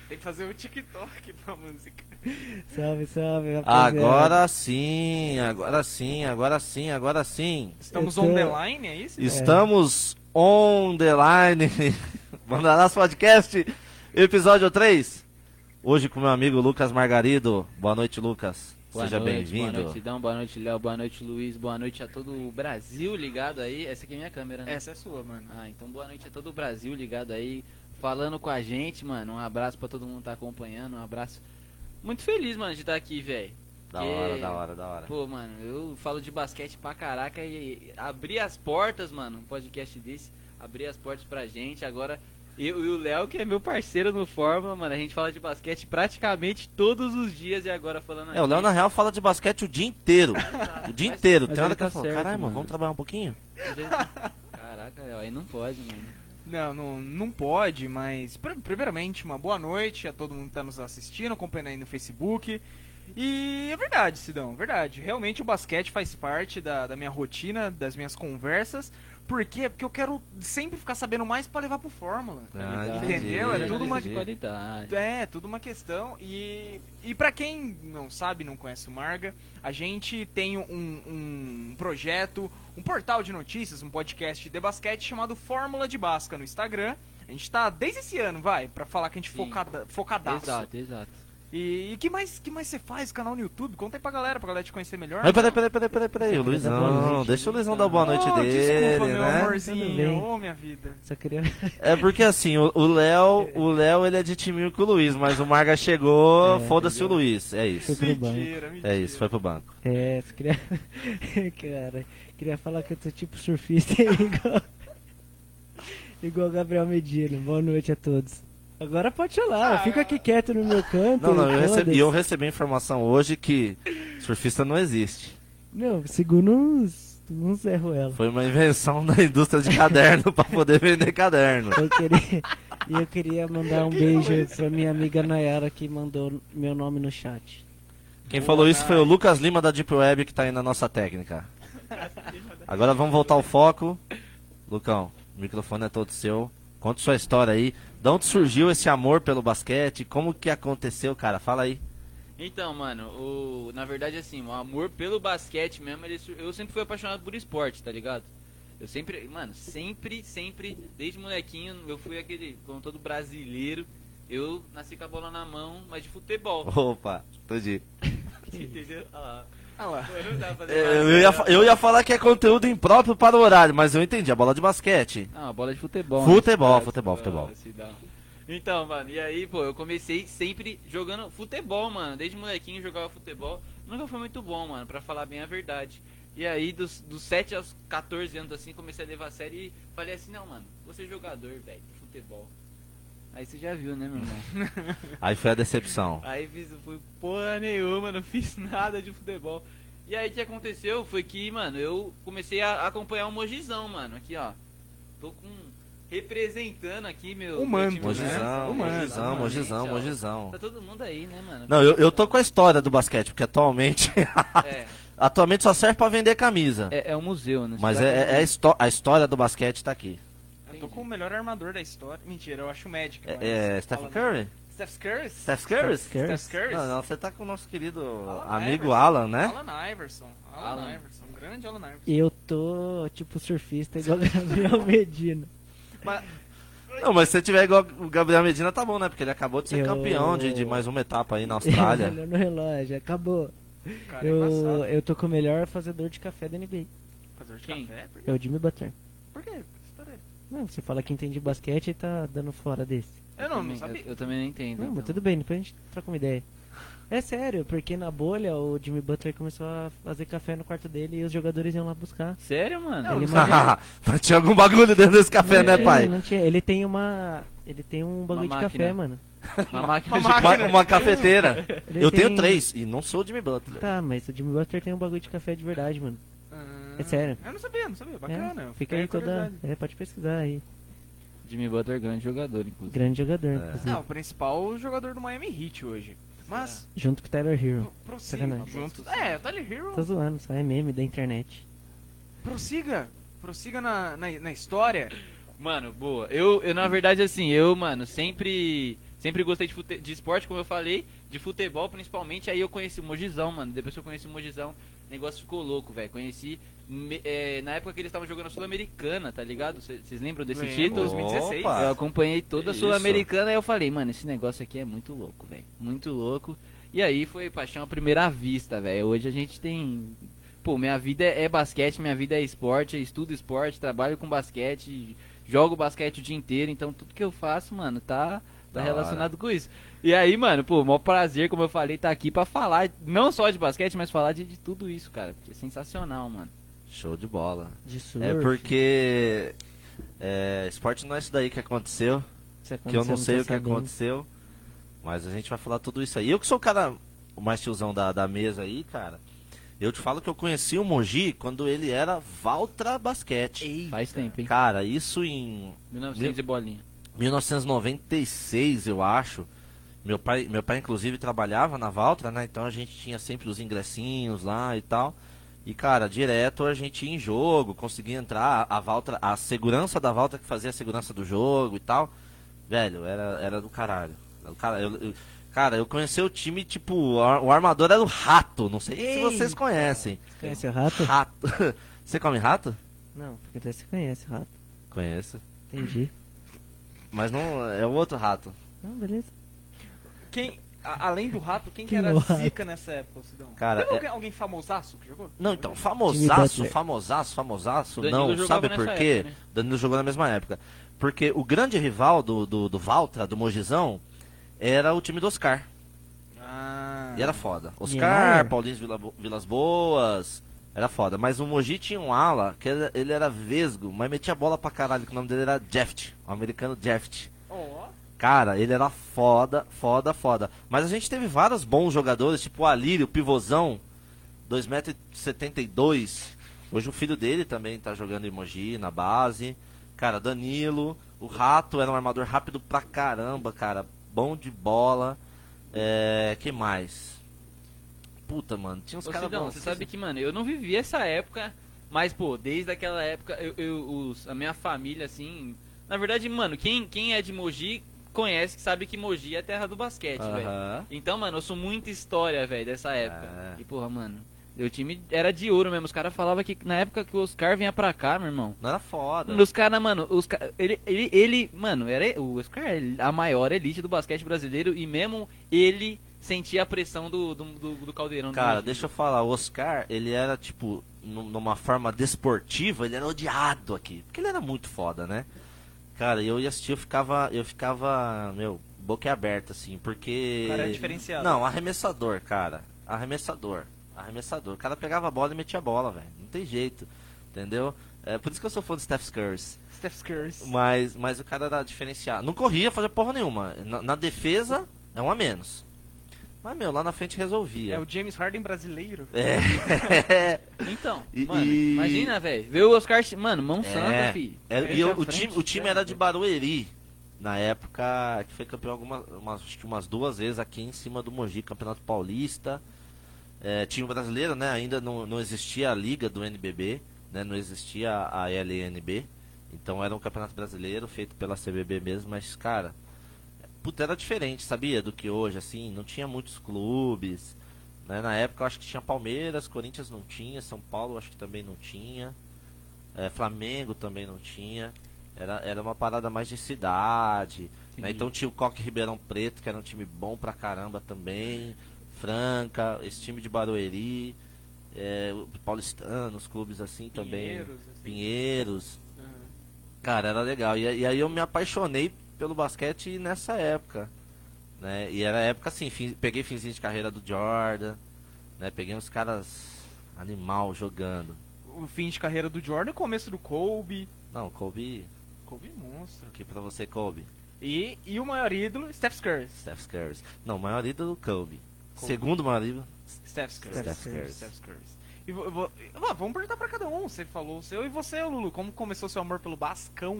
Tem que fazer o TikTok pra música. Salve, rapaziada. Agora sim, agora sim, agora sim, agora sim. Estamos Eu tô- on the line, é isso? Estamos on the line. Bandalaço Podcast, episódio 3. Hoje com meu amigo Lucas Margarido. Boa noite, Lucas. Seja Boa bem-vindo. noite, Sidão, boa noite, Léo, boa noite, Luiz, boa noite a todo o Brasil ligado aí. Essa aqui é minha câmera, né? Essa é sua, mano. Ah, então boa noite a todo o Brasil ligado aí, falando com a gente, mano. Um abraço pra todo mundo que tá acompanhando, um abraço. Muito feliz, mano, de estar aqui, velho. Da hora, da hora, da hora. Pô, mano, eu falo de basquete pra caraca e abrir as portas, mano, um podcast desse, abrir as portas pra gente. Agora, eu e o Léo, que é meu parceiro no Fórmula, mano, a gente fala de basquete praticamente todos os dias e agora falando O Léo na real fala de basquete o dia inteiro. O dia inteiro. mas Tem hora ele que eu tá falo, certo, caralho, mano, mano. vamos trabalhar um pouquinho? Caraca, Léo, aí não pode, mano. Não pode, mas primeiramente uma boa noite a todo mundo que tá nos assistindo, acompanhando aí no Facebook. E é verdade, Sidão, verdade. Realmente o basquete faz parte da minha rotina, das minhas conversas. Por quê? Porque eu quero sempre ficar sabendo mais pra levar pro Fórmula. Entendeu? É tudo uma de qualidade. É, tudo uma questão. E pra quem não sabe, não conhece o Marga, a gente tem um projeto, um portal de notícias, um podcast de basquete chamado Fórmula de Basca no Instagram. A gente tá desde esse ano, pra falar que a gente Sim. focadaço. Exato. E que mais você faz? Canal no YouTube? Conta aí pra galera te conhecer melhor. Mas peraí, o Luizão. Deixa o Luizão dar boa noite dele, Desculpa, meu né? Tudo amorzinho. bem. Ô, minha vida. Só queria... É porque assim, o Léo ele é de timinho com o Luiz, mas o Marga chegou, foda-se o Luiz. É isso. Foi pro banco. Mentira. É isso, foi pro banco. Só queria... Cara, queria falar que eu tô tipo surfista igual o Gabriel Medina. Boa noite a todos. Agora pode falar, eu fico aqui quieto no meu canto. Não, foda-se. eu recebi a informação hoje que surfista não existe. Não, segundo uns Zé Ruela. Foi uma invenção da indústria de caderno pra poder vender caderno. Eu queria mandar um beijo pra minha amiga Nayara que mandou meu nome no chat. Quem falou isso foi o Lucas Lima da Deep Web que tá aí na nossa técnica. Agora vamos voltar ao foco. Lucão, o microfone é todo seu. Conta sua história aí. De onde surgiu esse amor pelo basquete? Como que aconteceu, cara? Fala aí. Então, mano, na verdade, assim, o amor pelo basquete mesmo, eu sempre fui apaixonado por esporte, tá ligado? Eu sempre, mano, sempre, desde molequinho, eu fui aquele, como todo brasileiro, eu nasci com a bola na mão, mas de futebol. Opa, entendi. Entendeu? Olha lá. Ah lá. Não dá pra fazer Eu ia falar que é conteúdo impróprio para o horário, mas eu entendi. A bola de basquete. Ah, bola de futebol. Futebol, né? futebol. Se dá. Então, mano, e aí, pô, eu comecei sempre jogando futebol, mano. Desde molequinho eu jogava futebol. Nunca foi muito bom, mano, pra falar bem a verdade. E aí, dos 7 aos 14 anos, assim, comecei a levar a sério e falei assim, não, mano, vou ser jogador, velho, de futebol. Aí você já viu, né, meu irmão? Aí foi a decepção. Aí fui porra nenhuma, não fiz nada de futebol. E aí o que aconteceu foi que, mano, eu comecei a acompanhar o Mogizão, mano. Aqui, ó. Tô representando aqui meu Humano, meu time, né? Mogizão. Tá todo mundo aí, né, mano? Não, eu tô com a história do basquete, porque atualmente É, atualmente só serve pra vender camisa. é um museu, né? Mas Você vai a história do basquete tá aqui. Eu tô com o melhor armador da história. Mentira, eu acho o Magic. mas Stephen falando- Curry? Steph Curry? Steph Curry? Steph Curry? Não, você tá com o nosso querido Alan amigo Iverson. Alan, né? Alan Iverson. Alan. Grande Alan Iverson. Eu tô tipo surfista igual o Gabriel Medina. Mas, Não, mas se você tiver igual o Gabriel Medina, tá bom, né? Porque ele acabou de ser Eu- campeão de mais uma etapa aí na Austrália. Olha no relógio, acabou. cara, é embaçado. Eu tô com o melhor fazedor de café da NBA. Fazer de Quem? café? É o Jimmy Butler. Por quê? Que história é? Não, você fala que entende basquete e tá dando fora desse. Eu não também- sabia. Eu também não entendo. Não, mas então. tudo bem, depois a gente troca uma ideia. É sério, porque na bolha o Jimmy Butler começou a fazer café no quarto dele e os jogadores iam lá buscar. Sério, mano? Não, Ele Mas tinha algum bagulho dentro desse café, né, Não, pai? não tinha. Ele tem um bagulho de máquina. café, mano. Uma máquina Uma de... máquina. Uma cafeteira. Ele Eu tenho tem- 3 e não sou o Jimmy Butler. Tá, mas o Jimmy Butler tem um bagulho de café de verdade, mano. É sério. Eu não sabia. Bacana. É, fica aí toda. curiosidade. Pode pesquisar aí. Jimmy Butler, grande jogador, inclusive. Grande jogador, É. inclusive. Não, o principal jogador do Miami Heat hoje. Mas, Junto com o Tyler Hero. prossiga. Sacanagem. Junto. É, o Tyler Hero. Tô zoando, só é meme da internet. Prossiga na história. Mano, boa. Eu, na verdade, assim, mano, sempre Sempre gostei de esporte, como eu falei, de futebol principalmente. Aí eu conheci o Mogizão, mano. Depois que eu conheci o Mogizão, o negócio ficou louco, velho. Conheci na época que eles estavam jogando a Sul-Americana, tá ligado? Vocês lembram desse Lembro, título? 2016. Opa. Eu acompanhei toda a Isso. Sul-Americana e eu falei, mano, esse negócio aqui é muito louco, velho. Muito louco. E aí foi paixão à primeira vista, velho. Hoje a gente tem... Pô, minha vida é basquete, minha vida é esporte, eu estudo esporte, trabalho com basquete, jogo basquete o dia inteiro, então tudo que eu faço, mano, tá Da relacionado com isso. E aí, mano, pô, maior prazer, como eu falei, tá aqui pra falar, não só de basquete, mas falar de tudo isso, cara. Porque é sensacional, mano. Show de bola. De surf. É porque esporte não é isso daí que aconteceu, Isso que eu não aconteceu, sei o que tá sabendo. aconteceu, mas a gente vai falar tudo isso aí. Eu que sou o cara, o mais tiozão da mesa aí, cara, eu te falo que eu conheci o Mogi quando ele era Valtra Basquete. Faz tempo, hein? Cara, isso em 1900 e bolinha. 1996, eu acho. Meu pai inclusive trabalhava na Valtra, né? Então a gente tinha sempre os ingressinhos lá e tal. E cara, direto a gente ia em jogo, conseguia entrar, a Valtra, a segurança da Valtra que fazia a segurança do jogo e tal. Velho, era do caralho. Cara, eu conheci o time, tipo, o armador era o Rato, não sei se vocês conhecem. Conhece o rato? Rato. Você come rato? Não, porque até você conhece o rato. Conheço. Entendi. Mas não é o outro rato. Não, beleza. Além do Rato, quem que Quem era é o Rato? zica nessa época, Sidão? Cara, Teve alguém famosaço que jogou? Não, então, Jimmy famosaço, Butler. não, Danilo sabe jogava por nessa quê? época, né? Danilo jogou na mesma época. Porque o grande rival do Valtra, do Mogizão, era o time do Oscar. Ah. E era foda. Oscar, Niemeyer? Paulinho Vilas Boas, era foda. Mas o Mogi tinha um ala, que ele era vesgo, mas metia bola pra caralho, que o nome dele era Jeft, o americano Jeft. Ó. Cara, ele era foda, foda, foda. Mas a gente teve vários bons jogadores, tipo o Alírio, o pivôzão, 2,72 m. Hoje o filho dele também tá jogando em Mogi, na base. Cara, Danilo, o Rato era um armador rápido pra caramba, cara. Bom de bola. Que mais? Puta, mano, tinha uns Ô, caras Sidão, bons. você sabe que, mano, eu não vivi essa época, mas, pô, desde aquela época, a minha família, assim... Na verdade, mano, quem é de Mogi conhece, sabe que Mogi é a terra do basquete, velho. Aham. Então, mano, eu sou muita história, velho, dessa época. É. E, porra, mano, meu time era de ouro mesmo. Os caras falavam que na época que o Oscar vinha pra cá, meu irmão... Não era foda. Os caras, mano, mano, era o Oscar, a maior elite do basquete brasileiro e mesmo ele sentia a pressão do caldeirão. Cara, deixa eu falar, o Oscar, ele era, tipo, numa forma desportiva, ele era odiado aqui. Porque ele era muito foda, né? Cara, eu ia assistir, eu ficava, meu, boca aberta, assim, porque... O cara é diferenciado. Não, arremessador, cara. Arremessador. O cara pegava a bola e metia a bola, velho. Não tem jeito, entendeu? É por isso que eu sou fã do Steph Curry. Steph Curry. Mas o cara era diferenciado. Não corria, fazia porra nenhuma. Na defesa, é um a menos. Mas, meu, lá na frente resolvia. É o James Harden brasileiro. Então, E- mano, e- imagina, velho, ver o Oscar, mano, mão santa, filho. E à o frente, time era de Barueri. Na época, que foi campeão acho que umas 2 vezes aqui em cima do Mogi, Campeonato Paulista. Tinha o brasileiro, né? Ainda não existia a liga do NBB, né? Não existia a LNB. Então era um campeonato brasileiro feito pela CBB mesmo, mas, cara, puta, era diferente, sabia? Do que hoje, assim, não tinha muitos clubes, né? Na época eu acho que tinha Palmeiras, Corinthians não tinha, São Paulo eu acho que também não tinha, Flamengo também não tinha. Era uma parada mais de cidade, né? Então tinha o Coque Ribeirão Preto, que era um time bom pra caramba também, Franca, esse time de Barueri, o Paulistano, os clubes assim também, Pinheiros, assim. Pinheiros. Aham. Cara, era legal. E aí eu me apaixonei pelo basquete nessa época, né? E era a época assim, peguei finzinho de carreira do Jordan, né? Peguei uns caras animal jogando. O fim de carreira do Jordan, o começo do Kobe. Não, Kobe, Kobe monstro. aqui pra você, Kobe. E o maior ídolo, Steph Curry. Steph Curry. Não, o maior ídolo, Kobe. Kobe. Segundo maior ídolo, Steph Curry. Steph Curry. Steph Curry. E vamos perguntar pra cada um. Você falou o seu e você, Lulu. Como começou seu amor pelo Bascão?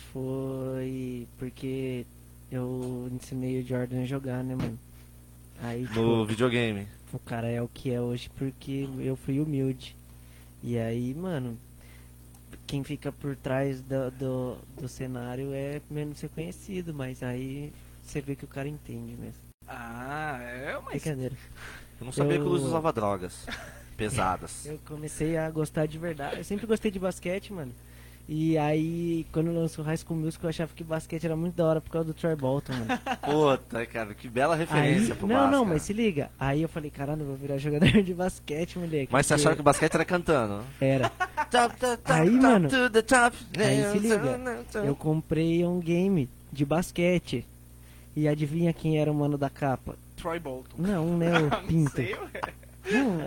Foi porque eu ensinei o Jordan a jogar, né, mano? Aí, no tipo, videogame. o cara é o que é hoje porque eu fui humilde. E aí, mano, quem fica por trás do cenário é menos reconhecido, mas aí você vê que o cara entende mesmo. Ah, mas... Brincadeira. Eu não sabia Eu- que o Luiz usava drogas pesadas. Eu comecei a gostar de verdade. Eu sempre gostei de basquete, mano. E aí, quando lançou High School Musical, eu achava que basquete era muito da hora por causa do Troy Bolton, mano. Puta, cara, que bela referência Aí, pro não, basquete. não, mas se liga. Aí eu falei, caralho, eu vou virar jogador de basquete, moleque. Mas você achava que o basquete era cantando? Era. Aí, mano, to the top. aí se liga. Eu comprei um game de basquete. E adivinha quem era o mano da capa? Troy Bolton. Não, né, o Não Pinto. sei, ué. Não,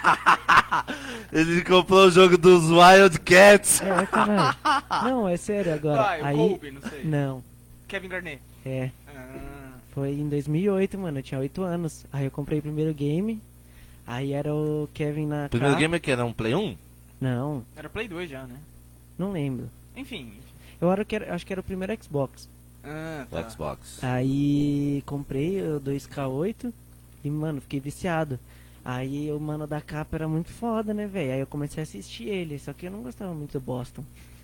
Ele comprou o jogo dos Wildcats. caralho. Não, é sério agora. Vai, Aí, o Kobe, não sei. não, Kevin Garnett. é. Ah, Foi em 2008, mano, eu tinha 8 anos. Aí eu comprei o primeiro game. Aí era o Kevin na O primeiro capa. game que era um Play 1? Não, era Play 2 já, né? não lembro. Enfim. Acho que era o primeiro Xbox. Ah, O tá. Xbox. Aí comprei o 2K8 e, mano, fiquei viciado. Aí o mano da capa era muito foda, né, velho? Aí eu comecei a assistir ele, só que eu não gostava muito do Boston.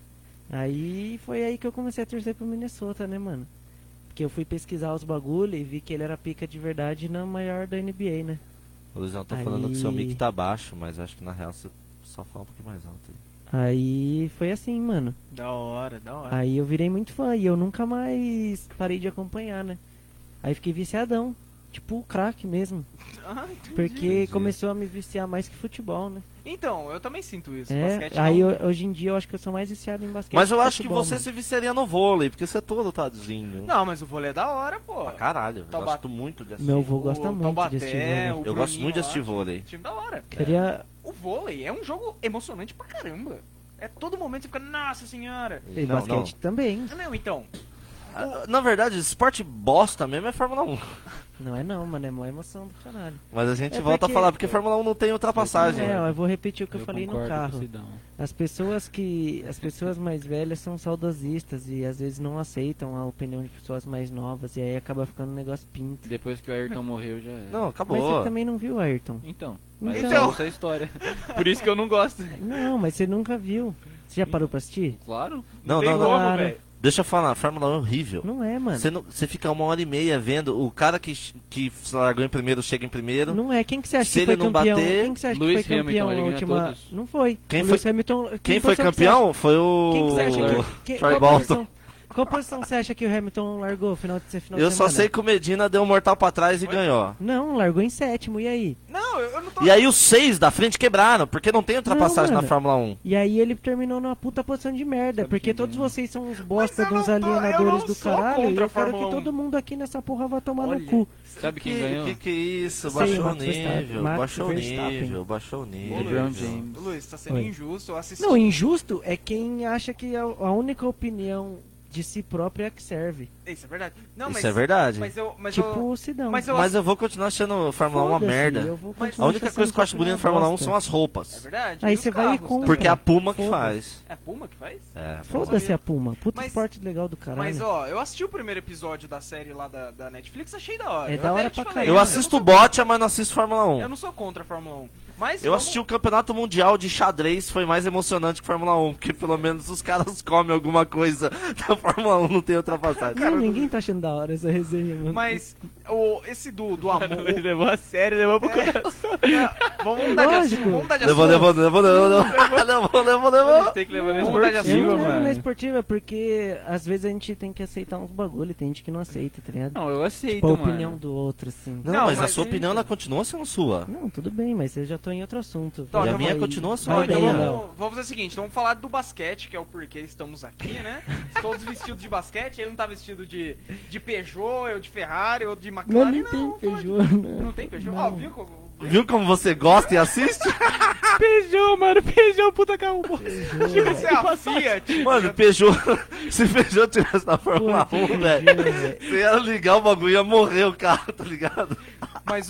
Aí foi aí que eu comecei a torcer pro Minnesota, né, mano? Porque eu fui pesquisar os bagulho e vi que ele era pica de verdade na maior da NBA, né? O Luizão tá Aí- falando que seu mic tá baixo, mas acho que na real você só fala um pouquinho mais alto aí. Aí foi assim, mano. Da hora, da hora. Aí eu virei muito fã e eu nunca mais parei de acompanhar, né? Aí fiquei viciadão. Tipo o crack mesmo. Ah, entendi. Porque Entendi. começou a me viciar mais que futebol, né? Então, eu também sinto isso. É, Basquete aí não- hoje em dia eu acho que eu sou mais viciado em basquete. Mas eu que acho que futebol, você mano. se viciaria no vôlei, porque você é todo tadinho. Não, mas o vôlei é da hora, pô. Pra caralho, eu Tauba- gosto muito de assistir. Meu avô O gosta muito Taubaté, de assistir vôlei. o Eu gosto Bruninho muito de lá, assistir vôlei. Time da hora. Queria... O vôlei é um jogo emocionante pra caramba. É todo momento você fica, nossa senhora. E Não, basquete também. Não, então. Ah, na verdade, esporte bosta mesmo é Fórmula 1. Não é não, mano. É mó emoção do caralho. Mas a gente É volta porque- a falar, porque Fórmula 1 não tem ultrapassagem. É, ó, eu vou repetir o que eu falei no concordo com carro. o Sidão. As pessoas mais velhas são saudosistas e às vezes não aceitam a opinião de pessoas mais novas e aí acaba ficando um negócio pinto. Depois que o Ayrton morreu, já era. Não, Mas acabou. você também não viu, Ayrton? Então, mas Então. essa é a história. Por isso que eu não gosto. Não, mas você nunca viu. Você já parou pra assistir? Claro. Não, tem não, como, não. Claro. velho. Deixa eu falar, a Fórmula 1 é horrível. Não é, mano. Você fica 1h30 vendo o cara que largou em primeiro chega em primeiro. Não é. Quem que você acha Se que foi ele não campeão? bater, Quem que você acha Lewis que foi campeão Hamilton, na ele ganha última... todos. Não foi. Quem O foi- Lewis Hamilton... Quem foi posição que você campeão foi o. Quem que você acha Troy qual Bolton. posição- Qual posição você acha que o Hamilton largou final de final Eu de só semana? sei que o Medina deu um mortal pra trás e ganhou. Não, largou em sétimo, e aí? Não, eu não tô. E aí os 6 da frente quebraram, porque não tem ultrapassagem Não, na mano. Fórmula 1. E aí ele terminou numa puta posição de merda, Sabe porque quem todos ganhou? vocês são uns bosta eu de uns não tô- eu alienadores não do sou caralho, e contra a eu quero que Fórmula 1. todo mundo aqui nessa porra vá tomar Olha. no cu. Sabe quem ganhou? Que isso? Sei, Baixou o Max Verstappen. nível, Max baixou o Verstappen. nível, baixou o nível. LeBron James. Luiz, tá sendo Oi. injusto. Eu assisti. Não, injusto é quem acha que a única opinião de si próprio é a que serve. Isso é verdade. Não, Isso mas, é verdade. Mas Tipo eu, o Sidão. mas eu- Mas eu vou continuar achando a Fórmula 1 uma Foda-se, merda. eu vou Mas continuar A única achando coisa que eu acho bonita na uma Fórmula 1 bosta. são as É roupas. verdade. Aí E os você vai e carros? compra. Porque é a Puma que Foda-se. faz. É a Puma que faz? É, Foda-se a Puma. Puta Mas- esporte legal do caralho. Mas ó, eu assisti o primeiro episódio da série lá da Netflix, achei da hora. É Eu da até hora te pra falei, caralho. eu não assisto sou Botcha, mas não assisto Fórmula contra- Eu 1. não sou contra a Fórmula 1. Mas Eu vamos- assisti o Campeonato Mundial de Xadrez, foi mais emocionante que Fórmula 1, porque pelo menos os caras comem alguma coisa. Da Fórmula 1 não tem ultrapassagem. Não, ninguém tá achando da hora essa resenha, mano. Mas esse do amor. Ele levou a sério, levou pro coração. Vamos mudar de Lógico. assunto. Vamos mudar de Levou, assunto. levou. Tem que levar na Vamos mudar de esportiva, assunto. Eu não na mano. esportiva porque às vezes a gente tem que aceitar uns bagulho e tem gente que não aceita, tá ligado? Não, eu aceito, Tipo, a mano. opinião do outro, assim. Não, Não, mas a mas sua é opinião ela continua sendo sua. Não, tudo bem, mas eu já tô em outro assunto. Então, E a então minha vai- continua só. Não, Vai então bem, vamos, Léo. vamos fazer o seguinte, então vamos falar do basquete, que é o porquê estamos aqui, né? Todos vestidos de basquete, ele não tá vestido de Peugeot, eu de Ferrari, eu de Não, McLaren. nem tem Peugeot, Não tem Peugeot? Não. Ó, viu como... Viu como você gosta e assiste? Peugeot, mano, Peugeot, puta carro bom. Você é a Fiat. Mano, Peugeot, se Peugeot tivesse na Fórmula Puta 1, que velho, Peugeot, velho. você ia ligar o bagulho e ia morrer o carro, tá ligado? Mas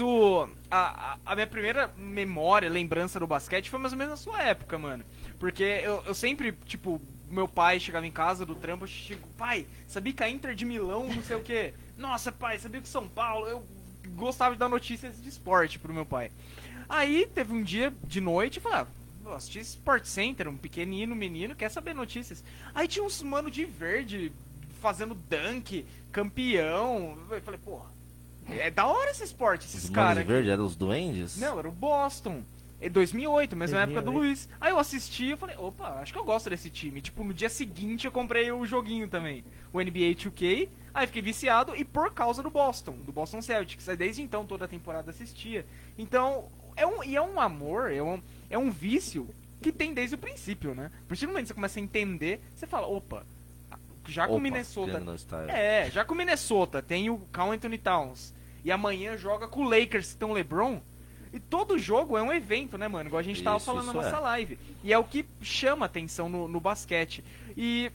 a minha primeira memória, lembrança do basquete foi mais ou menos na sua época, mano. Porque eu sempre, tipo, meu pai chegava em casa do trampo, eu chego, pai, sabia que a Inter de Milão, não sei o quê? Nossa, pai, sabia que São Paulo... Eu gostava de dar notícias de esporte pro meu pai. Aí teve um dia de noite, eu falei, vou assistir Sport Center, um pequenino menino, quer saber notícias. Aí tinha uns mano de verde fazendo dunk, campeão. Eu falei, porra, é da hora esse esporte, esses Os caras. Manos Verde eram os duendes? Não, era o Boston. É 2008, mesma época do 2008. Luiz. Aí eu assisti e falei, opa, acho que eu gosto desse time. Tipo, no dia seguinte eu comprei o joguinho também, o NBA 2K. Aí fiquei viciado e por causa do Boston Celtics. Aí desde então toda a temporada assistia. Então, é um amor, é um vício que tem desde o princípio, né? A partir do momento que você começa a entender, você fala, opa, já com o Minnesota... Gangnam Style. já com o Minnesota tem o Karl Anthony Towns e amanhã joga com o Lakers, que tem o LeBron. E todo jogo é um evento, né, mano? Igual a gente tava Isso, falando na isso nossa é. live. E é o que chama atenção no basquete. E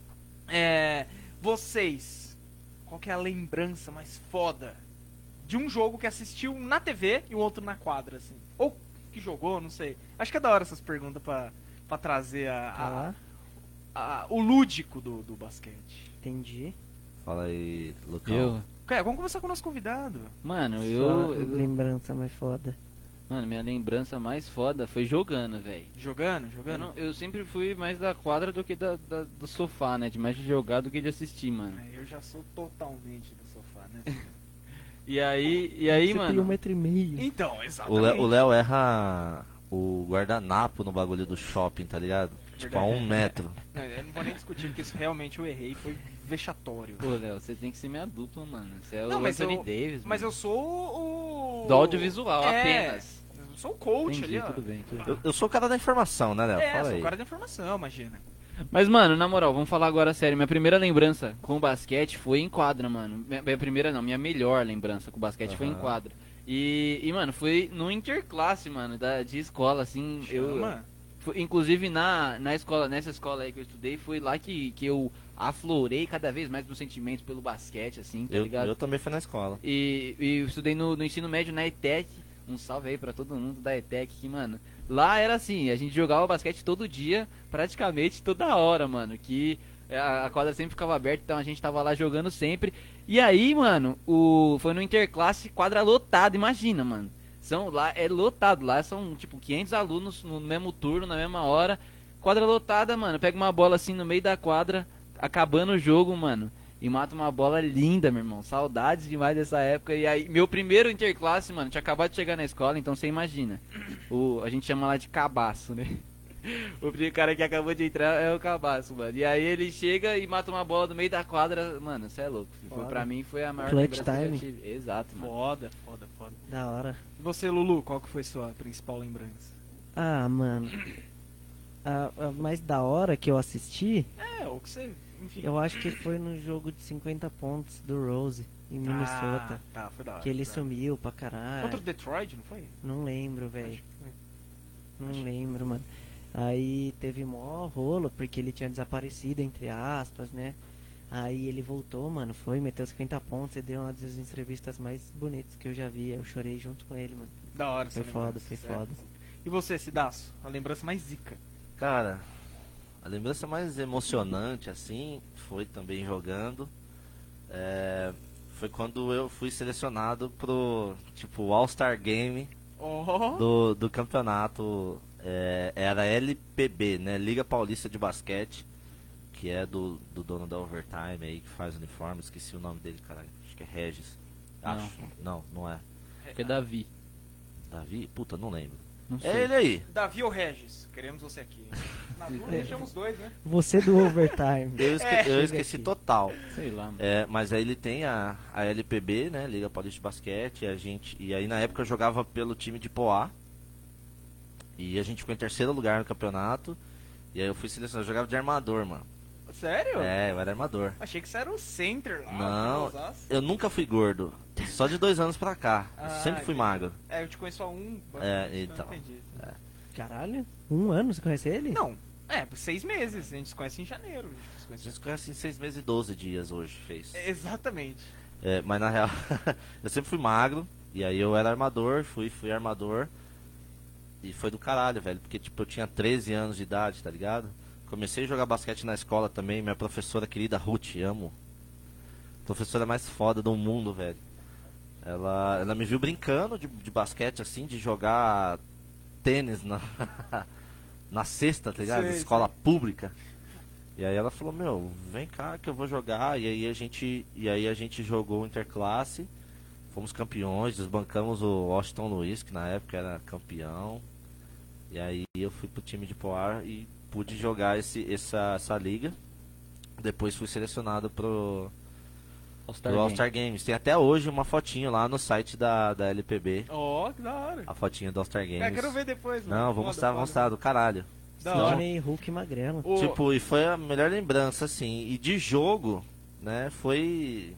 vocês, qual que é a lembrança mais foda de um jogo que assistiu na TV e o outro na quadra, assim? Ou que jogou, não sei. Acho que é da hora essas perguntas pra trazer o lúdico do basquete. Entendi. Fala aí, Lucão. Eu... Cara, vamos conversar com o nosso convidado. Mano, Só lembrança mais foda. Mano, minha lembrança mais foda foi jogando, velho. Jogando? Eu sempre fui mais da quadra do que do sofá, né? De mais de jogar do que de assistir, mano. Eu já sou totalmente do sofá, né? E aí, Você mano... tem 1,5 m. Então, O exatamente. Léo erra o guardanapo no bagulho do shopping, tá ligado? Tipo, a 1 metro. Não, eu não vou nem discutir, porque isso realmente eu errei, foi vexatório. Pô, Léo, você tem que ser meio adulto, mano. Você é Não, o mas Anthony eu- Davis, Mas mano. eu sou o... Do audiovisual, É, apenas. Eu sou o coach Entendi, ali, ó. tudo bem, tudo bem. Eu sou o cara da informação, né, Léo? Fala Sou aí. o cara da informação, imagina. Mas, mano, na moral, vamos falar agora sério. Minha primeira lembrança com o basquete foi em quadra, mano. Minha primeira não, minha melhor lembrança com o basquete foi em Aham. quadra. E, mano, foi no interclasse, mano, de escola, assim. Chama. Inclusive nessa escola aí que eu estudei, foi lá que eu aflorei cada vez mais meus sentimentos pelo basquete, assim, tá ligado? Eu também fui na escola. E eu estudei no ensino médio na ETEC. Um salve aí pra todo mundo da ETEC, que, mano, lá era assim, a gente jogava basquete todo dia, praticamente toda hora, mano, que a quadra sempre ficava aberta, então a gente tava lá jogando sempre. E aí, mano, foi no interclasse, quadra lotada, imagina, mano. Lá é lotado, lá são tipo 500 alunos no mesmo turno, na mesma hora. Quadra lotada, mano, pega uma bola assim no meio da quadra, acabando o jogo, mano. E mata uma bola linda, meu irmão. Saudades demais dessa época. E aí, meu primeiro interclasse, mano, tinha acabado de chegar na escola, então você imagina. A gente chama lá de cabaço, né? O primeiro cara que acabou de entrar é o cabaço, mano. E aí ele chega e mata uma bola no meio da quadra. Mano, você é louco. Foda. Pra mim foi a maior Clutch lembrança que eu time. tive. Exato, mano. Foda. Da hora. E você, Lulu, qual que foi sua principal lembrança? Ah, mano. A mais da hora que eu assisti, O que você... Enfim. eu acho que foi no jogo de 50 pontos do Rose, em Minnesota. Tá, foi da hora. Que ele foi da hora. sumiu pra caralho. Contra o Detroit, não foi? Não lembro, velho. Acho que foi. Não lembro, mano. Aí teve mó rolo, porque ele tinha desaparecido, entre aspas, né? Aí ele voltou, mano, meteu 50 pontos e deu uma das entrevistas mais bonitas que eu já vi. Eu chorei junto com ele, mano. Da hora Foi essa foda, lembrança, foi certo. foda. E você, Cidaço? A lembrança mais zica. Cara, a lembrança mais emocionante, assim, foi também jogando. Foi quando eu fui selecionado pro, tipo, All-Star Game Oh! do campeonato. Era LPB, né? Liga Paulista de Basquete, que é do dono da Overtime aí, que faz uniforme. Esqueci o nome dele, caralho. Acho que é Regis. Acho. Não é. Foi Davi. Davi? Puta, não lembro. Não sei. É ele aí. Davi ou Regis? Queremos você aqui. Na dúvida, deixamos os dois, né? Você do Overtime. Eu Chega esqueci aqui. total. Sei lá, mano. Mas aí ele tem a LPB, né? Liga Paulista de Basquete. E aí na época eu jogava pelo time de Poá. E a gente ficou em terceiro lugar no campeonato. E aí eu fui selecionado. Eu jogava de armador, mano. Sério? Eu era armador. Achei que você era o center lá. Não, de Osasco. eu nunca fui gordo. Só de 2 anos pra cá. Ah, Sempre fui entendi. magro. Eu te conheço há um. Então. Entendi. Caralho, 1 ano você conhece ele? Não, 6 meses. A gente se conhece em janeiro. A gente se A conhece... gente se conhece em 6 meses e 12 dias hoje, fez. Exatamente. Mas na real, eu sempre fui magro. E aí eu era armador, fui armador. E foi do caralho, velho. Porque tipo, eu tinha 13 anos de idade, tá ligado? Comecei a jogar basquete na escola também. Minha professora querida Ruth, amo. Professora mais foda do mundo, velho. Ela me viu brincando de basquete, assim, de jogar tênis na cesta, tá ligado? Sei, Escola pública. E aí ela falou, meu, vem cá que eu vou jogar. E aí a gente jogou interclasse, fomos campeões, desbancamos o Washington Luiz, que na época era campeão. E aí eu fui pro time de Poar e pude jogar essa liga. Depois fui selecionado pro All-Star Games. Tem até hoje uma fotinho lá no site da LPB. Ó, que da hora. A fotinha do All-Star Games. É, quero ver depois, mano. Não, vou mostrar do caralho. Da hora. Sidney, Hulk e Magrelo. O- Tipo, e foi a melhor lembrança, assim. E de jogo, né, foi...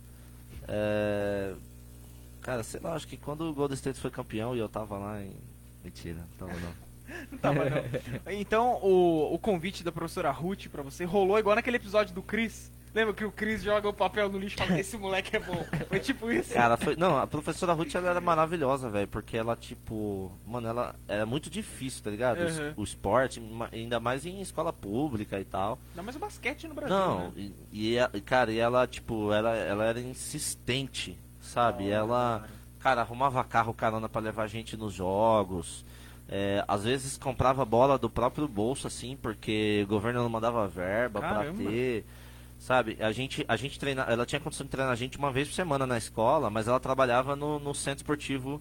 Cara, sei lá, acho que quando o Golden State foi campeão e eu tava lá em... Mentira, não tava não. Não tava, não. Então, o convite da professora Ruth pra você rolou igual naquele episódio do Chris. Lembra que o Chris joga o papel no lixo e fala, esse moleque é bom. Foi tipo isso. Cara, foi... Não, a professora Ruth, ela era maravilhosa, velho, porque ela, tipo... Mano, ela era muito difícil, tá ligado? Uhum. O esporte, ainda mais em escola pública e tal. Não, mas o basquete no Brasil, Não, né? cara, e ela, tipo, ela era insistente, sabe? Da hora, Ela, da hora. cara, arrumava carro, carona pra levar a gente nos jogos. Às vezes comprava bola do próprio bolso, assim, porque o governo não mandava verba pra Caramba. ter. Sabe, a gente treinava, ela tinha condição de treinar a gente uma vez por semana na escola, mas ela trabalhava no centro esportivo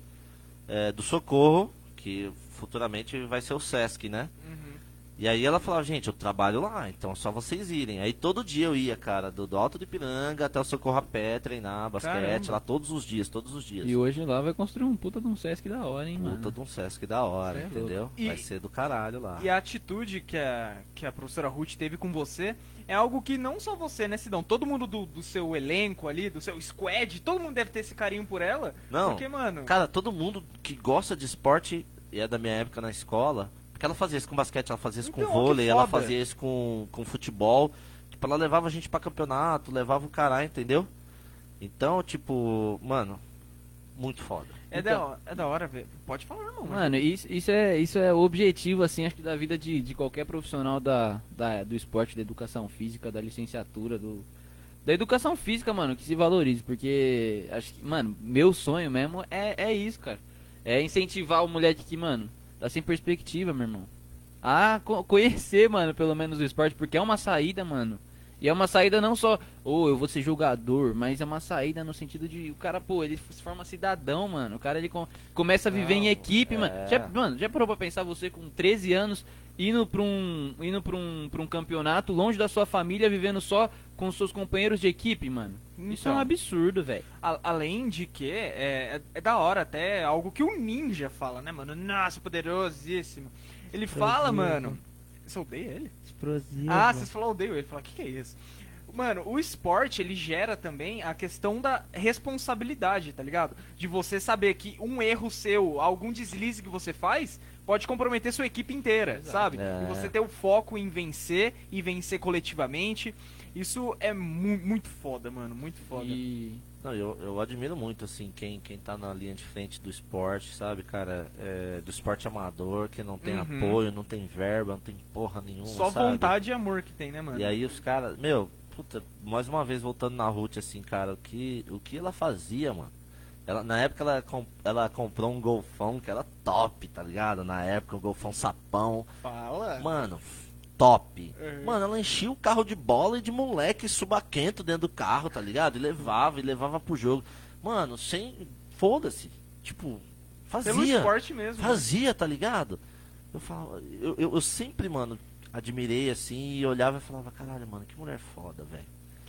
do Socorro, que futuramente vai ser o Sesc, né? Uhum. E aí ela falava, gente, eu trabalho lá, então é só vocês irem. Aí todo dia eu ia, cara, do Alto de Piranga até o Socorro a pé, treinar basquete, Caramba. lá todos os dias. E hoje lá vai construir um puta de um Sesc da hora, hein, mano. Puta de um Sesc da hora, Cê é entendeu? E- Vai ser do caralho lá. E a atitude que a professora Ruth teve com você é algo que não só você, né, Sidão? Todo mundo do seu elenco ali, do seu squad, todo mundo deve ter esse carinho por ela. Não, Porque, mano... cara, todo mundo que gosta de esporte, e é da minha época na escola, porque ela fazia isso com basquete, ela fazia isso com Então, vôlei, que ela foda. fazia isso com futebol. Tipo, ela levava a gente pra campeonato, levava o caralho, entendeu? Então, tipo, mano, muito foda. É da hora, velho. Pode falar, irmão. Mano, isso é o objetivo, assim, acho que da vida de qualquer profissional do esporte, da educação física, da licenciatura, da educação física, mano, que se valorize, porque, acho que, mano, meu sonho mesmo é isso, cara. É incentivar o moleque que, mano, tá sem perspectiva, meu irmão, a conhecer, mano, pelo menos o esporte, porque é uma saída, mano. E é uma saída não só, eu vou ser jogador, mas é uma saída no sentido de, o cara, pô, ele se forma cidadão, mano. O cara, ele começa a viver em equipe, mano. Já parou pra pensar você com 13 anos, indo pra um campeonato, longe da sua família, vivendo só com seus companheiros de equipe, mano? Isso é um Então. absurdo, velho. Além de que é da hora até algo que o Ninja fala, né, mano? Nossa, poderosíssimo. Ele fala, mano... Você odeia ele? Explosivo. Ah, vocês falaram odeio ele. Fala, o que é isso? Mano, o esporte, ele gera também a questão da responsabilidade, tá ligado? De você saber que um erro seu, algum deslize que você faz, pode comprometer sua equipe inteira, sabe? É. E você ter o foco em vencer e vencer coletivamente. Isso é muito foda, mano. Muito foda. E Não, eu admiro muito, assim, quem tá na linha de frente do esporte, sabe, cara? Do esporte amador, que não tem Uhum. apoio, não tem verba, não tem porra nenhuma, Só sabe? vontade e amor que tem, né, mano? E aí os caras, meu, puta, mais uma vez voltando na Ruth, assim, cara, o que ela fazia, mano? Na época ela comprou um golfão que era top, tá ligado? Na época, um golfão sapão. Fala. Mano, top. Uhum. Mano, ela enchia o carro de bola e de moleque subaquento dentro do carro, tá ligado? E levava pro jogo. Mano, sem. Foda-se. Tipo, Pelo fazia. esporte mesmo. né? Fazia, tá ligado? Eu falava. Eu sempre, mano, admirei assim e olhava e falava, caralho, mano, que mulher foda, velho.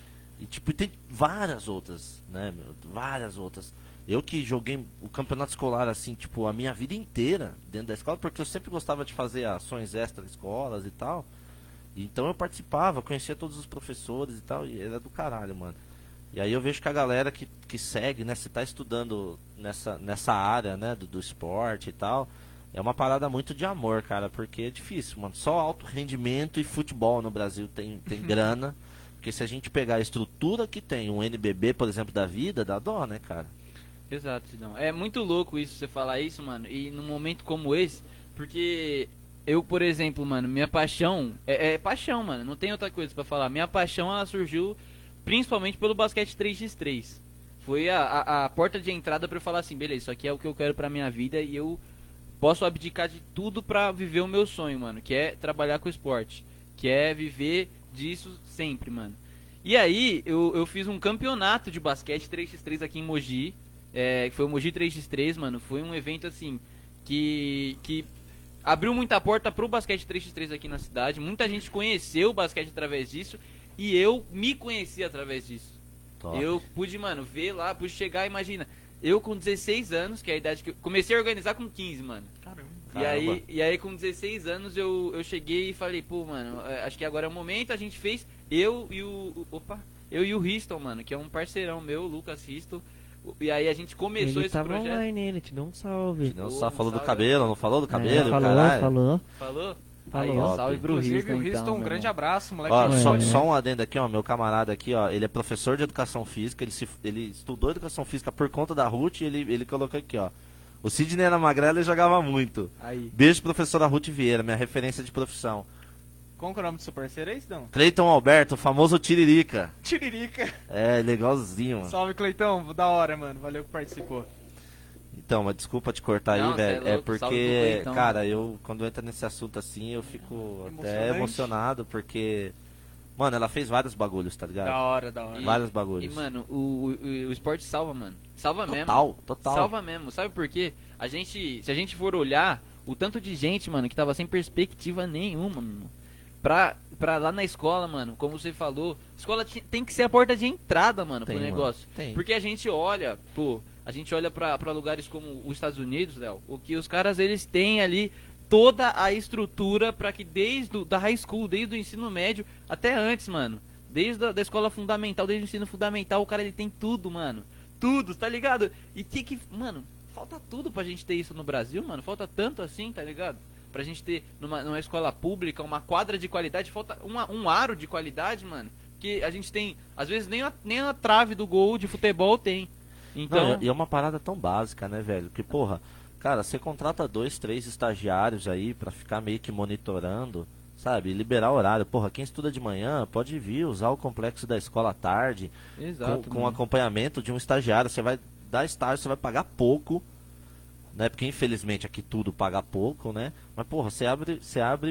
E tipo, tem várias outras, né, meu? Várias outras. Eu que joguei o campeonato escolar, assim, tipo, a minha vida inteira dentro da escola, porque eu sempre gostava de fazer ações extra-escolas e tal. Então eu participava, conhecia todos os professores e tal, e era do caralho, mano. E aí eu vejo que a galera que segue, né, se tá estudando nessa área, né, do esporte e tal, é uma parada muito de amor, cara, porque é difícil, mano. Só alto rendimento e futebol no Brasil tem grana, porque se a gente pegar a estrutura que tem um NBB, por exemplo, da vida, dá dó, né, cara? exato, Sidão. É muito louco isso, você falar isso, mano. E num momento como esse, porque eu, por exemplo, mano, minha paixão é paixão, mano. Não tem outra coisa pra falar. Minha paixão, ela surgiu principalmente pelo basquete 3x3. Foi a porta de entrada pra eu falar assim, beleza, isso aqui é o que eu quero pra minha vida e eu posso abdicar de tudo pra viver o meu sonho, mano. Que é trabalhar com esporte. Que é viver disso sempre, mano. E aí, eu fiz um campeonato de basquete 3x3 aqui em Mogi. Que foi o Mogi 3x3, mano. Foi um evento, assim, que abriu muita porta pro basquete 3x3 aqui na cidade. Muita gente conheceu o basquete através disso. E eu me conheci através disso. Top. Eu pude, mano, ver lá, pude chegar, imagina. Eu com 16 anos, que é a idade que eu comecei a organizar com 15, mano. Caramba. E aí com 16 anos eu cheguei e falei, pô, mano, acho que agora é o momento. A gente fez, eu e o Riston, mano, que é um parceirão meu, o Lucas Riston. E aí a gente começou Ele esse tava projeto. online, ele te deu um salve. Não Ô, só falou do salve, cabelo, não falou do cabelo, falou, caralho. falou. Falou? Falou. Aí, Ó, salve pro Inclusive, Riston, o Riston, então, um meu grande irmão. abraço, moleque. Ó, de só, boa. só um adendo aqui, ó, meu camarada aqui, ó, ele é professor de educação física, ele estudou educação física por conta da Ruth e ele colocou aqui, ó. O Sidney era magrelo e jogava muito. Aí. Beijo, professora Ruth Vieira, minha referência de profissão. Qual que é o nome do seu parceiro aí, Sidão? Cleiton Alberto, o famoso Tiririca. Tiririca. É, legalzinho, mano. Salve, Cleitão. Da hora, mano. Valeu que participou. Então, mas desculpa te cortar Não, aí, cê é velho. louco, É salve pro porque, Cleitão. cara, quando entra nesse assunto assim, eu fico até Emocionante. emocionado, porque, mano, ela fez vários bagulhos, tá ligado? Da hora, da hora. Vários E, bagulhos. mano, o esporte salva, mano. Salva mesmo. Total. Salva mesmo. Sabe por quê? Se a gente for olhar, o tanto de gente, mano, que tava sem perspectiva nenhuma, mano, pra lá na escola, mano, como você falou, escola tem que ser a porta de entrada, mano, Tem, pro mano. negócio. Tem. Porque a gente olha, pra lugares como os Estados Unidos, Léo, o que os caras, eles têm ali toda a estrutura pra que da high school, desde o ensino médio, até antes, mano, desde da escola fundamental, desde o ensino fundamental, o cara, ele tem tudo, mano. Tudo, tá ligado? E mano, falta tudo pra gente ter isso no Brasil, mano. Falta tanto assim, tá ligado? Pra gente ter numa escola pública uma quadra de qualidade, falta um aro de qualidade, mano. Que a gente tem, às vezes nem a trave do gol de futebol tem. Então, Não, e é uma parada tão básica, né, velho? Que, porra, cara, você contrata 2, 3 estagiários aí pra ficar meio que monitorando, sabe? E liberar horário. Porra, quem estuda de manhã pode vir usar o complexo da escola à tarde, exato, com mano. acompanhamento de um estagiário. Você vai dar estágio, você vai pagar pouco, né? Porque infelizmente aqui tudo paga pouco, né? Mas, porra, você abre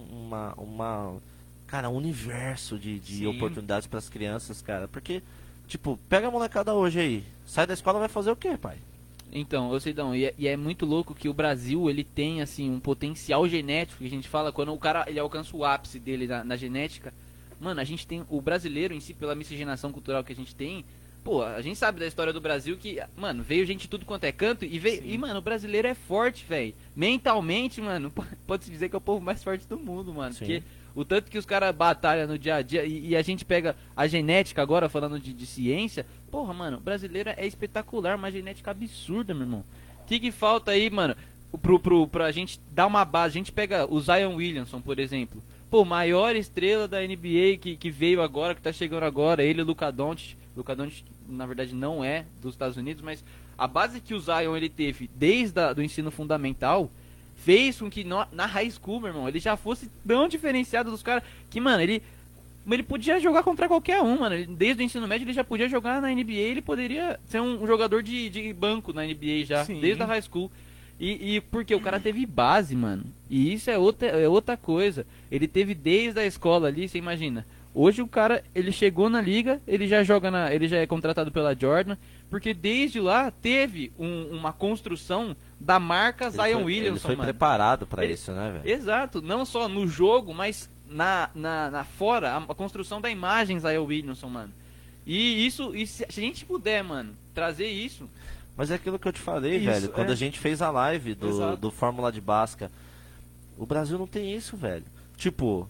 cara, um universo de Sim. oportunidades pras crianças, cara. Porque, tipo, pega a molecada hoje aí, sai da escola, vai fazer o quê, pai? Então, eu sei, não, e é muito louco que o Brasil, ele tem, assim, um potencial genético, que a gente fala, quando o cara, ele alcança o ápice dele na genética, mano, a gente tem, o brasileiro em si, pela miscigenação cultural que a gente tem, pô, a gente sabe da história do Brasil que, mano, veio gente de tudo quanto é canto, e mano, o brasileiro é forte, velho, mentalmente, mano, pode-se dizer que é o povo mais forte do mundo, mano, Sim. porque o tanto que os caras batalham no dia a dia, e a gente pega a genética agora, falando de ciência, porra, mano, o brasileiro é espetacular, uma genética absurda, meu irmão. O que falta aí, mano, pra gente dar uma base? A gente pega o Zion Williamson, por exemplo. Pô, maior estrela da NBA que veio agora, que tá chegando agora, ele e o Luka Doncic. Luka Doncic, na verdade, não é dos Estados Unidos, mas a base que o Zion ele teve desde do ensino fundamental fez com que na high school, meu irmão, ele já fosse tão diferenciado dos caras que, mano, ele podia jogar contra qualquer um, mano. Desde o ensino médio ele já podia jogar na NBA, ele poderia ser um jogador de banco na NBA já, Sim. desde a high school. E porque o cara teve base, mano. E isso é outra coisa. Ele teve desde a escola ali, você imagina. Hoje o cara, ele chegou na liga, ele já ele já é contratado pela Jordan, porque desde lá teve uma construção da marca Zion Williamson, Ele foi mano. preparado pra Ele- isso, né, velho? Exato, não só no jogo, mas na fora, a construção da imagem Zion Williamson, mano. E se a gente puder, mano, trazer isso, Mas é aquilo que eu te falei, Isso, velho. Quando é. a gente fez a live Exato. do Fórmula de Basca, o Brasil não tem isso, velho. Tipo,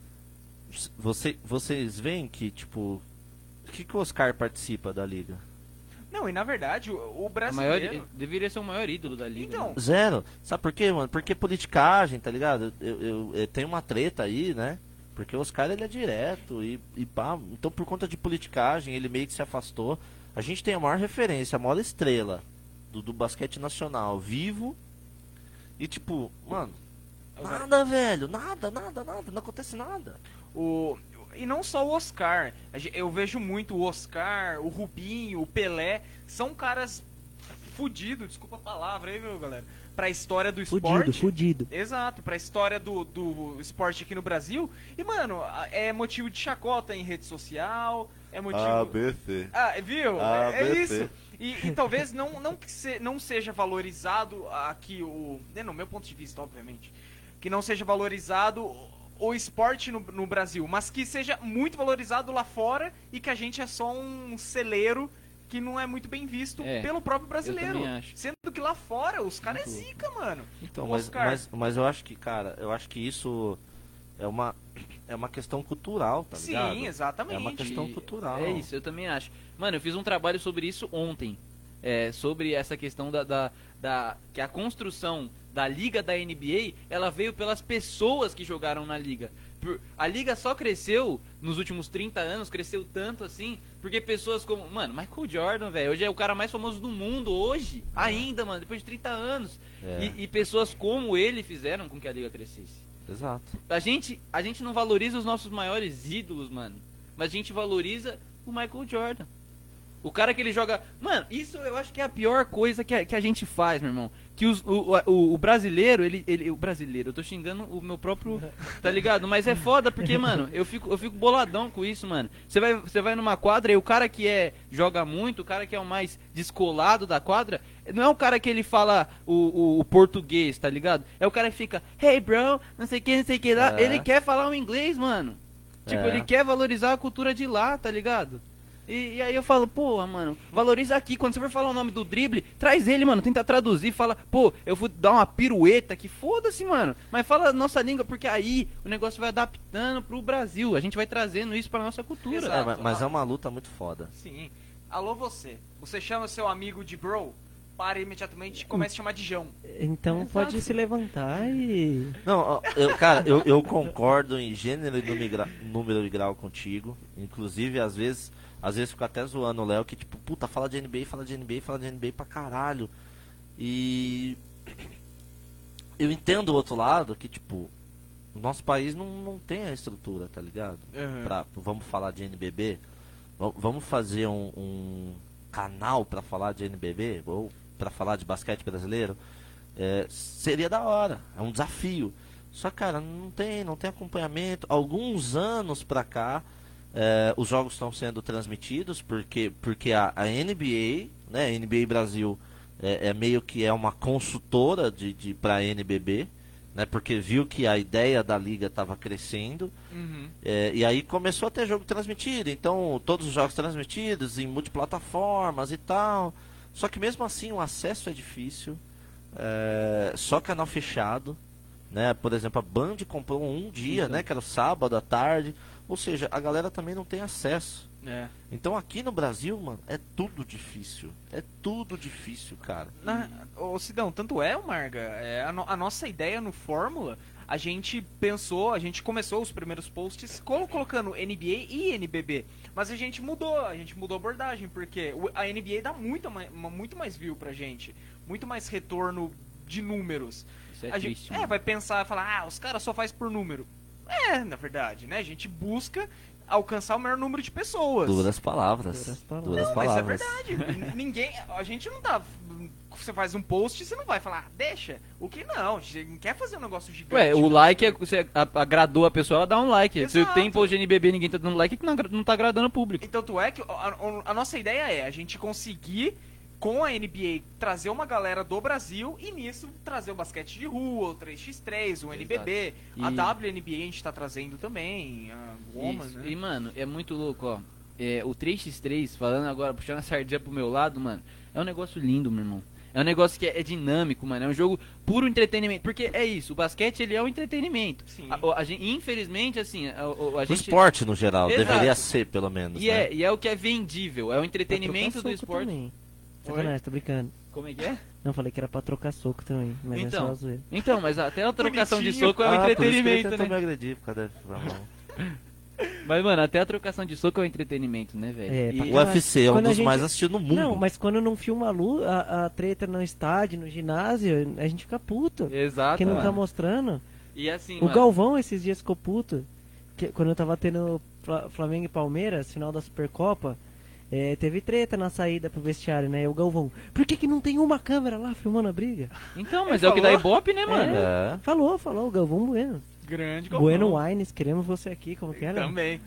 vocês veem que, tipo, o que o Oscar participa da liga? Não, e na verdade, o a maior, brasileiro... deveria ser o maior ídolo da liga. Então, mano. Zero. Sabe por quê, mano? Porque politicagem, tá ligado? Eu tenho uma treta aí, né? Porque o Oscar, ele é direto e pá. Então, por conta de politicagem, ele meio que se afastou. A gente tem a maior referência, a maior estrela do basquete nacional vivo. E, tipo, mano, nada, velho. Nada. Não acontece nada. E não só o Oscar. Eu vejo muito o Oscar, o Rubinho, o Pelé. São caras fudido, desculpa a palavra aí, viu, galera? Pra história do esporte. Fudido, fudido. Exato, pra história do esporte aqui no Brasil. E, mano, é motivo de chacota em rede social, é motivo... ABC. Ah, viu? Ah, É ABC. isso. E talvez não seja valorizado aqui no meu ponto de vista, obviamente, que não seja valorizado o esporte no Brasil, mas que seja muito valorizado lá fora e que a gente é só um celeiro que não é muito bem visto pelo próprio brasileiro. também acho. Sendo que lá fora os caras é zica, mano. Então, Oscar. mas eu acho que, cara, isso é uma questão cultural, tá ligado? Sim, exatamente. É uma questão cultural. É isso, eu também acho. Mano, eu fiz um trabalho sobre isso ontem. Sobre essa questão que a construção da liga da NBA, ela veio pelas pessoas que jogaram na liga. A liga só cresceu nos últimos 30 anos, cresceu tanto assim, porque pessoas como, mano, Michael Jordan, velho, hoje é o cara mais famoso do mundo, hoje, ainda, mano, depois de 30 anos. E pessoas como ele fizeram com que a liga crescesse. Exato. A gente não valoriza os nossos maiores ídolos, mano, mas a gente valoriza o Michael Jordan. O cara que ele joga... Mano, isso eu acho que é a pior coisa que a gente faz, meu irmão. Que o brasileiro, o brasileiro, eu tô xingando o meu próprio... Tá ligado? Mas é foda porque, mano, eu fico boladão com isso, mano. Você vai numa quadra e o cara que joga muito, o cara que é o mais descolado da quadra, não é o cara que ele fala o português, tá ligado? É o cara que fica, hey bro, não sei o que lá. Ele quer falar o inglês, mano. Tipo, ele quer valorizar a cultura de lá, tá ligado? E aí eu falo, pô, mano, valoriza aqui. Quando você for falar o nome do drible, traz ele, mano, tenta traduzir, fala, pô, eu vou dar uma pirueta aqui, foda-se, mano. Mas fala a nossa língua, porque aí o negócio vai adaptando pro Brasil. A gente vai trazendo isso pra nossa cultura. Exato. Mas é uma luta muito foda. Sim. Alô, você. Você chama seu amigo de bro, para imediatamente e comece a chamar de Jão. Então pode se levantar e... Não, cara, eu concordo em gênero e número e grau contigo. Inclusive, às vezes fico até zoando o Léo, que tipo, puta, fala de NBA pra caralho. E eu entendo o outro lado, que tipo, o nosso país não tem a estrutura, tá ligado? Vamos falar de NBB, vamos fazer um canal pra falar de NBB, ou pra falar de basquete brasileiro. Seria da hora, é um desafio. Só, cara, não tem acompanhamento. Alguns anos pra cá, os jogos estão sendo transmitidos porque a NBA, né, a NBA Brasil meio que é uma consultora para a NBB, né, porque viu que a ideia da liga estava crescendo. E aí começou a ter jogo transmitido, então todos os jogos transmitidos em multiplataformas e tal. Só que mesmo assim o acesso é difícil, só canal fechado, né? Por exemplo, a Band comprou um dia, né, que era o sábado à tarde. Ou seja, a galera também não tem acesso. Então aqui no Brasil, mano, é tudo difícil. É tudo difícil, cara. Ô Sidão, tanto Marga, a nossa ideia no Fórmula, a gente começou os primeiros posts colocando NBA e NBB. Mas a gente mudou a abordagem, porque a NBA dá muito mais view pra gente. Muito mais retorno de números. Isso é a triste, gente mano. vai pensar, falar, os caras só faz por número. Na verdade, né? A gente busca alcançar o maior número de pessoas. Duras palavras. Mas é verdade. Ninguém. A gente não tá. Você faz um post e você não vai falar, deixa. O que não? A gente não quer fazer um negócio gigante. O like você agradou a pessoa, ela dá um like. Se Exato. tem post de NBB e ninguém tá dando like, que não tá agradando o público. Então, tanto é que a nossa ideia é a gente conseguir, com a NBA, trazer uma galera do Brasil e nisso trazer o basquete de rua, o 3x3, o NBB, E- a WNBA a gente tá trazendo também, a Woman, Isso. né? E, mano, é muito louco, ó. O 3x3, falando agora, puxando a sardinha pro meu lado, mano, é um negócio lindo, meu irmão. É um negócio que é dinâmico, mano. É um jogo puro entretenimento. Porque é isso, o basquete ele é um entretenimento. Sim. Infelizmente, assim, a O gente. esporte, no geral, Exato. deveria ser, pelo menos. né? E é o que é vendível, é o entretenimento do Pra trocar soco esporte. também. Sacanagem, tô brincando. Como é que é? Não, falei que era pra trocar soco também, mas Então. é só zoeira. Então, mas até a trocação de Bonitinho. soco é um Por isso que entretenimento, ele tentou né? me agredir por causa da... Mas, mano, até a trocação de soco é um entretenimento, né, velho? É, E- pra O UFC é um Quando a dos gente- mais assistidos no mundo. Não, mas quando não filma a treta no estádio, no ginásio, a gente fica puto. Exato. Quem não tá mano. mostrando. E assim, O mano, Galvão esses dias ficou puto. Quando eu tava tendo Flamengo e Palmeiras, final da Supercopa, teve treta na saída pro vestiário, né? O Galvão, por que não tem uma câmera lá filmando a briga? Então, mas Ele é o que dá falou? Ibope, né, mano? É. Falou, o Galvão Bueno. Grande Bueno Wines, queremos você aqui, como que era? Também.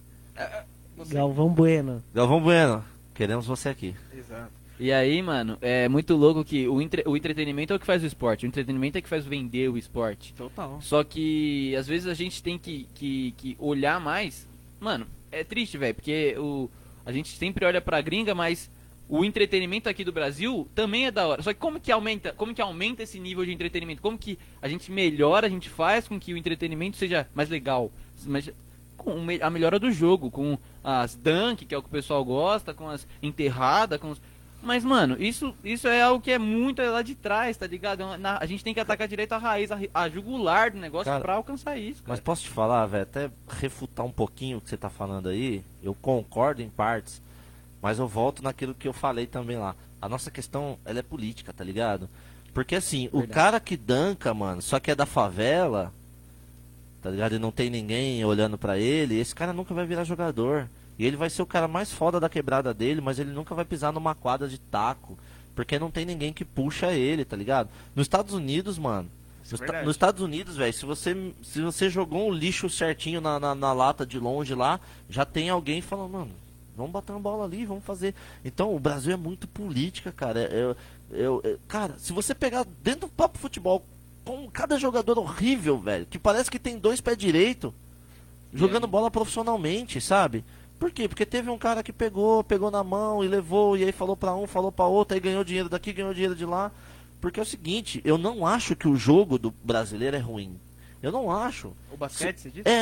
Galvão Bueno. Galvão Bueno, queremos você aqui. Exato. E aí, mano, é muito louco que o entretenimento é o que faz o esporte. O entretenimento é que faz vender o esporte. Total. Só que às vezes a gente tem que olhar mais. Mano, é triste, velho, porque a gente sempre olha pra gringa, mas o entretenimento aqui do Brasil também é da hora. Só que como que aumenta esse nível de entretenimento? Como que a gente melhora, a gente faz com que o entretenimento seja mais legal? Com a melhora do jogo, com as dunk, que é o que o pessoal gosta, com as enterradas, com os... Mas, mano, isso é algo que é muito lá de trás, tá ligado? A gente tem que atacar direito a raiz, a jugular do negócio, Cara, pra alcançar isso, cara. Mas posso te falar, velho, até refutar um pouquinho o que você tá falando aí, eu concordo em partes, mas eu volto naquilo que eu falei também lá. A nossa questão, ela é política, tá ligado? Porque assim, o cara que danca, mano, só que é da favela, tá ligado? E não tem ninguém olhando pra ele, esse cara nunca vai virar jogador. E ele vai ser o cara mais foda da quebrada dele, mas ele nunca vai pisar numa quadra de taco, porque não tem ninguém que puxa ele, tá ligado? Nos Estados Unidos, mano, nos Estados Unidos, velho, se você jogou um lixo certinho na lata de longe lá, já tem alguém falando, mano, vamos bater uma bola ali, vamos fazer. Então, o Brasil é muito política, cara. Cara, se você pegar dentro do próprio futebol, com cada jogador horrível, velho, que parece que tem 2 pés direito, jogando bola profissionalmente, sabe? Por quê? Porque teve um cara que pegou na mão e levou, e aí falou pra um, falou pra outro, aí ganhou dinheiro daqui, ganhou dinheiro de lá. Porque é o seguinte, eu não acho que o jogo do brasileiro é ruim. Eu não acho. O basquete, você disse?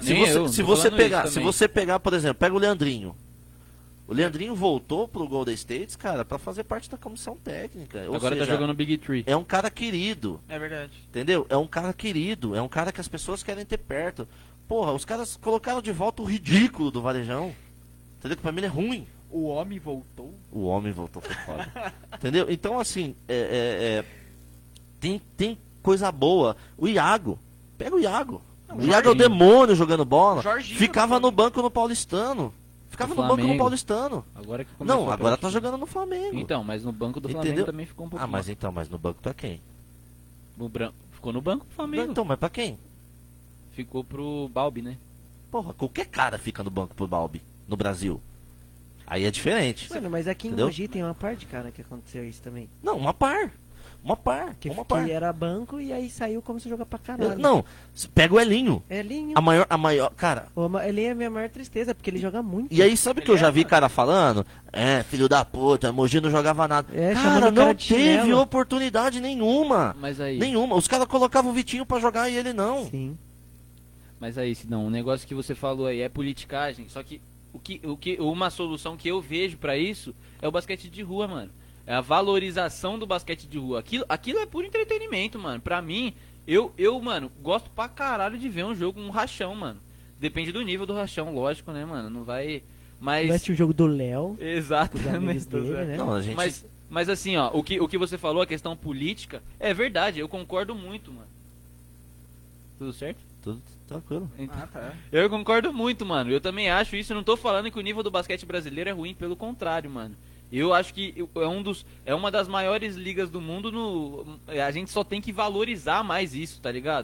Se você pegar, por exemplo, pega o Leandrinho. O Leandrinho voltou pro Golden State, cara, pra fazer parte da comissão técnica. Ou Agora seja, tá jogando Big Tree. é um cara querido. É verdade. Entendeu? É um cara querido, é um cara que as pessoas querem ter perto. Porra, os caras colocaram de volta o ridículo do Varejão. Entendeu? Que pra mim ele é ruim. O homem voltou. O homem voltou, foi foda. Entendeu? Então, assim, tem coisa boa. O Iago, pega o Iago. O Iago é o demônio jogando bola. Jorginho Ficava no no banco no Paulistano. Ficava no banco no Flamengo. Paulistano. Agora que começou Não, a agora tá prática. jogando no Flamengo. Então, mas no banco do Flamengo Entendeu? também ficou um pouco. Mas no banco tá quem? Ficou no banco do Flamengo. Então, mas pra quem? Ficou pro Balbi, né? Porra, qualquer cara fica no banco pro Balbi, no Brasil. Aí é diferente. Mano, mas aqui em Entendeu? Mogi tem uma parte, cara, que aconteceu isso também. Não, uma par. Uma par. Que Uma par. era banco e aí saiu como se jogar pra caralho. Não, pega o Elinho. Elinho. A maior, cara. Elinho é a minha maior tristeza, porque ele joga muito. E aí, sabe o que eu já vi cara falando? Filho da puta, Mogi não jogava nada. Chamando Cara, o não cara de teve chinelo. oportunidade nenhuma. Mas aí. Nenhuma. Os caras colocavam o Vitinho pra jogar e ele não. Sim. Mas aí, Sidão, o negócio que você falou aí é politicagem, só que uma solução que eu vejo pra isso é o basquete de rua, mano. É a valorização do basquete de rua. Aquilo é puro entretenimento, mano. Pra mim, eu, mano, gosto pra caralho de ver um jogo, um rachão, mano. Depende do nível do rachão, lógico, né, mano? Não vai... Mas... Vai assistir o jogo do Léo, os amigos Exatamente. dele, né? Não, a gente. Mas assim, ó, o que você falou, a questão política, é verdade, eu concordo muito, mano. Tudo certo? Tudo tranquilo. Ah, tá. Eu concordo muito, mano. Eu também acho isso. Não tô falando que o nível do basquete brasileiro é ruim, pelo contrário, mano. Eu acho que é uma das maiores ligas do mundo. A gente só tem que valorizar mais isso, tá ligado?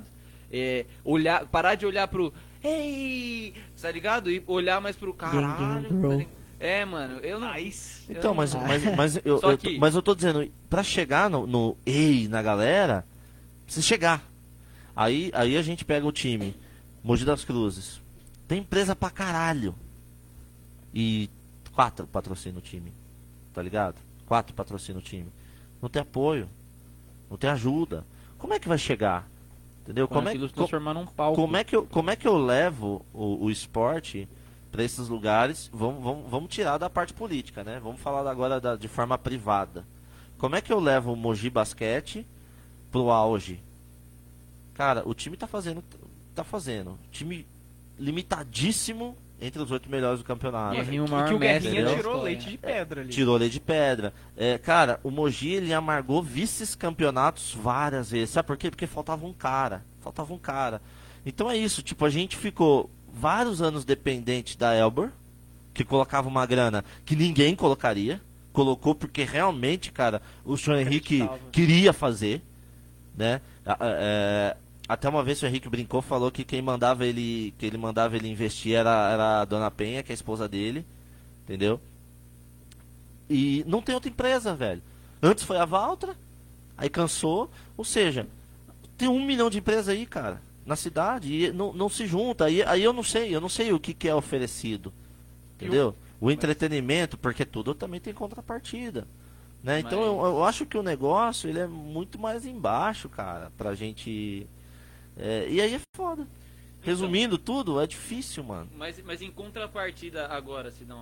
Parar de olhar pro. Ei! Tá ligado? E olhar mais pro caralho. Bro. Tá ligado? Mano, eu não. Então, mas Só que- eu tô dizendo, pra chegar no ei na galera, precisa chegar. Aí a gente pega o time, Mogi das Cruzes. Tem empresa pra caralho. E 4 patrocinam o time. Tá ligado? 4 patrocinam o time. Não tem apoio. Não tem ajuda. Como é que vai chegar? Entendeu? Como aquilo se transformar num palco. Como é que eu levo o esporte para esses lugares? Vamos tirar da parte política, né? Vamos falar agora de forma privada. Como é que eu levo o Mogi Basquete pro auge? Cara, o time tá fazendo. Time limitadíssimo entre os 8 melhores do campeonato. Guerrinho, o Que maior o mestre Guerrinha da tirou história. leite de pedra ali. Tirou leite de pedra. Cara, o Mogi ele amargou vices-campeonatos várias vezes. Sabe por quê? Porque faltava um cara. Então é isso. Tipo, a gente ficou vários anos dependente da Elbor, que colocava uma grana que ninguém colocaria. Colocou porque realmente, cara, o senhor Henrique Acreditava. queria fazer, né? Até uma vez o Henrique brincou, falou que quem mandava ele, que ele mandava ele investir era a Dona Penha, que é a esposa dele, entendeu? E não tem outra empresa, velho. Antes foi a Valtra, aí cansou, ou seja, tem 1 milhão de empresas aí, cara, na cidade, e não se junta, aí eu não sei o que é oferecido, entendeu? O entretenimento, porque tudo também tem contrapartida, né? Então eu acho que o negócio, ele é muito mais embaixo, cara, pra gente... e aí é foda. Resumindo tudo, é difícil, mano. Mas em contrapartida agora, Sidão,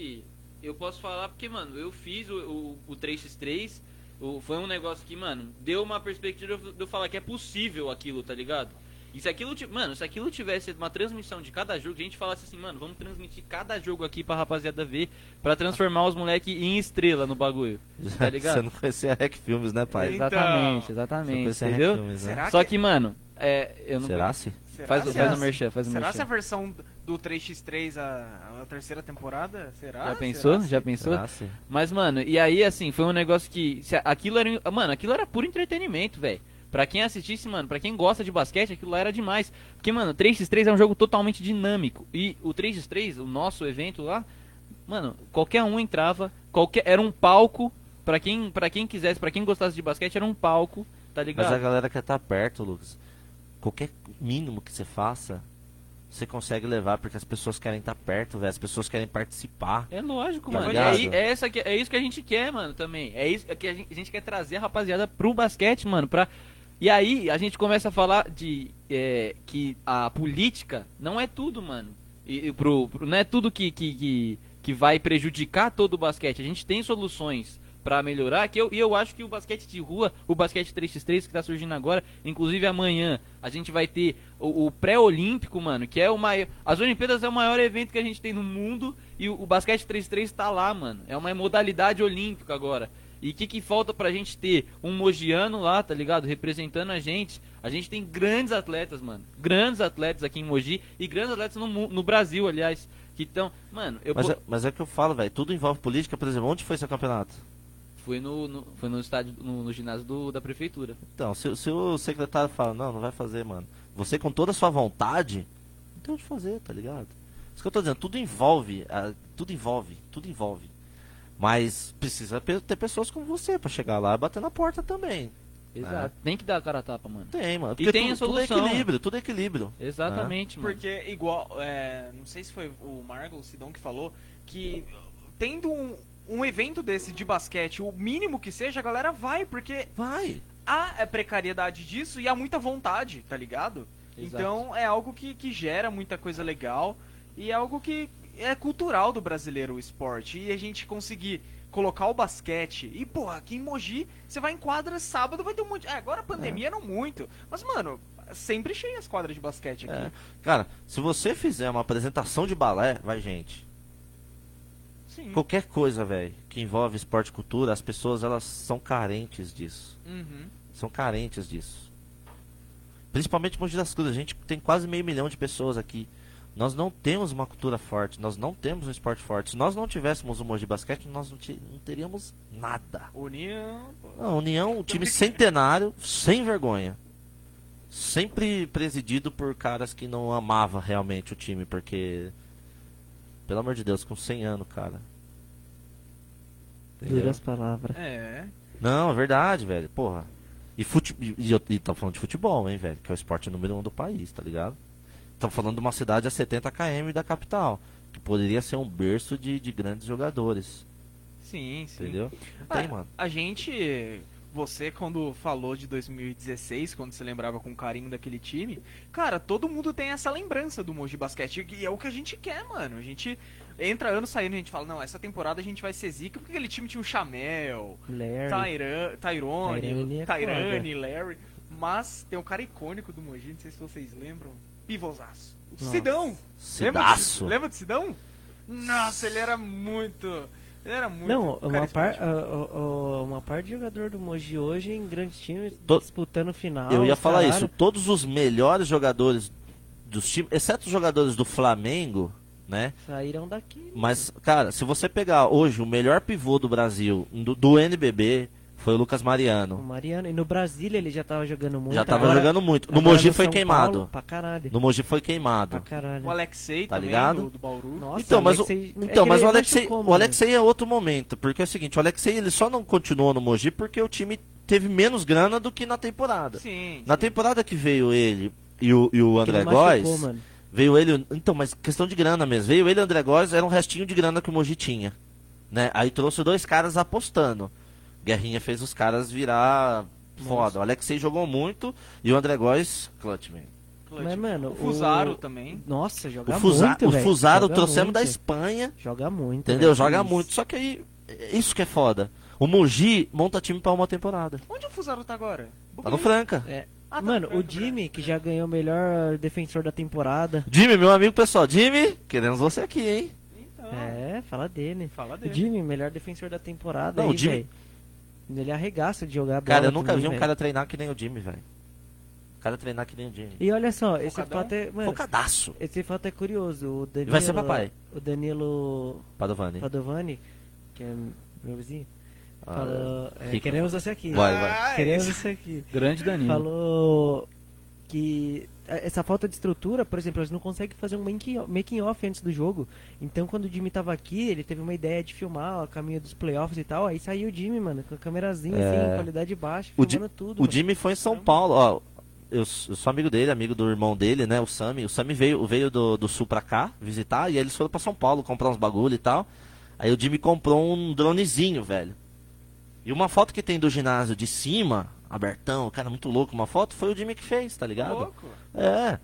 eu posso falar porque, mano, eu fiz o 3x3, foi um negócio que, mano, deu uma perspectiva de eu falar que é possível aquilo, tá ligado? E se aquilo, mano, se aquilo tivesse uma transmissão de cada jogo, a gente falasse assim, mano, vamos transmitir cada jogo aqui pra rapaziada ver, pra transformar os moleque em estrela no bagulho, tá ligado? Você não conhecia a Rec Filmes, né, pai? Então, Exatamente, Você exatamente, conhecia a Rec entendeu? Filmes, né? Será Só que, mano, eu não... Será se? Faz se o merchan, faz o Será se a merchan. versão do 3x3 a terceira temporada? Será? Já pensou? Será? Já pensou? Será se? Mas, mano, e aí, assim, foi um negócio que... Aquilo era puro entretenimento, velho. Pra quem assistisse, mano, pra quem gosta de basquete, aquilo lá era demais. Porque, mano, o 3x3 é um jogo totalmente dinâmico. E o 3x3, o nosso evento lá, mano, qualquer um entrava, era um palco. Pra quem quisesse, pra quem gostasse de basquete, era um palco, tá ligado? Mas a galera quer estar perto, Lucas. Qualquer mínimo que você faça, você consegue levar, porque as pessoas querem estar perto, velho. As pessoas querem participar. É lógico, Tá mano. ligado? É isso que a gente quer, mano, também. É isso que a gente quer trazer a rapaziada pro basquete, mano. E aí a gente começa a falar de que a política não é tudo, mano. Não é tudo que vai prejudicar todo o basquete. A gente tem soluções pra melhorar, e eu acho que o basquete de rua, o basquete 3x3 que tá surgindo agora, inclusive amanhã, a gente vai ter o pré-olímpico, mano, que é o maior... As Olimpíadas é o maior evento que a gente tem no mundo, e o basquete 3x3 tá lá, mano. É uma modalidade olímpica agora. E o que falta pra gente ter? Um mogiano lá, tá ligado? Representando a gente. A gente tem grandes atletas, mano. Grandes atletas aqui em Mogi, e grandes atletas no Brasil, aliás. Que estão... Mano, Mas é que eu falo, velho. Tudo envolve política. Por exemplo, onde foi seu campeonato? Foi no estádio, no ginásio da prefeitura. Então, se o secretário fala, não vai fazer, mano. Você com toda a sua vontade, não tem onde fazer, tá ligado? Isso que eu tô dizendo, tudo envolve. Mas precisa ter pessoas como você pra chegar lá e bater na porta também. Exato. Tem que dar a cara a tapa, mano. Tem, mano. E tem a tudo é solução. tudo é equilíbrio. Exatamente, mano. Porque igual, não sei se foi o Margo, o Sidão que falou, que tendo um evento desse de basquete, o mínimo que seja, a galera vai, porque Vai. há precariedade disso e há muita vontade, tá ligado? Exato. Então é algo que gera muita coisa legal e é algo que é cultural do brasileiro o esporte. E a gente conseguir colocar o basquete e, porra, aqui em Mogi, você vai em quadra sábado, vai ter um monte... agora a pandemia não muito, mas, mano, sempre cheia as quadras de basquete aqui. Cara, se você fizer uma apresentação de balé, vai gente. Sim. Qualquer coisa, velho, que envolve esporte e cultura, as pessoas, elas são carentes disso. Uhum. São carentes disso. Principalmente em Mogi das Cruzes. A gente tem quase 500 mil de pessoas aqui. Nós não temos uma cultura forte. Nós não temos um esporte forte. Se nós não tivéssemos o Mogi Basquete, nós não teríamos nada. União... pô. Não, União, um time centenário, sem vergonha. Sempre presidido por caras que não amavam realmente o time. Porque, pelo amor de Deus, com 100 anos, cara. Entendeu? Duras palavras. É. Não, é verdade, velho. Porra. E tá falando de futebol, hein, velho? Que é o esporte número 1 do país, tá ligado? Estamos falando de uma cidade a 70 km da capital. Que poderia ser um berço de grandes jogadores. Sim, sim. Entendeu? Não tem, mano. A gente... Você, quando falou de 2016, quando se lembrava com carinho daquele time, cara, todo mundo tem essa lembrança do Mogi Basquete. E é o que a gente quer, mano. A gente entra ano saindo e a gente fala, não, essa temporada a gente vai ser zica, porque aquele time tinha o Chamel, Larry. Tairane, Larry. Mas tem um cara icônico do Mogi, não sei se vocês lembram. Pivosaço. O Nossa. Sidão. Cidaço. Lembra do Sidão? Nossa, ele era muito... Ele era muito Não, carismático. uma parte de jogador do Mogi hoje em grandes times To- disputando final. Eu ia falar caralho. isso. Todos os melhores jogadores dos times, exceto os jogadores do Flamengo, né? Saíram daqui. Mas, cara, se você pegar hoje o melhor pivô do Brasil, do NBB, foi o Lucas O Mariano. Mariano. E no Brasília ele já tava jogando muito. Já tava agora- jogando muito. No agora Mogi foi São queimado. Paulo, pra caralho. No Mogi foi Pra queimado. caralho. O Alexei Tá também, ligado? do Bauru. Nossa, Então, mas, Alexei- é então, que mas ele o Alexei, machucou, o mano. Alexei é outro momento. Porque é o seguinte, o Alexei ele só não continuou no Mogi porque o time teve menos grana do que na temporada. Sim. Na temporada que veio ele e o Porque André ele machucou, Góes, mano. veio ele. Então, mas questão de grana mesmo. Veio ele e o André Góes, era um restinho de grana que o Mogi tinha. Né? Aí trouxe dois caras apostando. Guerrinha fez os caras virar foda. O Alexei jogou muito e o André Góes, clutch, man. Mas, mano, O Fusaro o- também. Nossa, joga O Fusaro muito, velho. trouxemos da muito. Espanha, Joga muito. entendeu? velho. Joga Isso. muito. Só que aí, isso que é foda. O Mogi monta time pra uma temporada. Onde o Fusaro tá agora? Tá no Franca. Ah, tá Mano, no o Franca, Jimmy, que já ganhou o melhor defensor da temporada. Jimmy, meu amigo pessoal. Jimmy, queremos você aqui, hein? Então, É, fala dele. fala O dele. Jimmy, melhor defensor da temporada. Não, Aí, o Jimmy- velho. Ele arregaça de jogar bola. Cara, eu nunca também, vi um velho. cara treinar que nem o Jimmy, velho. O cara treinar que nem o Jimmy. E olha só, esse Focadão? fato é. Mano, Focadaço. esse fato é curioso. O Danilo, Vai ser papai. O Danilo Padovani. Padovani, que é meu vizinho, Ah, falou. rico. Queremos você aqui. Vai. Queremos você aqui. Grande Danilo. Falou que essa falta de estrutura, por exemplo, eles não conseguem fazer um making off antes do jogo. Então, quando o Jimmy tava aqui, ele teve uma ideia de filmar a caminho dos playoffs e tal. Aí saiu o Jimmy, mano, com a câmerazinha assim, qualidade baixa, O filmando tudo. O mano. Jimmy foi em São Paulo, ó. Eu sou amigo dele, amigo do irmão dele, né? O Sami. O Sami veio do sul pra cá visitar e aí eles foram pra São Paulo comprar uns bagulho e tal. Aí o Jimmy comprou um dronezinho, velho. E uma foto que tem do ginásio de cima, abertão, cara, muito louco, uma foto, foi o Jimmy que fez, tá ligado? Louco. É,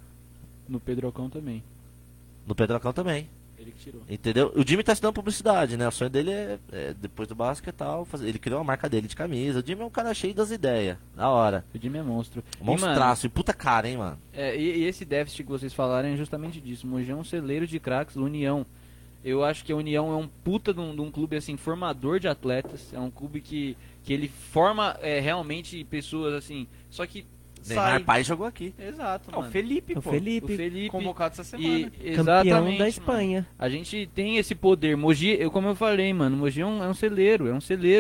No Pedrocão também. no Pedrocão também. Ele que tirou. Entendeu? O Jimmy tá estudando publicidade, né? O sonho dele é depois do basquete e tal, ele criou a marca dele de camisa. O Jimmy é um cara cheio das ideias. Da hora. O Jimmy é monstro. Monstraço. E puta cara, hein, mano? E esse déficit que vocês falaram é justamente disso. O Mogi é um celeiro de craques, o União. Eu acho que a União é um puta de um clube assim, formador de atletas. É um clube que ele forma realmente pessoas assim. Só que Neymar sai. Pai jogou aqui. Exato, Não, o mano. Felipe, O pô. Felipe, O Felipe. Convocado essa semana. E, campeão exatamente, da mano. Espanha. A gente tem esse poder. Mogi, como eu falei, mano, Mogi é um celeiro,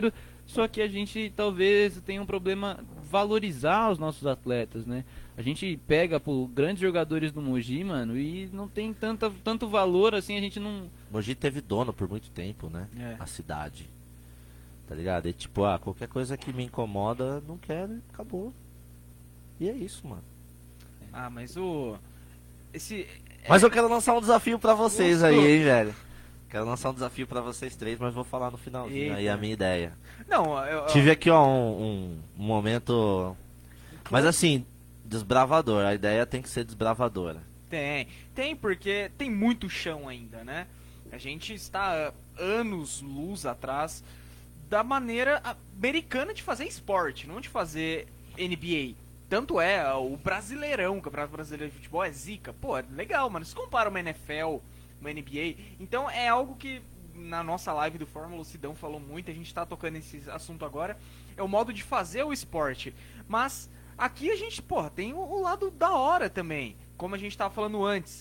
só que a gente talvez tenha um problema valorizar os nossos atletas, né? A gente pega por grandes jogadores do Mogi, mano, e não tem tanto valor assim, a gente não. Mogi teve dono por muito tempo, né? É. A cidade. Tá ligado? E tipo, qualquer coisa que me incomoda, não quero, acabou. E é isso, mano. Ah, mas o... Esse... Mas eu quero lançar um desafio pra vocês aí, hein, velho. Quero lançar um desafio pra vocês três, mas vou falar no finalzinho aí Eita. a minha ideia. Não, Tive aqui, ó, um momento... Mas assim, desbravador. A ideia tem que ser desbravadora. Tem, porque tem muito chão ainda, né? A gente está anos-luz atrás da maneira americana de fazer esporte, não de fazer NBA. Tanto é, o Brasileirão, o Campeonato Brasileiro de Futebol é zica. Pô, é legal, mano. Se compara uma NFL, uma NBA. Então é algo que na nossa live do Fórmula o Sidão falou muito, a gente tá tocando esse assunto agora. É o modo de fazer o esporte. Mas aqui a gente, porra, tem o lado da hora também. Como a gente tava falando antes.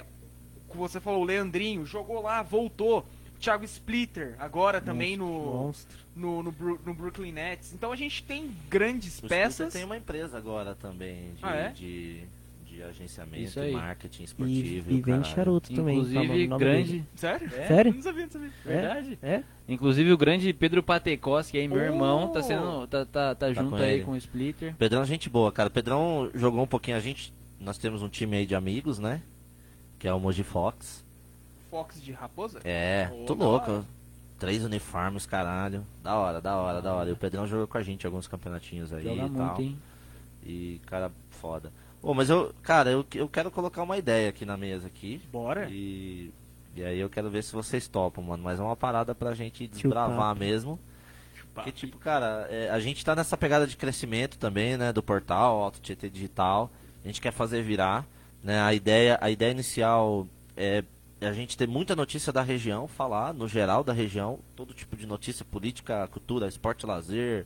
Você falou, o Leandrinho jogou lá, voltou. O Thiago Splitter, agora também Monstro. no Brooklyn Nets. Então a gente tem grandes O peças. Scooter tem uma empresa agora também de agenciamento Isso e aí. marketing E, esportivo. e o vende caralho. charuto também. fala o Inclusive, nome grande. dele. Sério? Sério? Não sabia, não sabia. Verdade? É? Inclusive o grande Pedro Patecos, que é meu irmão, tá Oh! sendo. Tá junto com aí ele. com o Splitter. Pedrão é gente boa, cara. Pedrão jogou um pouquinho. Nós temos um time aí de amigos, né? Que é o Mogi Fox. Fox de Raposa? É, Oh, tô da louco. hora. 3 uniformes, caralho. Da hora. E o Pedrão jogou com a gente alguns campeonatinhos aí Joga e muito, tal. hein? E, cara, foda. Ô, mas eu quero colocar uma ideia aqui na mesa aqui. Bora. E aí eu quero ver se vocês topam, mano. Mas é uma parada pra gente desbravar mesmo. Porque, tipo, cara, a gente tá nessa pegada de crescimento também, né? Do portal, Auto Tietê Digital. A gente quer fazer virar, né? A ideia inicial é a gente ter muita notícia da região, falar no geral da região, todo tipo de notícia, política, cultura, esporte, lazer,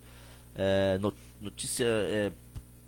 notícia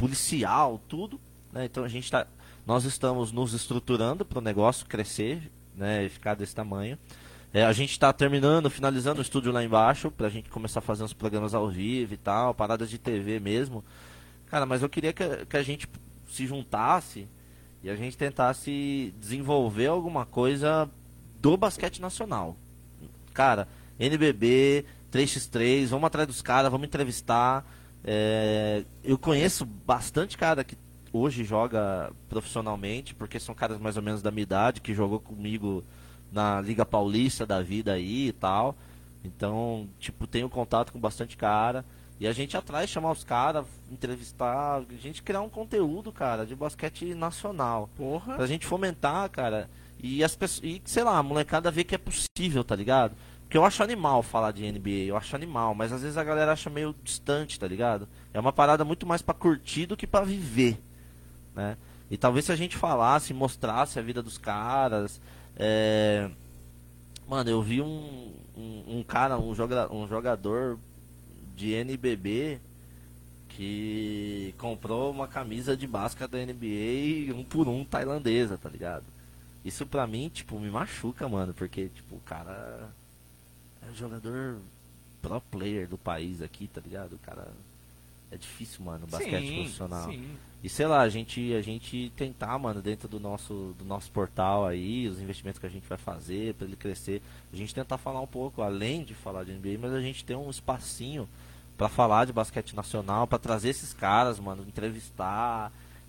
policial, tudo, né? Então nós estamos nos estruturando para o negócio crescer né, e ficar desse tamanho. A gente tá finalizando o estúdio lá embaixo, pra gente começar a fazer uns programas ao vivo e tal, paradas de TV mesmo. Cara, mas eu queria que a gente se juntasse e a gente tentasse desenvolver alguma coisa do basquete nacional. Cara, NBB, 3x3, vamos atrás dos caras, vamos entrevistar. Eu conheço bastante cara que hoje joga profissionalmente, porque são caras mais ou menos da minha idade, que jogou comigo na Liga Paulista da vida aí e tal. Então, tipo, tenho contato com bastante cara. E a gente atrás, chamar os caras, entrevistar, a gente criar um conteúdo, cara, de basquete nacional. Porra. Pra gente fomentar, cara. E as pessoas, e sei lá, a molecada ver que é possível, tá ligado? Porque eu acho animal falar de NBA, eu acho animal, mas às vezes a galera acha meio distante, tá ligado? É uma parada muito mais pra curtir do que pra viver, né? E talvez se a gente falasse, mostrasse a vida dos caras. Mano, eu vi um cara, um jogador de NBB que comprou uma camisa de basquete da NBA 1 por 1 tailandesa, tá ligado? Isso pra mim, tipo, me machuca, mano, porque, tipo, o cara é um jogador pro player do país aqui, tá ligado? O cara é difícil, mano, o basquete profissional. Sim. E sei lá, a gente tentar, mano, dentro do nosso portal aí, os investimentos que a gente vai fazer pra ele crescer, a gente tentar falar um pouco, além de falar de NBA, mas a gente tem um espacinho pra falar de basquete nacional, pra trazer esses caras, mano, entrevistar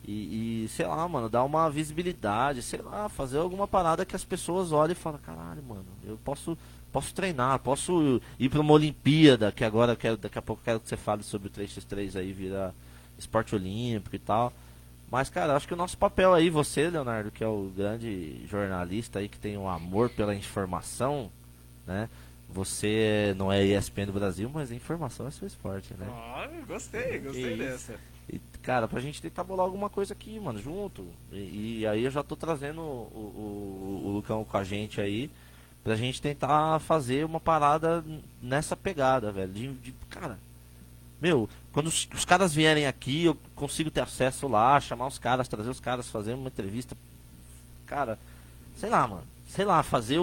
e sei lá, mano, dar uma visibilidade, sei lá, fazer alguma parada que as pessoas olhem e falem, caralho, mano, eu posso treinar, posso ir pra uma Olimpíada, que agora daqui a pouco quero que você fale sobre o 3x3 aí, virar esporte olímpico e tal. Mas, cara, acho que o nosso papel aí, você, Leonardo, que é o grande jornalista aí, que tem um amor pela informação, né? Você não é ESPN do Brasil, mas a informação é seu esporte, né? Gostei dessa. E, cara, pra gente tentar bolar alguma coisa aqui, mano, junto. E aí eu já tô trazendo o Lucão com a gente aí, pra gente tentar fazer uma parada nessa pegada, velho. Cara, meu, quando os caras vierem aqui, eu consigo ter acesso lá, chamar os caras, trazer os caras, fazer uma entrevista. Cara, sei lá, mano. Sei lá, fazer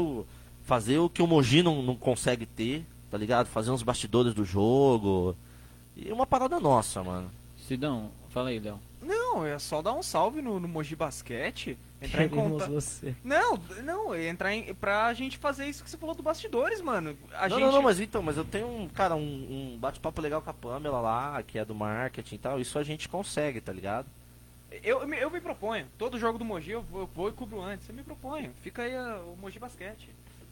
o que o Mogi não consegue ter, tá ligado? Fazer uns bastidores do jogo. E uma parada nossa, mano. Sidão, fala aí, Léo. Não, é só dar um salve no Mogi Basquete. Entrar em Queremos contato. você. Não, pra gente fazer isso que você falou do bastidores, mano. Não, mas eu tenho um bate-papo legal com a Pamela lá, que é do marketing e tal. Isso a gente consegue, tá ligado? Eu me proponho. Todo jogo do Mogi eu vou e cubro antes. Eu me proponho. Fica aí o Mogi Basquete.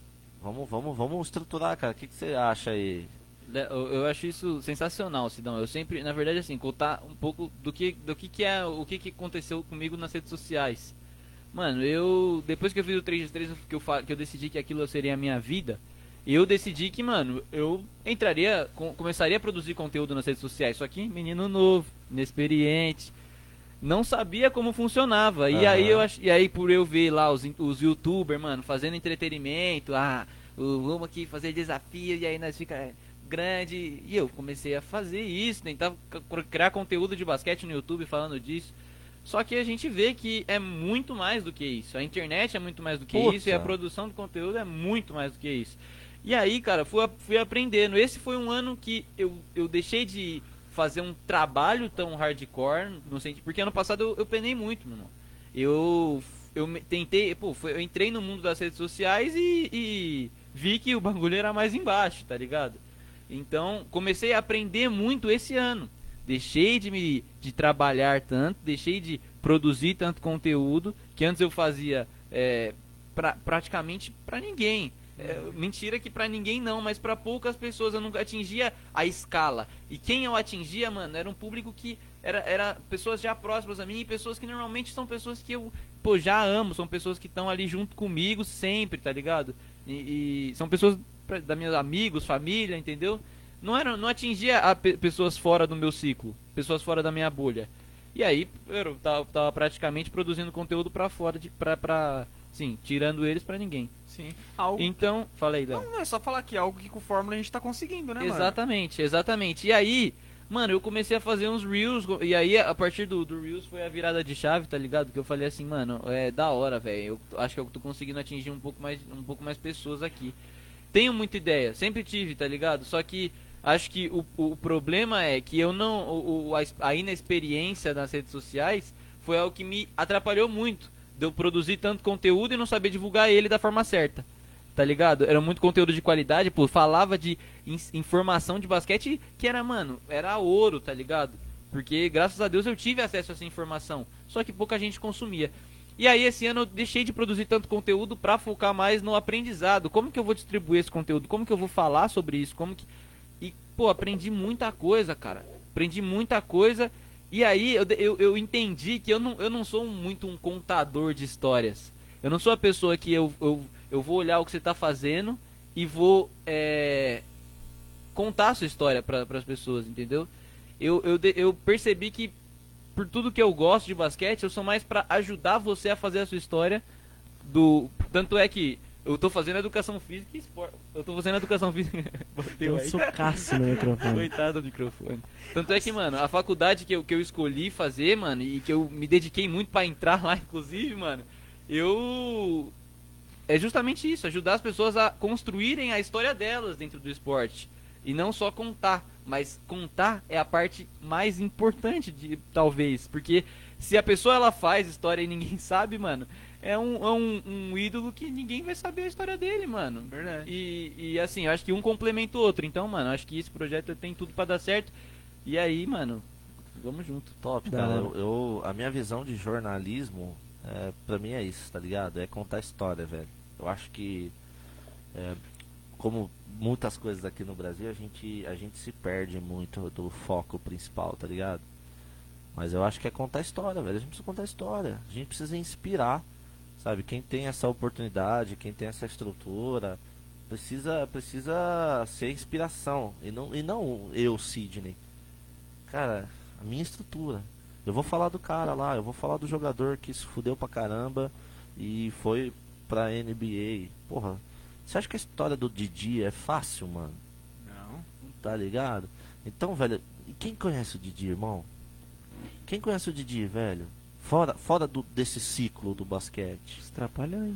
Vamos estruturar, cara. O que você acha aí? Eu acho isso sensacional, Sidão. Eu sempre, na verdade, assim, contar um pouco do que aconteceu comigo nas redes sociais. Mano, depois que eu fiz o 3x3, que eu decidi que aquilo seria a minha vida, eu decidi que, mano, eu começaria a produzir conteúdo nas redes sociais. Só que menino novo, inexperiente, não sabia como funcionava. Uhum. E aí por eu ver lá os youtubers, mano, fazendo entretenimento, vamos aqui fazer desafio, e aí nós fica grande. E eu comecei a fazer isso, tentar criar conteúdo de basquete no YouTube falando disso. Só que a gente vê que é muito mais do que isso. A internet é muito mais do que isso, e a produção de conteúdo é muito mais do que isso. E aí, cara, fui aprendendo. Esse foi um ano que eu deixei de fazer um trabalho tão hardcore, porque ano passado eu penei muito, meu irmão. Eu tentei, eu entrei no mundo das redes sociais e vi que o bagulho era mais embaixo, tá ligado? Então, comecei a aprender muito esse ano. Deixei de trabalhar tanto, deixei de produzir tanto conteúdo, que antes eu fazia praticamente pra ninguém. Mentira que pra ninguém não, mas pra poucas pessoas. Eu nunca atingia a escala. E quem eu atingia, mano, era um público que era pessoas já próximas a mim, e pessoas que normalmente são pessoas que eu já amo, são pessoas que estão ali junto comigo sempre, tá ligado? E são pessoas da meus amigos, família, entendeu? Não atingia pessoas fora do meu ciclo, pessoas fora da minha bolha. E aí eu tava praticamente produzindo conteúdo pra fora, sim, tirando eles pra ninguém. Sim. Então, fala aí, Léo. Não, é só falar que algo que com Fórmula a gente tá conseguindo, né, Exatamente. E aí, Mano, eu comecei a fazer uns Reels, e aí a partir do Reels foi a virada de chave, tá ligado? Que eu falei assim, mano, é da hora, velho. Eu acho que eu tô conseguindo atingir um pouco mais pessoas aqui. Tenho muita ideia, sempre tive, tá ligado? Só que acho que o problema é que eu não. A inexperiência nas redes sociais foi algo que me atrapalhou muito. De eu produzir tanto conteúdo e não saber divulgar ele da forma certa. Tá ligado? Era muito conteúdo de qualidade, pô, falava de informação de basquete que era, mano, era ouro, tá ligado? Porque graças a Deus eu tive acesso a essa informação, só que pouca gente consumia. E aí esse ano eu deixei de produzir tanto conteúdo pra focar mais no aprendizado. Como que eu vou distribuir esse conteúdo? Como que eu vou falar sobre isso? Como que... E, pô, aprendi muita coisa, cara. Aprendi muita coisa. E aí eu entendi que eu não sou muito um contador de histórias. Eu não sou a pessoa que eu vou olhar o que você tá fazendo e vou contar a sua história para as pessoas, entendeu? Eu percebi que por tudo que eu gosto de basquete, eu sou mais para ajudar você a fazer a sua história. Tanto é que eu tô fazendo educação física e esporte. Eu tô fazendo educação física. Deu um socaço no microfone. Coitado do microfone. Tanto é que, mano, a faculdade que eu escolhi fazer, mano, e que eu me dediquei muito pra entrar lá, inclusive, mano, é justamente isso, ajudar as pessoas a construírem a história delas dentro do esporte. E não só contar, mas contar é a parte mais importante, talvez. Porque se a pessoa ela faz história e ninguém sabe, mano, é um ídolo que ninguém vai saber a história dele, mano. Verdade. E assim, eu acho que um complementa o outro. Então, mano, acho que esse projeto tem tudo pra dar certo. E aí, mano, vamos junto. Top, Da cara. hora. A minha visão de jornalismo, pra mim é isso, tá ligado? É contar história, velho. Eu acho que, como muitas coisas aqui no Brasil, a gente se perde muito do foco principal, tá ligado? Mas eu acho que é contar história, velho. A gente precisa contar história. A gente precisa inspirar, sabe? Quem tem essa oportunidade, quem tem essa estrutura, precisa ser inspiração. E não eu, Sidney. Cara, a minha estrutura. Eu vou falar do cara lá, eu vou falar do jogador que se fudeu pra caramba e foi pra NBA. Porra, você acha que a história do Didi é fácil, mano? Não. Tá ligado? Então, velho, e quem conhece o Didi, irmão? Quem conhece o Didi, velho? Fora desse ciclo do basquete. Os trapalhões.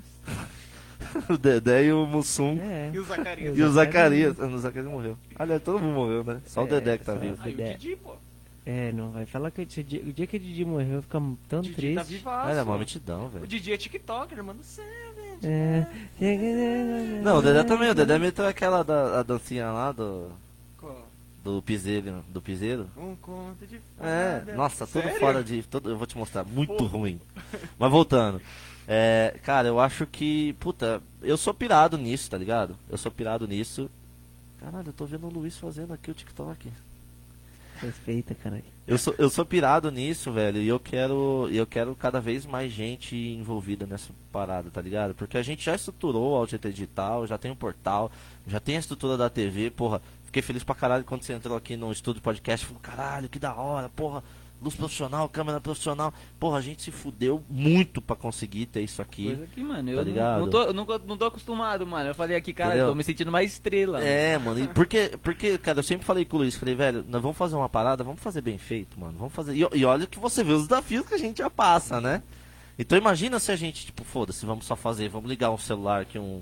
O Dedé e o Mussum. É. E o Zacarias? E o Zacarias. O Zacarias morreu. Aliás, todo mundo morreu, né? Só o Dedé que tá só- vivo. Aí o Dedé. Didi, pô. Não vai falar que o dia que o Didi morreu, eu fico tão O Didi triste. tá vivaço. Olha, é uma mitidão, O velho. Didi é TikToker, mano. É. Não, o Dedé também. O Dedé meteu aquela a dancinha lá do piseiro. Do piseiro. Um conto de É, fada. nossa, tudo Sério? fora de. Eu vou te mostrar, muito Pô. ruim. Mas voltando. Cara, eu acho que. Puta, eu sou pirado nisso, tá ligado? Eu sou pirado nisso. Caralho, eu tô vendo o Luiz fazendo aqui o TikTok. Respeita, caralho. Eu sou pirado nisso, velho, e eu quero cada vez mais gente envolvida nessa parada, tá ligado? Porque a gente já estruturou a GT Digital, já tem um portal, já tem a estrutura da TV, porra. Fiquei feliz pra caralho quando você entrou aqui no estúdio podcast, falei, caralho, que da hora, porra. Luz profissional, câmera profissional. Porra, a gente se fudeu muito pra conseguir ter isso aqui. Coisa que, mano, tá eu ligado? não tô acostumado, mano. Eu falei aqui, cara, Entendeu? eu tô me sentindo mais estrela. Mano, e porque, cara, eu sempre falei com o Luiz, falei, velho, nós vamos fazer uma parada, vamos fazer bem feito, mano, vamos fazer, e olha que você vê os desafios que a gente já passa, né? Então imagina se a gente, tipo, foda-se, vamos ligar um celular aqui, um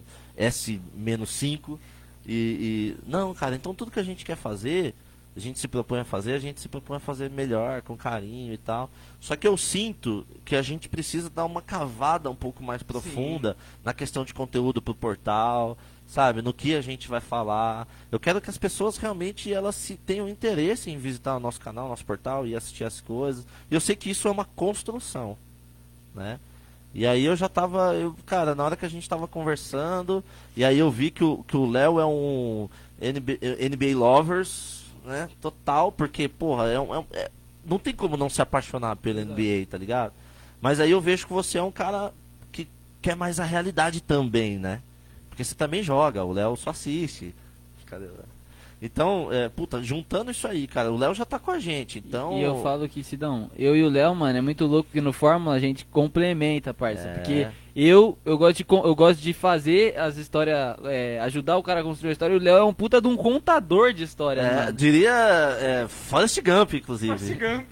S-5, não, cara, então tudo que a gente quer fazer, a gente se propõe a fazer melhor, com carinho e tal. Só que eu sinto que a gente precisa dar uma cavada um pouco mais profunda na questão de conteúdo pro portal, sabe? No que a gente vai falar. Eu quero que as pessoas realmente tenham interesse em visitar o nosso canal, nosso portal e assistir as coisas. E eu sei que isso é uma construção, né? E aí eu já tava, cara, na hora que a gente tava conversando, e aí eu vi que o Léo é um NBA Lovers, né? Total, porque, porra, não tem como não se apaixonar pela NBA, tá ligado? Mas aí eu vejo que você é um cara que quer mais a realidade também, né? Porque você também joga, o Léo só assiste. Cadê o Léo? Então, puta, juntando isso aí, cara, o Léo já tá com a gente, então... E eu falo que, Sidão, eu e o Léo, mano, é muito louco que no Fórmula a gente complementa, parça. Porque eu gosto de fazer as histórias, ajudar o cara a construir a história, e o Léo é um puta de um contador de histórias, mano. Diria Forrest Gump, inclusive. Forrest Gump.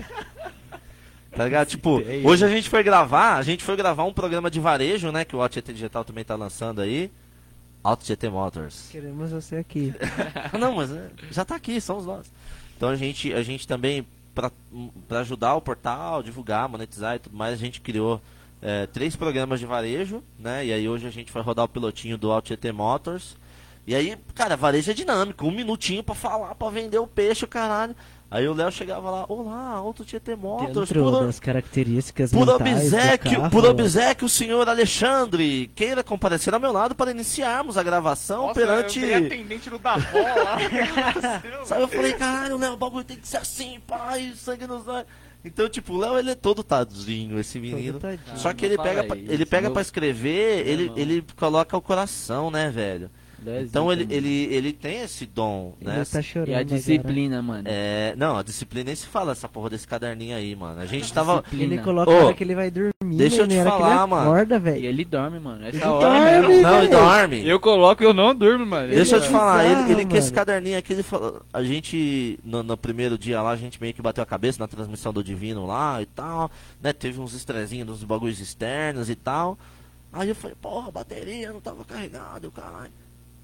Tá ligado? Tipo, hoje a gente foi gravar um programa de varejo, né, que o Auto GT Digital também tá lançando aí. Auto GT Motors. Queremos você aqui. Não, mas já tá aqui, somos nós. Então a gente também, pra ajudar o portal, divulgar, monetizar e tudo mais, a gente criou 3 programas de varejo, né? E aí hoje a gente vai rodar o pilotinho do Auto GT Motors. E aí, cara, varejo é dinâmico, 1 minutinho pra falar, pra vender o peixe, o caralho. Aí o Léo chegava lá, olá, Auto GT Motors, Dentro das características por mentais do carro, obséquio, o senhor Alexandre queira comparecer ao meu lado para iniciarmos a gravação. Nossa, perante... eu virei atendente do Davó lá. Sabe, eu falei, caralho, Léo, o bagulho tem que ser assim, pai, sangue nos olhos. Então, tipo, o Léo, ele é todo tadinho, esse menino. tadinho. Só que não ele fala pega, isso, ele pega meu- pra escrever, ele coloca o coração, né, velho? Então ele tem esse dom, né? Ele tá chorando E a disciplina, mano. Não, a disciplina nem se fala essa porra desse caderninho aí, mano. A gente tava... agora. Ele Disciplina. coloca Ô, a hora que ele vai dormir, deixa eu te na hora falar, que ele mano. acorda, E velho. ele dorme, mano. Essa Ele hora dorme, mesmo. Não, ele velho. dorme. Eu coloco e eu não durmo, mano. Deixa eu te é falar, bizarro, ele com esse mano. caderninho aqui, ele falou, a gente, no primeiro dia lá, a gente meio que bateu a cabeça na transmissão do Divino lá e tal, né, teve uns estressinhos dos bagulhos externos e tal, aí eu falei, porra, a bateria não tava carregada, o caralho.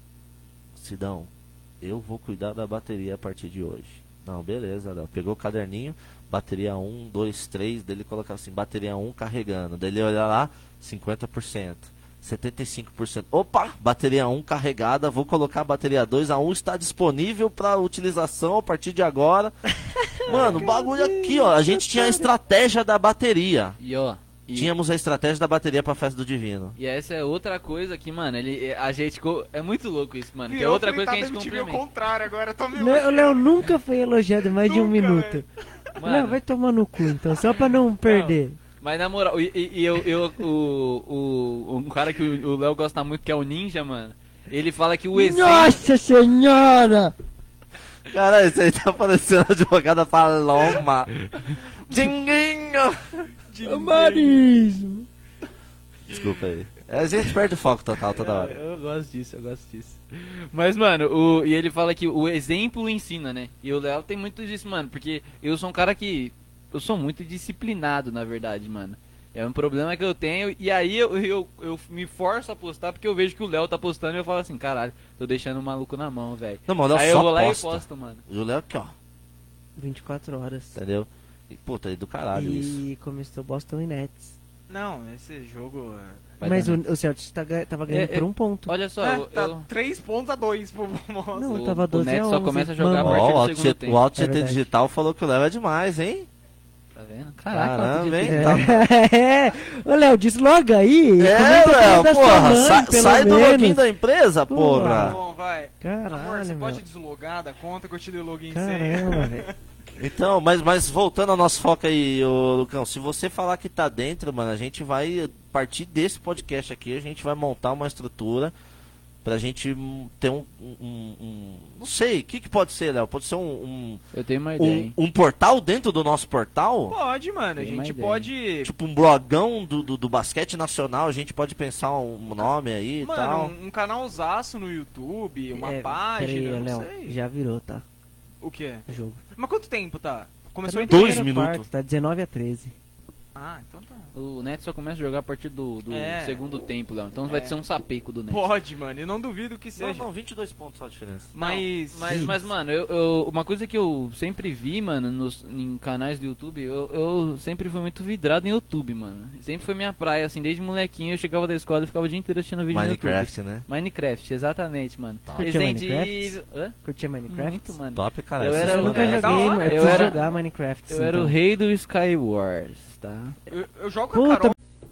Sidão, eu vou cuidar da bateria a partir de hoje. Não, beleza, Léo, pegou o caderninho, bateria 1, 2, 3, dele colocava assim, bateria 1 carregando, dele olhar lá, 50%. 75%. Opa, bateria 1 carregada, vou colocar a bateria 2, a 1 está disponível para utilização a partir de agora. Mano, o bagulho aqui, ó, a gente tinha a estratégia da bateria. E ó. Tínhamos a estratégia da bateria pra festa do Divino. E essa é outra coisa que, mano, a gente. É muito louco isso, mano. Que é Virou outra coisa que a gente fritada MTV ao complementa. contrário agora, tô me O Léo nunca foi elogiado em mais de um Nunca, minuto. Mano, Léo, vai tomar no cu, então, só pra não perder. mas na moral, um cara que o Léo gosta muito, que é o Ninja, mano. Ele fala que o exemplo. Nossa senhora! Caralho, isso aí tá parecendo a jogada paloma. Dinguinho! Marismo! Desculpa aí. A gente perde o foco total toda hora. Eu gosto disso. Mas, mano, e ele fala que o exemplo ensina, né? E o Léo tem muito disso, mano, porque eu sou um cara que. Eu sou muito disciplinado, na verdade, mano. É um problema que eu tenho, e aí eu me forço a postar porque eu vejo que o Léo tá postando e eu falo assim, caralho, tô deixando o maluco na mão, velho. Não, mano, Aí eu eu só vou lá posto. e posto, mano. O Léo aqui, ó. 24 horas. Entendeu? E, puta, é do caralho isso. E começou Boston e Nets. Não, esse jogo... Vai Mas dar, o Celtics tava ganhando por um ponto. Olha só, tá 3 pontos a 2 pro Monza. Não, o- tava o 12 a Neto 11. só começa a jogar Mano, a partir Ó, do segundo tempo. o Auto É GT verdade. Digital falou que o Léo é demais, hein? Tá vendo? Caraca, Caramba, hein? É. Tá- Ô, Léo, desloga aí. É, comenta Léo, coisa da sua porra, mãe, pelo sai do menos. login da empresa, Porra. Tá porra. bom, vai. Amor, Caralho, você meu. pode deslogar da conta que eu te dei login sem. Caramba, velho. Então, mas voltando ao nosso foco aí, ô Lucão, se você falar que tá dentro, mano, a gente vai, a partir desse podcast aqui, a gente vai montar uma estrutura pra gente ter não sei, o que pode ser, Léo? Pode ser Eu tenho uma ideia, hein? um portal dentro do nosso portal? Pode, mano. A Tem uma gente ideia. pode... Tipo um blogão do basquete nacional, a gente pode pensar um nome aí e tal. Mano, um canalzaço no YouTube, uma É, página, peraí, não Léo, sei. já virou, tá? O que? O jogo. Mas quanto tempo tá? Começou Tá em no 2 primeiro minutos. quarto, tá 19 a 13. Ah, então tá. O Neto só começa a jogar a partir do É. segundo tempo, Léo. Então vai ser um sapeco do Neto. Pode, mano. Eu não duvido que Não, seja. não, 22 pontos só a diferença. Mas... Mas, mano, uma coisa que eu sempre vi, mano, em canais do YouTube, eu sempre fui muito vidrado em YouTube, mano. Sempre foi minha praia, assim, desde molequinho eu chegava da escola e ficava o dia inteiro assistindo vídeo no YouTube. Minecraft, né? Minecraft, exatamente, mano. Curtia Resident Minecraft? Evil- Hã? Curtia Minecraft? Muito, mano. Top, cara. Eu essa era- Eu história nunca é- joguei, da hora. mas eu Eu preciso era- jogar Minecraft. Eu sim, era o então. rei do Skywars, tá? Eu jogo com a Puta, Carol.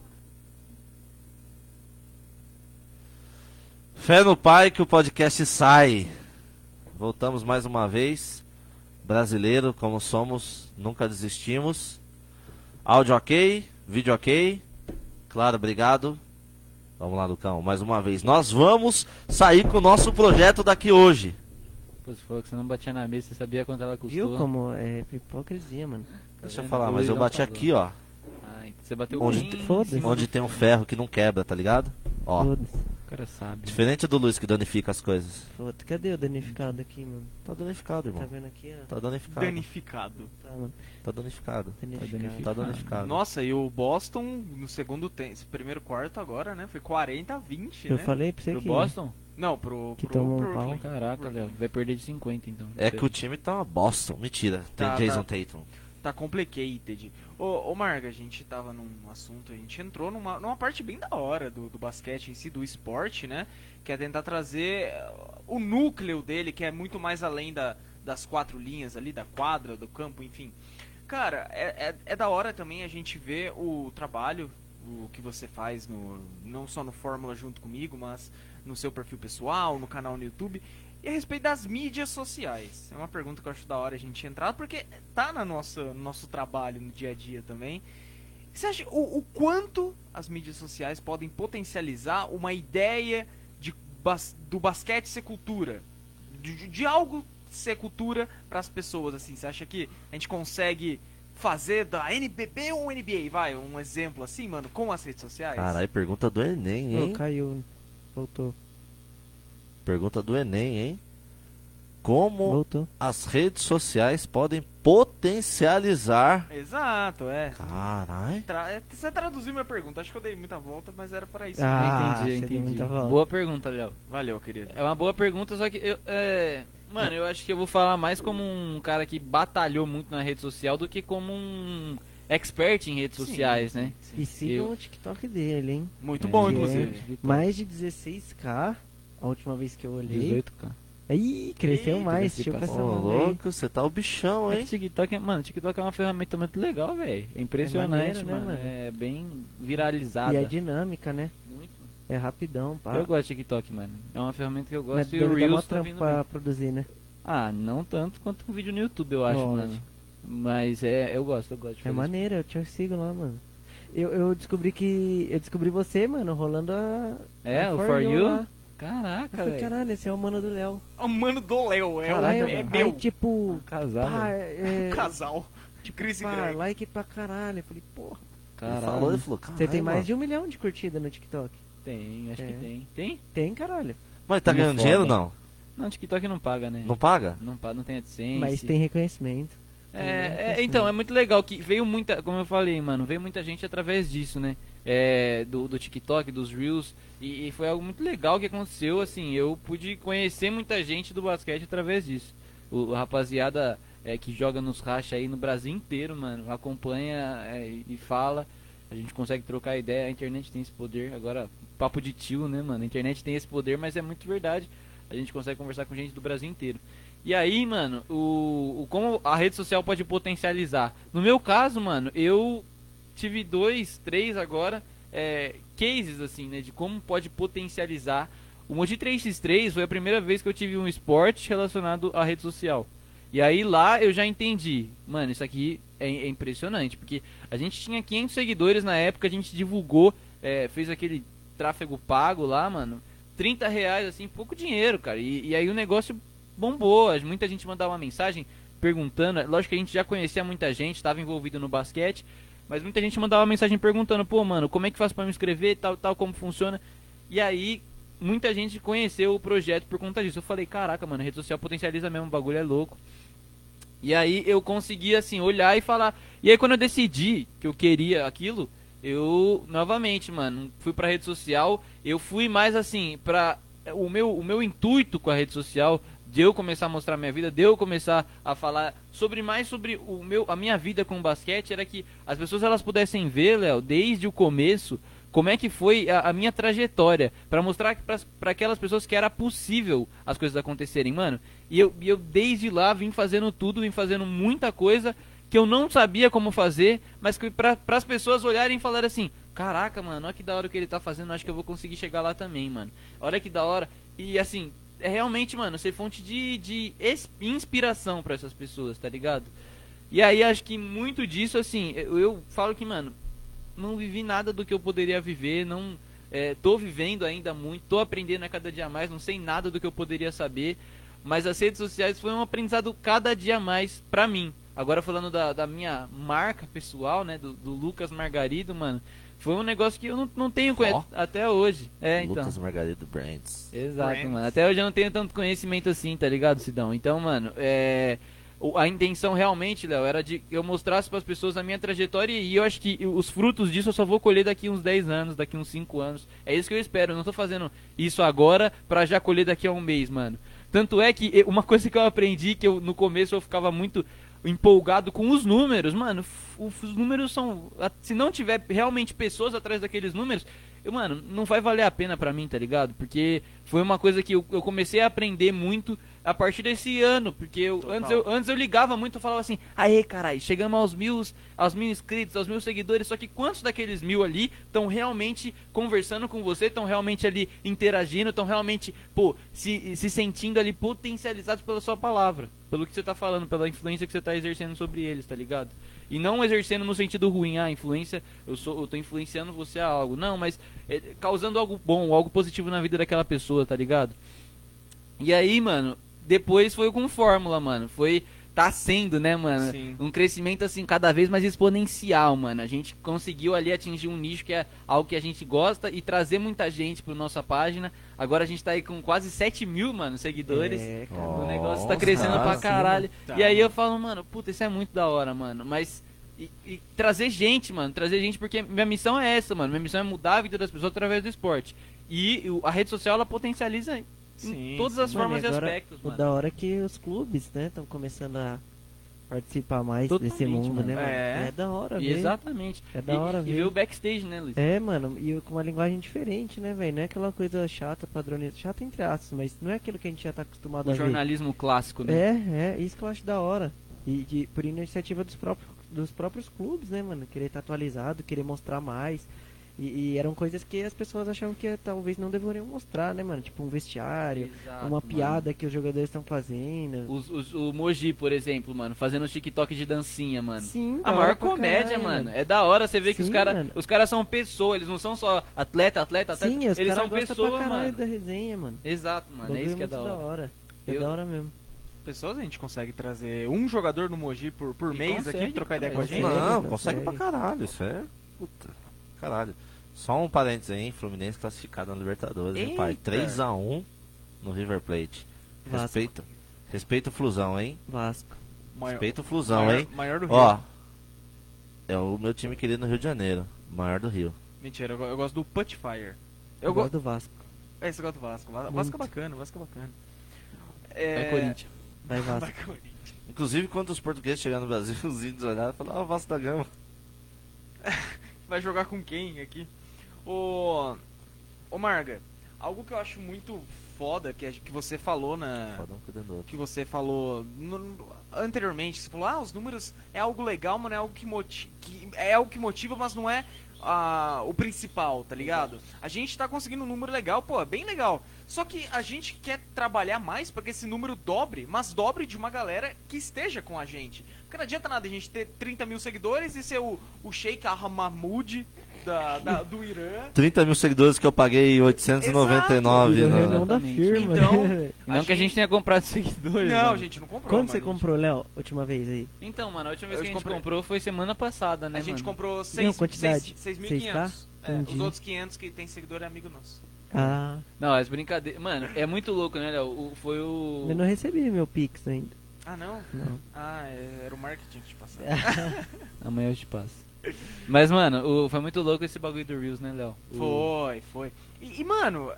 Fé no pai que o podcast sai. Voltamos mais uma vez. Brasileiro, como somos, nunca desistimos. Áudio ok, vídeo ok. Claro, obrigado. Vamos lá, Lucão, mais uma vez. Nós vamos sair com o nosso projeto daqui hoje. Pô, você falou que você não batia na mesa, você sabia quanto ela custou. Viu como é hipocrisia, mano? Deixa eu vendo? falar, O mas eu Luizão bati falou. aqui, ó. Ah, então você bateu Onde bem. tem- Foda-se. Onde tem um ferro que não quebra, tá ligado? Ó. Foda-se. O cara sabe. Diferente do Luiz que danifica as coisas. Foda-se. Cadê o danificado aqui, mano? Tá danificado, Tá irmão. vendo aqui, ó? Tá danificado. Danificado. Tá, mano. Tá danificado. Danificado. Tá danificado. Nossa, e o Boston no segundo tempo, esse primeiro quarto agora, né? Foi 40-20, Eu né? falei pra você Pro que... Boston? Não, pro Que tomou um Brooklyn. pau. Caraca, Léo. Vai perder de 50, então. É que o time tá uma bosta. Mentira. Tem Tá, Jason tá. Tatum. Tá complicated. Ô Marga, a gente tava num assunto, a gente entrou numa parte bem da hora do basquete em si, do esporte, né? Que é tentar trazer o núcleo dele, que é muito mais além das 4 linhas ali, da quadra, do campo, enfim. Cara, é da hora também a gente ver o trabalho, o que você faz, não só no Fórmula junto comigo, mas no seu perfil pessoal, no canal no YouTube. E a respeito das mídias sociais. É uma pergunta que eu acho da hora a gente entrar, porque tá no nosso trabalho no dia a dia também. Você acha o quanto as mídias sociais podem potencializar uma ideia do basquete ser cultura? De algo ser cultura para as pessoas, assim. Você acha que a gente consegue fazer da NBB ou NBA, vai, um exemplo assim, mano, com as redes sociais? Caralho, pergunta do Enem, Ô, hein? caiu. Voltou. Pergunta do Enem, hein? Como Voltou. as redes sociais podem potencializar... Exato, é. Caralho. Você traduziu minha pergunta, acho que eu dei muita volta, mas era para isso. Ah, entendi, você deu entendi. muita volta. Boa pergunta, Léo. Valeu, querido. É uma boa pergunta, só que mano, eu acho que eu vou falar mais como um cara que batalhou muito na rede social do que como um expert em redes Sim, sociais, né? E sigam Eu- o TikTok dele, hein? Muito bom, É. inclusive. Mais de 16k, a última vez que eu olhei. 18k. Ih, cresceu Ih, mais, cresceu chupa essa Ô, mão aí. louco, você tá o bichão, É que hein? TikTok, mano, TikTok é uma ferramenta muito legal, velho. É impressionante, maneiro, né, mano. mano? É bem viralizada. E é dinâmica, né? Muito. É rapidão, pá. Eu gosto de TikTok, mano. É uma ferramenta que eu Mas gosto e o deve dar mó Reels tá trampo vindo pra bem. produzir, né? Ah, não tanto quanto um vídeo no YouTube, eu acho, Lógico. mano. Mas eu gosto de É fazer maneiro, eu te sigo lá, mano. Eu descobri você, mano, rolando a. É, a o For You? lá. Caraca, Eu falei, velho. caralho, esse é o mano do Léo. O mano do Léo, Caralho, é aí, meu tipo, Casado. pá, é, casal. De Chris e pá, Greg. like pra caralho. Eu falei, porra, Ele falou, caralho, você tem mais mano. de 1 milhão de curtida no TikTok. Tem, acho É. que tem. Tem? Tem, caralho. Mas tá Como ganhando foda. dinheiro, não? Não, TikTok não paga, né? Não paga? Não tem AdSense. Mas tem reconhecimento. Então, é muito legal que veio muita, como eu falei, mano, veio muita gente através disso, né? Do TikTok, dos Reels, e foi algo muito legal que aconteceu, assim, eu pude conhecer muita gente do basquete através disso. O rapaziada que joga nos racha aí no Brasil inteiro, mano, acompanha e fala, a gente consegue trocar ideia, a internet tem esse poder, agora, papo de tio, né, mano, a internet tem esse poder, mas é muito verdade, a gente consegue conversar com gente do Brasil inteiro. E aí, mano, como a rede social pode potencializar? No meu caso, mano, eu tive 2, 3 agora cases, assim, né, de como pode potencializar. O Moji 3x3 foi a primeira vez que eu tive um esporte relacionado à rede social. E aí lá eu já entendi, mano, isso aqui é impressionante, porque a gente tinha 500 seguidores na época, a gente divulgou, fez aquele tráfego pago lá, mano, R$30, assim, pouco dinheiro, cara, e aí o negócio bombou, muita gente mandava uma mensagem perguntando, lógico que a gente já conhecia muita gente, estava envolvido no basquete, mas muita gente mandava uma mensagem perguntando, pô, mano, como é que faz pra me inscrever, tal, como funciona, e aí muita gente conheceu o projeto por conta disso. Eu falei, caraca, mano, a rede social potencializa mesmo, o bagulho é louco. E aí eu consegui, assim, olhar e falar. E aí quando eu decidi que eu queria aquilo, eu, novamente, mano, fui pra rede social. Eu fui mais, assim, pra... O meu intuito com a rede social, de eu começar a mostrar minha vida, de eu começar a falar sobre a minha vida com o basquete, era que as pessoas elas pudessem ver, Léo, desde o começo, como é que foi a minha trajetória, pra mostrar para aquelas pessoas que era possível as coisas acontecerem, mano. E eu desde lá vim fazendo tudo, vim fazendo muita coisa que eu não sabia como fazer, mas que para as pessoas olharem e falarem assim, caraca, mano, olha que da hora o que ele tá fazendo, acho que eu vou conseguir chegar lá também, mano. Olha que da hora. E assim, é realmente, mano, ser fonte de inspiração pra essas pessoas, tá ligado? E aí acho que muito disso, assim, eu falo que, mano, não vivi nada do que eu poderia viver, não tô vivendo ainda muito, tô aprendendo a cada dia mais, não sei nada do que eu poderia saber, mas as redes sociais foi um aprendizado cada dia mais pra mim. Agora falando da minha marca pessoal, né, do Lucas Margarido, mano, foi um negócio que eu não tenho conhecimento até hoje. Então. Lucas Margarido Brands. Exato, Brands. mano. Até hoje eu não tenho tanto conhecimento assim, tá ligado, Sidão? Então, mano, a intenção realmente, Léo, era de que eu mostrasse pras pessoas a minha trajetória e eu acho que os frutos disso eu só vou colher daqui uns 10 anos, daqui uns 5 anos. É isso que eu espero. Eu não tô fazendo isso agora pra já colher daqui a um mês, mano. Tanto é que uma coisa que eu aprendi, que no começo eu ficava muito empolgado com os números, mano, os números são, se não tiver realmente pessoas atrás daqueles números, mano, não vai valer a pena pra mim, tá ligado? Porque foi uma coisa que eu comecei a aprender muito a partir desse ano, porque antes eu ligava muito, eu falava assim, aê, caralho, chegamos aos mil inscritos, aos 1000 seguidores, só que quantos daqueles 1000 ali estão realmente conversando com você, estão realmente ali interagindo, estão realmente, se sentindo ali potencializados pela sua palavra, pelo que você tá falando, pela influência que você tá exercendo sobre eles, tá ligado? E não exercendo no sentido ruim, influência, eu tô influenciando você a algo. Não, mas causando algo bom, algo positivo na vida daquela pessoa, tá ligado? E aí, mano, depois foi com fórmula, mano. Tá sendo, né, mano? Sim. Um crescimento, assim, cada vez mais exponencial, mano. A gente conseguiu ali atingir um nicho que é algo que a gente gosta e trazer muita gente pra nossa página. Agora a gente tá aí com quase 7.000, mano, seguidores. Cara. O negócio tá Nossa, crescendo pra cara, caralho. Tá, E aí mano. eu falo, mano, puta, isso é muito da hora, mano. Mas e trazer gente, mano. Trazer gente, porque minha missão é essa, mano. Minha missão é mudar a vida das pessoas através do esporte. E a rede social, ela potencializa em Sim, todas as Mano, formas e agora, aspectos, o mano. da hora é que os clubes, né, estão começando a participar mais Totalmente, desse mundo, mano. né, mano? É. É da hora, E ver. exatamente. É da hora e ver. ver o backstage, né, Luiz? É, mano, e com uma linguagem diferente, né, velho? Não é aquela coisa chata, padronizada. Chata entre aspas, mas não é aquilo que a gente já tá acostumado O a ver. jornalismo clássico, né? É, isso que eu acho da hora. E por iniciativa dos próprios clubes, né, mano? Querer estar atualizado, querer mostrar mais. E eram coisas que as pessoas achavam que talvez não deveriam mostrar, né, mano? Tipo um vestiário, Exato, uma mano. piada que os jogadores estão fazendo. O Moji, por exemplo, mano, fazendo os TikTok de dancinha, mano. Sim, A da maior hora pra comédia, caralho, mano. É da hora você ver que Sim, os mano. caras são pessoas, eles não são só atleta. Sim, os eles caras são gostam pessoas, pra caralho mano. da resenha, mano. Exato, O mano. É bagulho isso que é muito da hora. É Eu- da hora mesmo. Pessoas a gente consegue trazer um jogador no Mogi por E mês consegue, aqui, trocar ideia com a cara, gente. Não, Consegue, consegue pra consegue. caralho, isso é. Puta, caralho. Só um parênteses aí, Fluminense classificado na Libertadores, hein, pai? Eita. 3x1 no River Plate. Vasco. Respeita o Flusão, hein? Vasco. Maior, Respeita o Flusão, maior, hein? maior do Rio. Ó, é o meu time querido no Rio de Janeiro, maior do Rio. Mentira, eu gosto do Putfire. Eu gosto do Vasco. Esse eu gosto do Vasco. Vasco Muito. é bacana, Vasco é bacana. É Corinthians. Vai Vasco. Vai Corinthians. Inclusive, quando os portugueses chegaram no Brasil, os índios olharam e falaram, ó, Vasco da Gama. Vai jogar com quem aqui? Ô Marga, algo que eu acho muito foda que você falou Cada um cuidando do outro. que você falou anteriormente, você falou, os números é algo legal, mas não é algo é algo que motiva, mas não é o principal, tá ligado? A gente tá conseguindo um número legal, pô, é bem legal. Só que a gente quer trabalhar mais para que esse número dobre, mas dobre de uma galera que esteja com a gente. Porque não adianta nada a gente ter 30 mil seguidores e ser o Sheikh Mahmoud do Irã. 30 mil seguidores que eu paguei 899. Virou né? reunião da Exatamente. firma. Então, Não que a gente tenha comprado seguidores. Não, a mano. gente não comprou. Quando mano. você comprou, Léo, última vez aí? Então, mano, a última vez Eu que a gente comprei- comprou foi semana passada, né, A gente mano? comprou Não, quantidade. 6.500. É, os Entendi. outros 500 que tem seguidor é amigo nosso. Ah, Não, as brincadeiras. Mano, é muito louco, né, Léo? Foi o. eu não recebi meu Pix ainda. Ah, não? Não. Era o marketing que te passava. Amanhã eu te passo. Mas, mano, foi muito louco esse bagulho do Reels, né, Léo? Foi. E, mano,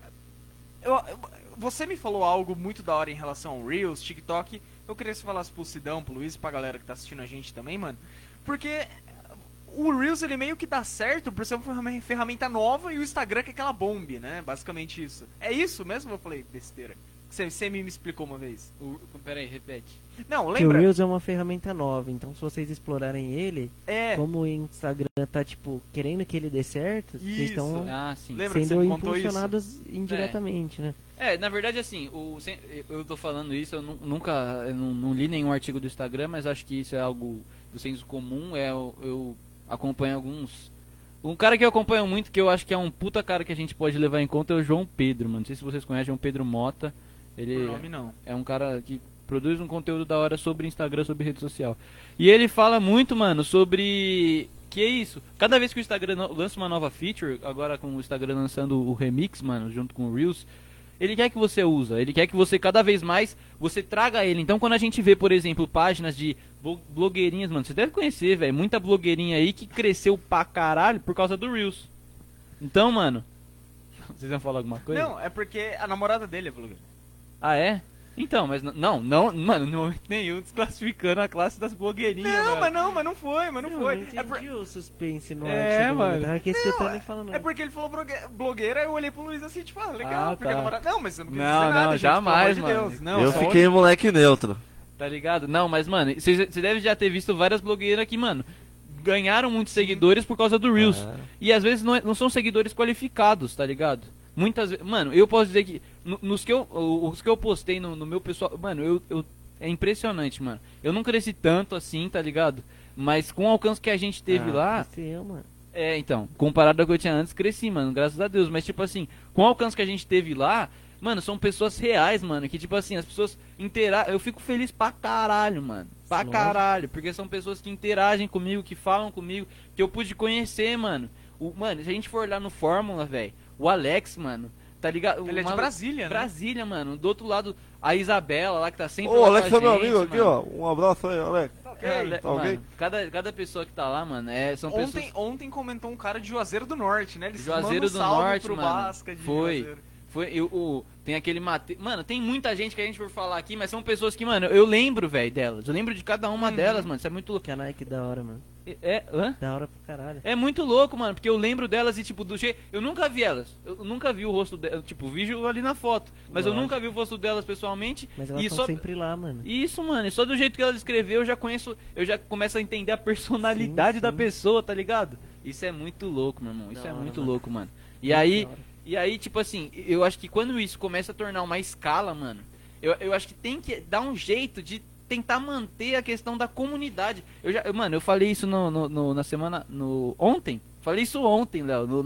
você me falou algo muito da hora em relação ao Reels, TikTok. Eu queria que você falasse pro Sidão, pro Luiz, pra galera que tá assistindo a gente também, mano. Porque o Reels, ele meio que dá certo por ser uma ferramenta nova e o Instagram que é aquela bomba, né? Basicamente isso. É isso mesmo ou eu falei besteira? Você me explicou uma vez. Pera aí, repete. Não, Que o lembra? Reels é uma ferramenta nova, então se vocês explorarem ele, É, como o Instagram tá, tipo, querendo que ele dê certo, vocês Isso. estão Ah, sim. Lembra que você sendo me contou impulsionados indiretamente, né? Na verdade, assim, eu tô falando isso, eu não li nenhum artigo do Instagram, mas acho que isso é algo do senso comum. Eu acompanho alguns. Um cara que eu acompanho muito, que eu acho que é um puta cara que a gente pode levar em conta, é o João Pedro, mano. Não sei se vocês conhecem, João Pedro Mota. Ele Por nome não. é um cara que produz um conteúdo da hora sobre Instagram, sobre rede social. E ele fala muito, mano, sobre... Que é isso? Cada vez que o Instagram lança uma nova feature, agora com o Instagram lançando o Remix, mano, junto com o Reels, ele quer que você usa, ele quer que você cada vez mais, você traga ele. Então quando a gente vê, por exemplo, páginas de blogueirinhas, mano, você deve conhecer, velho, muita blogueirinha aí que cresceu pra caralho por causa do Reels. Então, mano, vocês vão falar alguma coisa? Não, é porque a namorada dele é blogueira. Ah, é? Então, mas não, mano, no momento nenhum desclassificando a classe das blogueirinhas, mano. Mas não foi. Não É, por- entendi o suspense no É, artigo, mano. Tava aqui escutando e falando. é porque ele falou blogueira, eu olhei pro Luiz assim, tipo, legal, Ah, porque a tá. namorada... Não, mas você não quis Não, dizer nada, não, gente, jamais, pelo amor de mano. Deus. Não, Eu só fiquei moleque neutro. Tá ligado? Não, mas, mano, você deve já ter visto várias blogueiras que, mano, ganharam muitos seguidores por causa do Reels. É. E às vezes não são seguidores qualificados, tá ligado? Muitas vezes. Mano, eu posso dizer que. Os que eu postei no meu pessoal. Mano, é impressionante, mano. Eu não cresci tanto assim, tá ligado? Mas com o alcance que a gente teve lá. Esse eu, mano. Então, comparado ao que eu tinha antes, cresci, mano, graças a Deus. Mas, tipo assim, com o alcance que a gente teve lá, mano, são pessoas reais, mano. Que, tipo assim, as pessoas interagem. Eu fico feliz pra caralho, mano. Pra Lógico. caralho. Porque são pessoas que interagem comigo, que falam comigo, que eu pude conhecer, mano. Mano, se a gente for olhar no Fórmula, velho, o Alex, mano, tá ligado? Ele é de Brasília, né? Brasília, mano. Do outro lado, a Isabela lá, que tá sempre Ô, lá Alex com a é meu gente, amigo aqui, mano. ó. Um abraço aí, Alex. Tá ok? Mano, cada pessoa que tá lá, mano, são pessoas... Ontem comentou um cara de Juazeiro do Norte, né? Ele Juazeiro manda do salve Norte, pro mano. Basca de Foi. Juazeiro. Tem aquele Mano, tem muita gente que a gente for falar aqui, mas são pessoas que, mano, eu lembro, velho, delas. Eu lembro de cada uma delas, mano. Isso é muito louco. Que a Nike da hora, mano. Hã? Da hora pra caralho. É muito louco, mano, porque eu lembro delas e, tipo, do jeito... Eu nunca vi elas. Eu nunca vi o rosto delas. Tipo, vi ali na foto. Mas eu Lógico. nunca vi o rosto delas pessoalmente. Mas elas e estão sempre lá, mano. Isso, mano. E só do jeito que ela escreveu, eu já começo a entender a personalidade Sim, da sim. pessoa, tá ligado? Isso é muito louco, meu irmão. Isso Da é hora, muito mano. louco, mano. Da hora. E aí, tipo assim, eu acho que quando isso começa a tornar uma escala, mano, eu acho que tem que dar um jeito de tentar manter a questão da comunidade. Mano, eu falei isso na semana, ontem. Falei isso ontem, Léo, no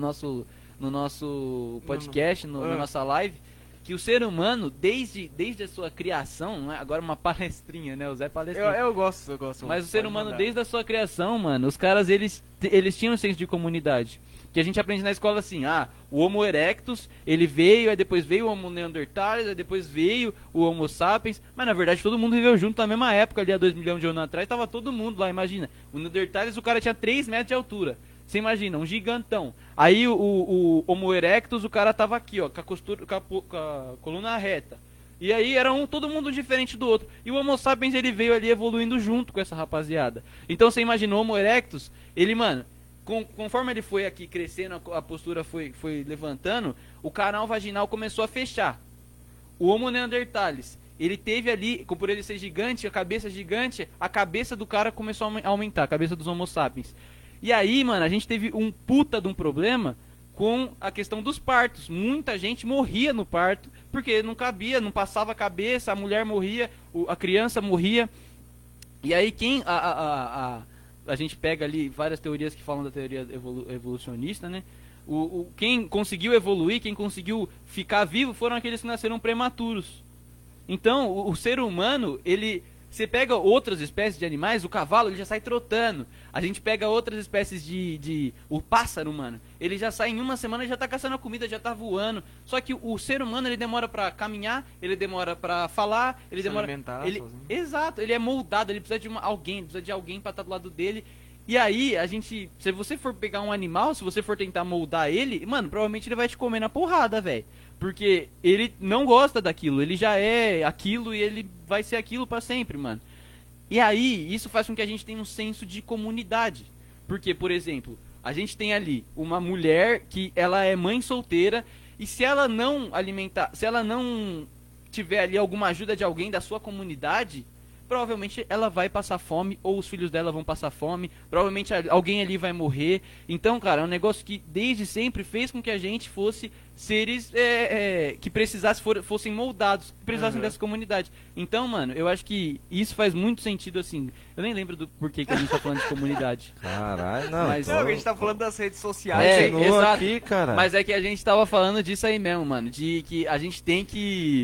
nosso podcast, na nossa live, que o ser humano, desde a sua criação, não é? Agora uma palestrinha, né? O Zé palestrinha. Eu gosto. Mas o ser Pode humano, mandar. desde a sua criação, mano, os caras, eles tinham um senso de comunidade. Que a gente aprende na escola assim, o Homo erectus, ele veio, aí depois veio o Homo neanderthalis, aí depois veio o Homo sapiens, mas na verdade todo mundo viveu junto na mesma época, ali há 2 milhões de anos atrás, tava todo mundo lá, imagina. O neanderthalis, o cara tinha 3 metros de altura. Você imagina, um gigantão. Aí o Homo erectus, o cara tava aqui, ó, com a coluna reta. E aí era todo mundo diferente do outro. E o Homo sapiens, ele veio ali evoluindo junto com essa rapaziada. Então você imagina o Homo erectus, ele, mano, conforme ele foi aqui crescendo, a postura foi levantando, o canal vaginal começou a fechar. O Homo neanderthalis, ele teve ali, por ele ser gigante, a cabeça do cara começou a aumentar, a cabeça dos Homo sapiens. E aí, mano, a gente teve um puta de um problema com a questão dos partos. Muita gente morria no parto, porque não cabia, não passava a cabeça, a mulher morria, a criança morria. E aí a gente pega ali várias teorias que falam da teoria evolucionista, né? Quem conseguiu evoluir, quem conseguiu ficar vivo, foram aqueles que nasceram prematuros. Então, o ser humano, você pega outras espécies de animais, o cavalo, ele já sai trotando. A gente pega outras espécies o pássaro, mano, ele já sai em uma semana, já tá caçando a comida, já tá voando. Só que o ser humano, ele demora pra caminhar, ele demora pra falar, ele Se demora... alimentar sozinho. Exato, ele é moldado, ele precisa de alguém pra estar do lado dele. E aí, se você for pegar um animal, se você for tentar moldar ele, mano, provavelmente ele vai te comer na porrada, velho. Porque ele não gosta daquilo, ele já é aquilo e ele vai ser aquilo pra sempre, mano. E aí, isso faz com que a gente tenha um senso de comunidade. Porque, por exemplo, a gente tem ali uma mulher que ela é mãe solteira e se ela não tiver ali alguma ajuda de alguém da sua comunidade, provavelmente ela vai passar fome, ou os filhos dela vão passar fome, provavelmente alguém ali vai morrer. Então, cara, é um negócio que desde sempre fez com que a gente fosse seres que fossem moldados, que precisassem dessa comunidade. Então, mano, eu acho que isso faz muito sentido, assim. Eu nem lembro do porquê que a gente tá falando de comunidade. Caralho, não. Mas- Não, a gente tá falando das redes sociais. Continua exato. aqui, cara. Mas é que a gente tava falando disso aí mesmo, mano, de que a gente tem que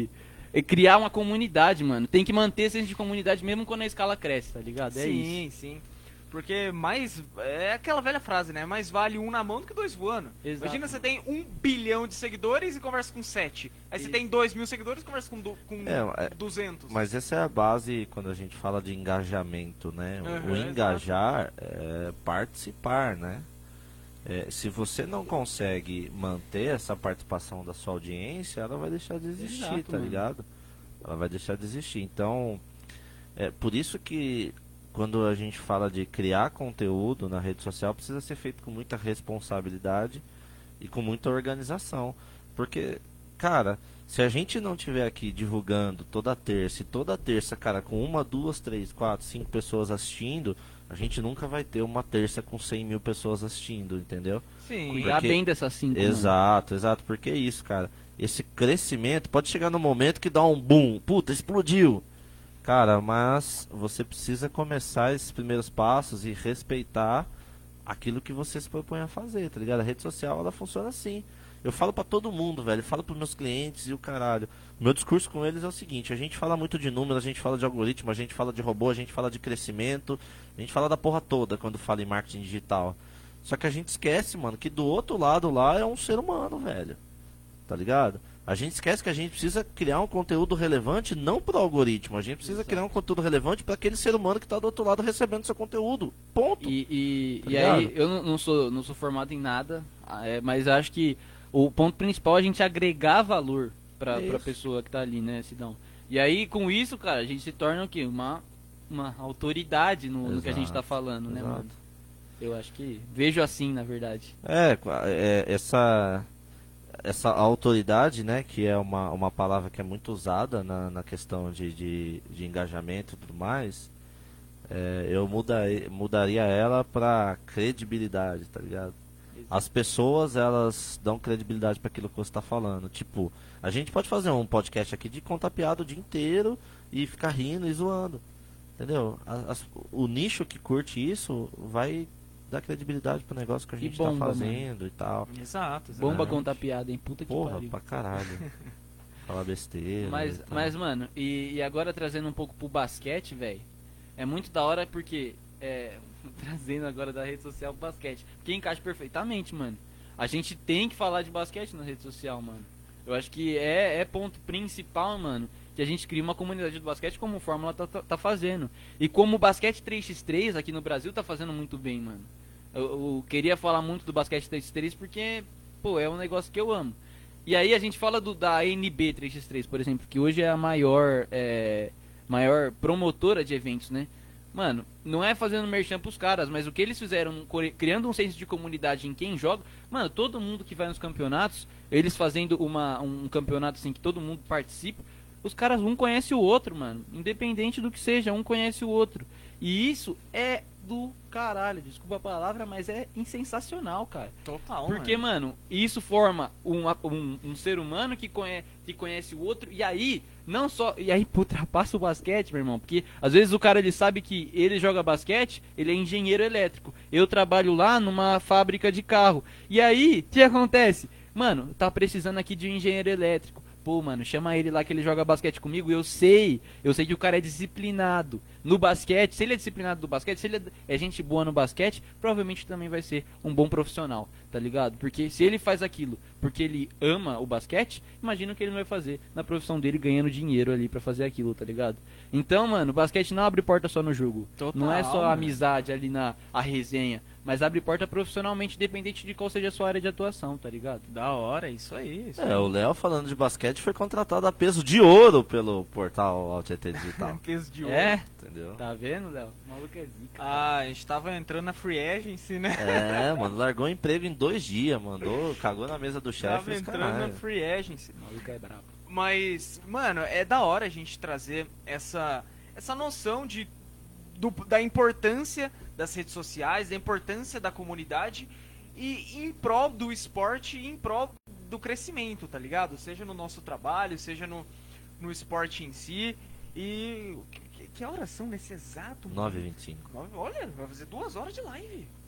criar uma comunidade, mano. Tem que manter esse senso de comunidade mesmo quando a escala cresce, tá ligado? É isso. Sim. Porque mais. É aquela velha frase, né? Mais vale um na mão do que dois voando. Exato. Imagina você tem 1 bilhão de seguidores e conversa com 7. Aí você E- tem 2 mil seguidores e conversa com 200. Mas essa é a base quando a gente fala de engajamento, né? O Uhum, engajar é participar, né? Se você não consegue manter essa participação da sua audiência, ela vai deixar de existir, Exato, tá mano. ligado? Ela vai deixar de existir. Então, é por isso que quando a gente fala de criar conteúdo na rede social, precisa ser feito com muita responsabilidade e com muita organização. Porque, cara, se a gente não tiver aqui divulgando toda terça, cara, com 1, 2, 3, 4, 5 pessoas assistindo, a gente nunca vai ter uma terça com 100 mil pessoas assistindo, entendeu? Sim. Cuidar Porque- bem dessas 5. Exato, porque é isso, cara. Esse crescimento pode chegar no momento que dá um boom, puta, explodiu. Cara, mas você precisa começar esses primeiros passos e respeitar aquilo que você se propõe a fazer, tá ligado? A rede social, ela funciona assim. Eu falo pra todo mundo, velho, eu falo pros meus clientes e o caralho. O meu discurso com eles é o seguinte: a gente fala muito de números, a gente fala de algoritmo, a gente fala de robô, a gente fala de crescimento, a gente fala da porra toda quando fala em marketing digital. Só que a gente esquece, mano, que do outro lado lá é um ser humano, velho. Tá ligado? A gente esquece que a gente precisa criar um conteúdo relevante não pro algoritmo, a gente precisa criar um conteúdo relevante para aquele ser humano que tá do outro lado recebendo seu conteúdo. Ponto. E Tá aí, ligado? eu não sou formado em nada, mas acho que o ponto principal é a gente agregar valor pra Isso. pessoa que tá ali, né, Sidão? E aí, com isso, cara, a gente se torna o quê? Uma autoridade no que a gente tá Exato, falando, né, exato. mano? Eu acho que vejo assim, na verdade. Essa autoridade, né, que é uma palavra que é muito usada na questão de engajamento e tudo mais, eu mudaria ela para credibilidade, tá ligado? As pessoas, elas dão credibilidade para aquilo que você está falando. Tipo, a gente pode fazer um podcast aqui de contar piada o dia inteiro e ficar rindo e zoando, entendeu? O nicho que curte isso vai dar credibilidade pro negócio que a E gente tá bomba, fazendo e tal. Exato. Bomba Exatamente. contar piada, hein? Puta que Porra, pariu. pra caralho. Falar besteira. Mas, e tal. mas mano, e agora trazendo um pouco pro basquete, velho, é muito da hora porque, trazendo agora da rede social pro basquete, que encaixa perfeitamente, mano. A gente tem que falar de basquete na rede social, mano. Eu acho que é ponto principal, mano, que a gente cria uma comunidade do basquete como o Fórmula tá fazendo. E como o basquete 3x3 aqui no Brasil tá fazendo muito bem, mano. Eu queria falar muito do basquete 3x3 porque, pô, é um negócio que eu amo. E aí a gente fala da NB 3x3, por exemplo, que hoje é a maior promotora de eventos, né? Mano, não é fazendo merchan pros caras, mas o que eles fizeram, criando um senso de comunidade em quem joga, mano, todo mundo que vai nos campeonatos, eles fazendo um campeonato assim que todo mundo participa, os caras um conhece o outro, mano, independente do que seja, um conhece o outro. E isso é do caralho, desculpa a palavra, mas é insensacional, cara. Total, Porque, mano, isso forma um ser humano que conhece o outro, e aí, não só. E aí, ultrapassa o basquete, meu irmão. Porque às vezes o cara ele sabe que ele joga basquete, ele é engenheiro elétrico. Eu trabalho lá numa fábrica de carro. E aí, o que acontece? Mano, tá precisando aqui de um engenheiro elétrico. Pô, mano, chama ele lá que ele joga basquete comigo. Eu sei que o cara é disciplinado no basquete. Se ele é disciplinado do basquete, se ele é gente boa no basquete, provavelmente também vai ser um bom profissional, tá ligado? Porque se ele faz aquilo porque ele ama o basquete, imagina o que ele não vai fazer na profissão dele ganhando dinheiro ali pra fazer aquilo, tá ligado? Então, mano, o basquete não abre porta só no jogo. Total, Não é só a mano. amizade ali a resenha, mas abre porta profissionalmente, independente de qual seja a sua área de atuação, tá ligado? Da hora, isso aí. O Léo, falando de basquete, foi contratado a peso de ouro pelo portal AltET Digital. Peso de ouro. É, Entendeu? tá vendo, Léo? O maluco é zica. Ah, a gente tava entrando na free agency, né? Mano, largou o emprego em 2 dias, cagou na mesa do chefe. Tava e os entrando caralho. na free agency. O maluco é brabo. Mas, mano, é da hora a gente trazer essa noção da importância das redes sociais, da importância da comunidade e em prol do esporte e em prol do crescimento, tá ligado? Seja no nosso trabalho, seja no esporte em si. E que horas são nesse exato momento? 9h25. Olha, vai fazer 2 horas de live.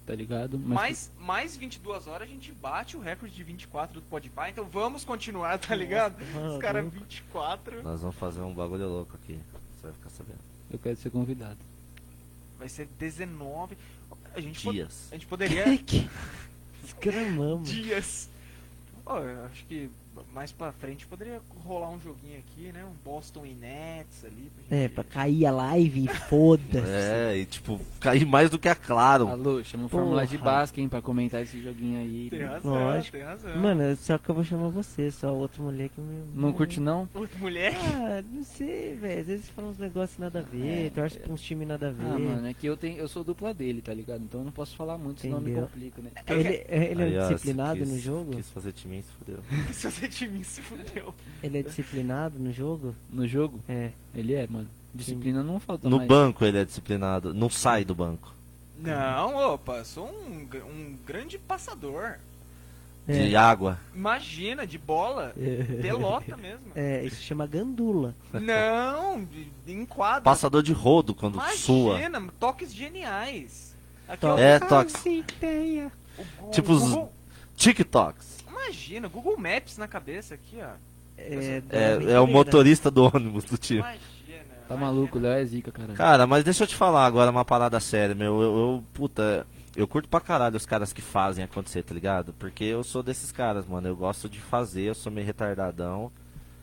tá ligado? Mas Mais 22 horas a gente bate o recorde de 24 do Podpah, então vamos continuar, tá ligado? Nossa, Os caras louco. 24. Nós vamos fazer um bagulho louco aqui. Você vai ficar sabendo. eu quero ser convidado. Vai ser 19. A gente, Dias. a gente poderia. Escramamos. Dias. Ó, eu acho que mais pra frente poderia rolar um joguinho aqui, né? Um Boston e Nets ali. Pra gente... Pra cair a live e foda-se. É, e tipo, cair mais do que a Claro. Alô, chama o Porra. Fórmula de Basque, hein, pra comentar esse joguinho aí. Tem razão, Lógico. tem razão. Mano, só que eu vou chamar você, só outra mulher que me. Não curte não? Outra mulher? Ah, não sei, velho. Às vezes fala uns negócios nada a ver, torce pra uns times nada a ver. Ah, mano, é que eu sou dupla dele, tá ligado? Então eu não posso falar muito, senão me Entendeu? complica, né? Ele Aí, é ó, disciplinado quis- no jogo? Quis fazer time, se fudeu. Se você de mim se fudeu. Ele é disciplinado no jogo? No jogo, É. ele é, mano. Disciplina não falta No mais. banco ele é disciplinado. Não sai do banco. Não, opa, sou um grande passador. De água. Imagina, de bola. Pelota mesmo. É, isso chama gandula. Não, em quadra. Passador de rodo quando sua. Imagina, toques geniais. Aqui, Toque. ó, É, toques. o Tipo os Google, TikToks. imagina, Google Maps na cabeça aqui, ó. É o motorista do ônibus do time. Imagina. Tá maluco, o Léo é zica, cara. Cara, mas deixa eu te falar agora uma parada séria, meu. Puta, eu curto pra caralho os caras que fazem acontecer, tá ligado? Porque eu sou desses caras, mano. Eu gosto de fazer, eu sou meio retardadão.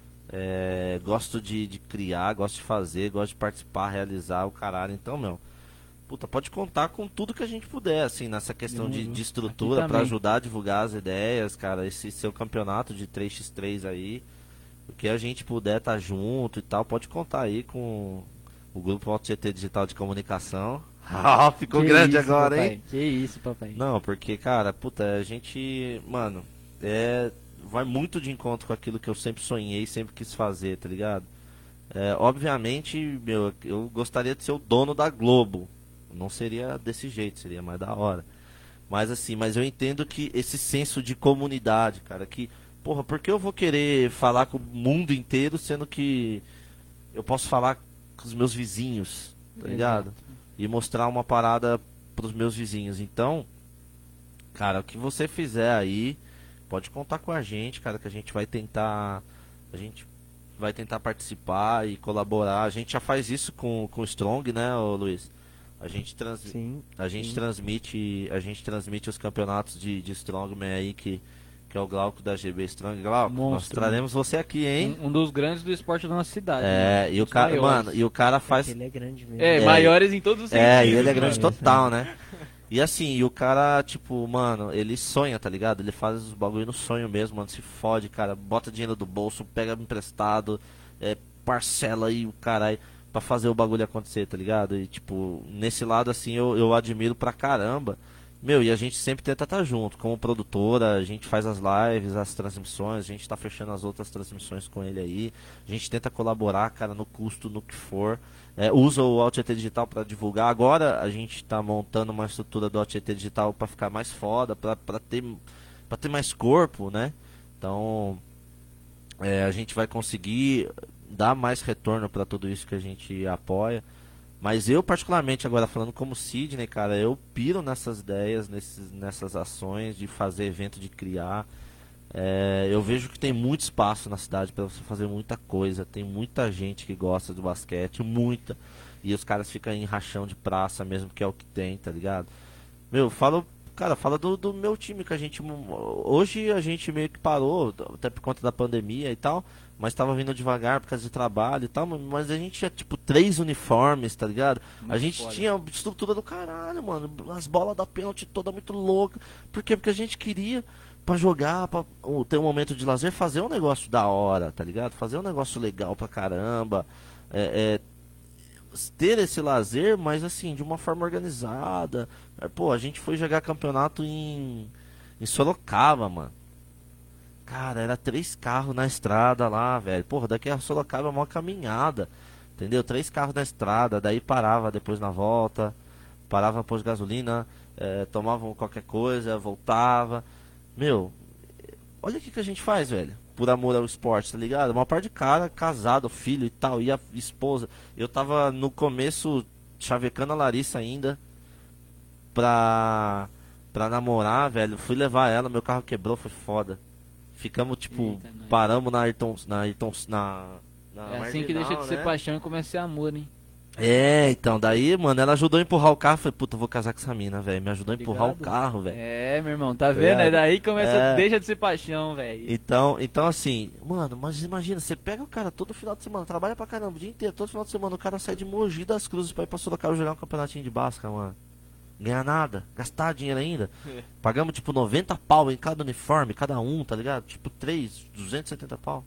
Gosto de criar, gosto de fazer, gosto de participar, realizar o caralho. Então, meu, puta, pode contar com tudo que a gente puder, assim, nessa questão de estrutura Aqui pra também. ajudar a divulgar as ideias, cara. Esse seu campeonato de 3x3 aí, o que a gente puder tá junto e tal, pode contar aí com o grupo Alto GT Digital de Comunicação. Ah, ficou Que grande isso, agora, papai. hein? Que isso, papai. Não, porque, cara, puta, a gente, mano, vai muito de encontro com aquilo que eu sempre sonhei, sempre quis fazer, tá ligado? Obviamente, meu, eu gostaria de ser o dono da Globo. Não seria desse jeito, seria mais da hora. Mas assim, mas eu entendo que esse senso de comunidade, cara, que, porra, por que eu vou querer falar com o mundo inteiro, sendo que eu posso falar com os meus vizinhos, tá ligado? E mostrar uma parada pros meus vizinhos. Então, cara, o que você fizer aí, pode contar com a gente, cara, que a gente vai tentar participar e colaborar. A gente já faz isso com o Strong, né, ô Luiz? A gente Sim. transmite os campeonatos de Strongman aí que é o Glauco da GB Strong. Glauco, nós Monstro. traremos você aqui, hein? Um dos grandes do esporte da nossa cidade. né? E o Dos cara, maiores. mano, e o cara faz Ele é grande mesmo. É, maiores em todos os sentidos. e ele é grande mano. total, né? E assim, e o cara, tipo, mano, ele sonha, tá ligado? Ele faz os bagulho no sonho mesmo, mano, se fode, cara, bota dinheiro do bolso, pega emprestado, parcela aí o caralho pra fazer o bagulho acontecer, tá ligado? E tipo, nesse lado assim eu admiro pra caramba. Meu, e a gente sempre tenta estar junto, como produtora, a gente faz as lives, as transmissões, a gente tá fechando as outras transmissões com ele aí, a gente tenta colaborar, cara, no custo, no que for. Usa o AltGT Digital para divulgar. Agora a gente tá montando uma estrutura do AltGT Digital para ficar mais foda, para ter mais corpo, né? Então, a gente vai conseguir dar mais retorno para tudo isso que a gente apoia. Mas eu, particularmente, agora falando como Sidney, cara, eu piro nessas ideias, nessas ações de fazer evento, de criar. Eu vejo que tem muito espaço na cidade para você fazer muita coisa. Tem muita gente que gosta do basquete, muita. E os caras ficam em rachão de praça mesmo, que é o que tem, tá ligado? Meu, fala do meu time que a gente... Hoje a gente meio que parou, até por conta da pandemia e tal. Mas tava vindo devagar por causa de trabalho e tal. Mas a gente tinha, tipo, 3 uniformes, tá ligado? A gente foda. tinha estrutura do caralho, mano. As bolas da pênalti toda muito louca. Por quê? Porque a gente queria, pra jogar, pra ter um momento de lazer, fazer um negócio da hora, tá ligado? Fazer um negócio legal pra caramba. Ter esse lazer, mas assim, de uma forma organizada. Pô, a gente foi jogar campeonato em Sorocaba, mano. Cara, era 3 carros na estrada lá, velho. Porra, daqui a Sorocaba é uma caminhada. Entendeu? 3 carros na estrada, daí parava depois na volta. Parava pôr gasolina, tomavam qualquer coisa, voltava. Meu, olha o que a gente faz, velho. Por amor ao esporte, tá ligado? Uma parte de cara, casado, filho e tal, e a esposa. Eu tava no começo chavecando a Larissa ainda pra pra namorar, velho. Fui levar ela, meu carro quebrou, foi foda. Ficamos, tipo, Eita, nós. paramos na É assim que deixa de ser né? paixão e começa a ser amor, hein? É, então, daí, mano, ela ajudou a empurrar o carro. Falei, puta, eu vou casar com essa mina, velho. Me ajudou a empurrar o Ligado? carro, velho. É, meu irmão, tá vendo? É daí que começa, É. deixa de ser paixão, velho. Então, assim, mano, mas imagina, você pega o cara todo final de semana, trabalha pra caramba o dia inteiro, todo final de semana o cara sai de Mogi das Cruzes pra ir pra Sorocaba jogar um campeonatinho de basca, mano. Ganhar nada, gastar dinheiro ainda. É. Pagamos, tipo, 90 pau em cada uniforme, cada um, tá ligado? Tipo, 270 pau.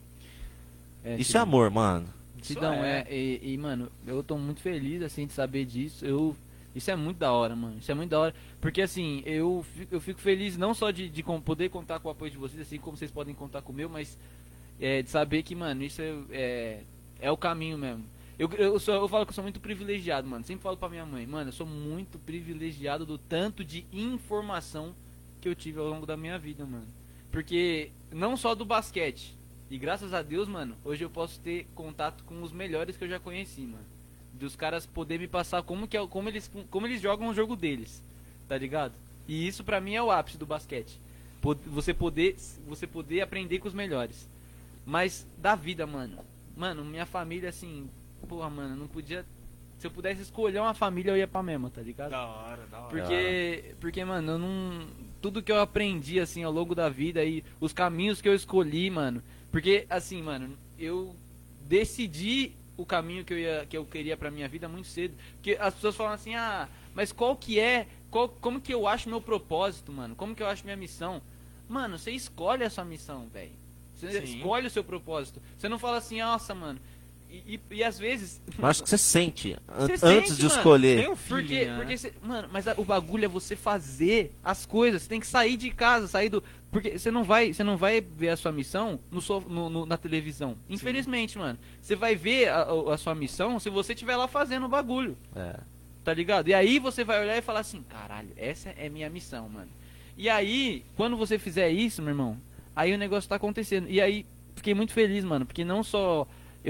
Isso é amor, mano. Sidão, Isso mano, eu tô muito feliz, assim, de saber disso. Isso é muito da hora, mano. Isso é muito da hora. Porque, assim, eu fico feliz não só de poder contar com o apoio de vocês, assim como vocês podem contar com o meu, mas de saber que, mano, isso é o caminho mesmo. Eu falo que eu sou muito privilegiado, mano. Sempre falo pra minha mãe, mano, eu sou muito privilegiado do tanto de informação que eu tive ao longo da minha vida, mano. Porque, não só do basquete. E graças a Deus, mano, hoje eu posso ter contato com os melhores que eu já conheci, mano. Dos caras poder me passar como eles jogam o jogo deles, tá ligado? E isso pra mim é o ápice do basquete. Você poder aprender com os melhores. Mas da vida, mano. Mano, minha família, assim, porra, mano, não podia. Se eu pudesse escolher uma família, eu ia pra mesma, tá ligado? Da hora, da hora. Porque, mano, eu não. Tudo que eu aprendi, assim, ao longo da vida e os caminhos que eu escolhi, mano. Porque, assim, mano, eu decidi o caminho que eu queria pra minha vida muito cedo. Porque as pessoas falam assim, mas como que eu acho meu propósito, mano? Como que eu acho minha missão? Mano, você escolhe a sua missão, velho. Você Sim. escolhe o seu propósito. Você não fala assim, nossa, mano. E às vezes. Mas acho que você sente Você antes sente, de mano. escolher. Tem um feeling, né? Mano, mas o bagulho é você fazer as coisas. Você tem que sair de casa, sair do. Porque você não vai ver a sua missão na televisão. Infelizmente, mano. Você vai ver a sua missão se você estiver lá fazendo o bagulho. É. Tá ligado? E aí você vai olhar e falar assim, caralho, essa é minha missão, mano. E aí, quando você fizer isso, meu irmão, aí o negócio tá acontecendo. E aí, fiquei muito feliz, mano, porque não só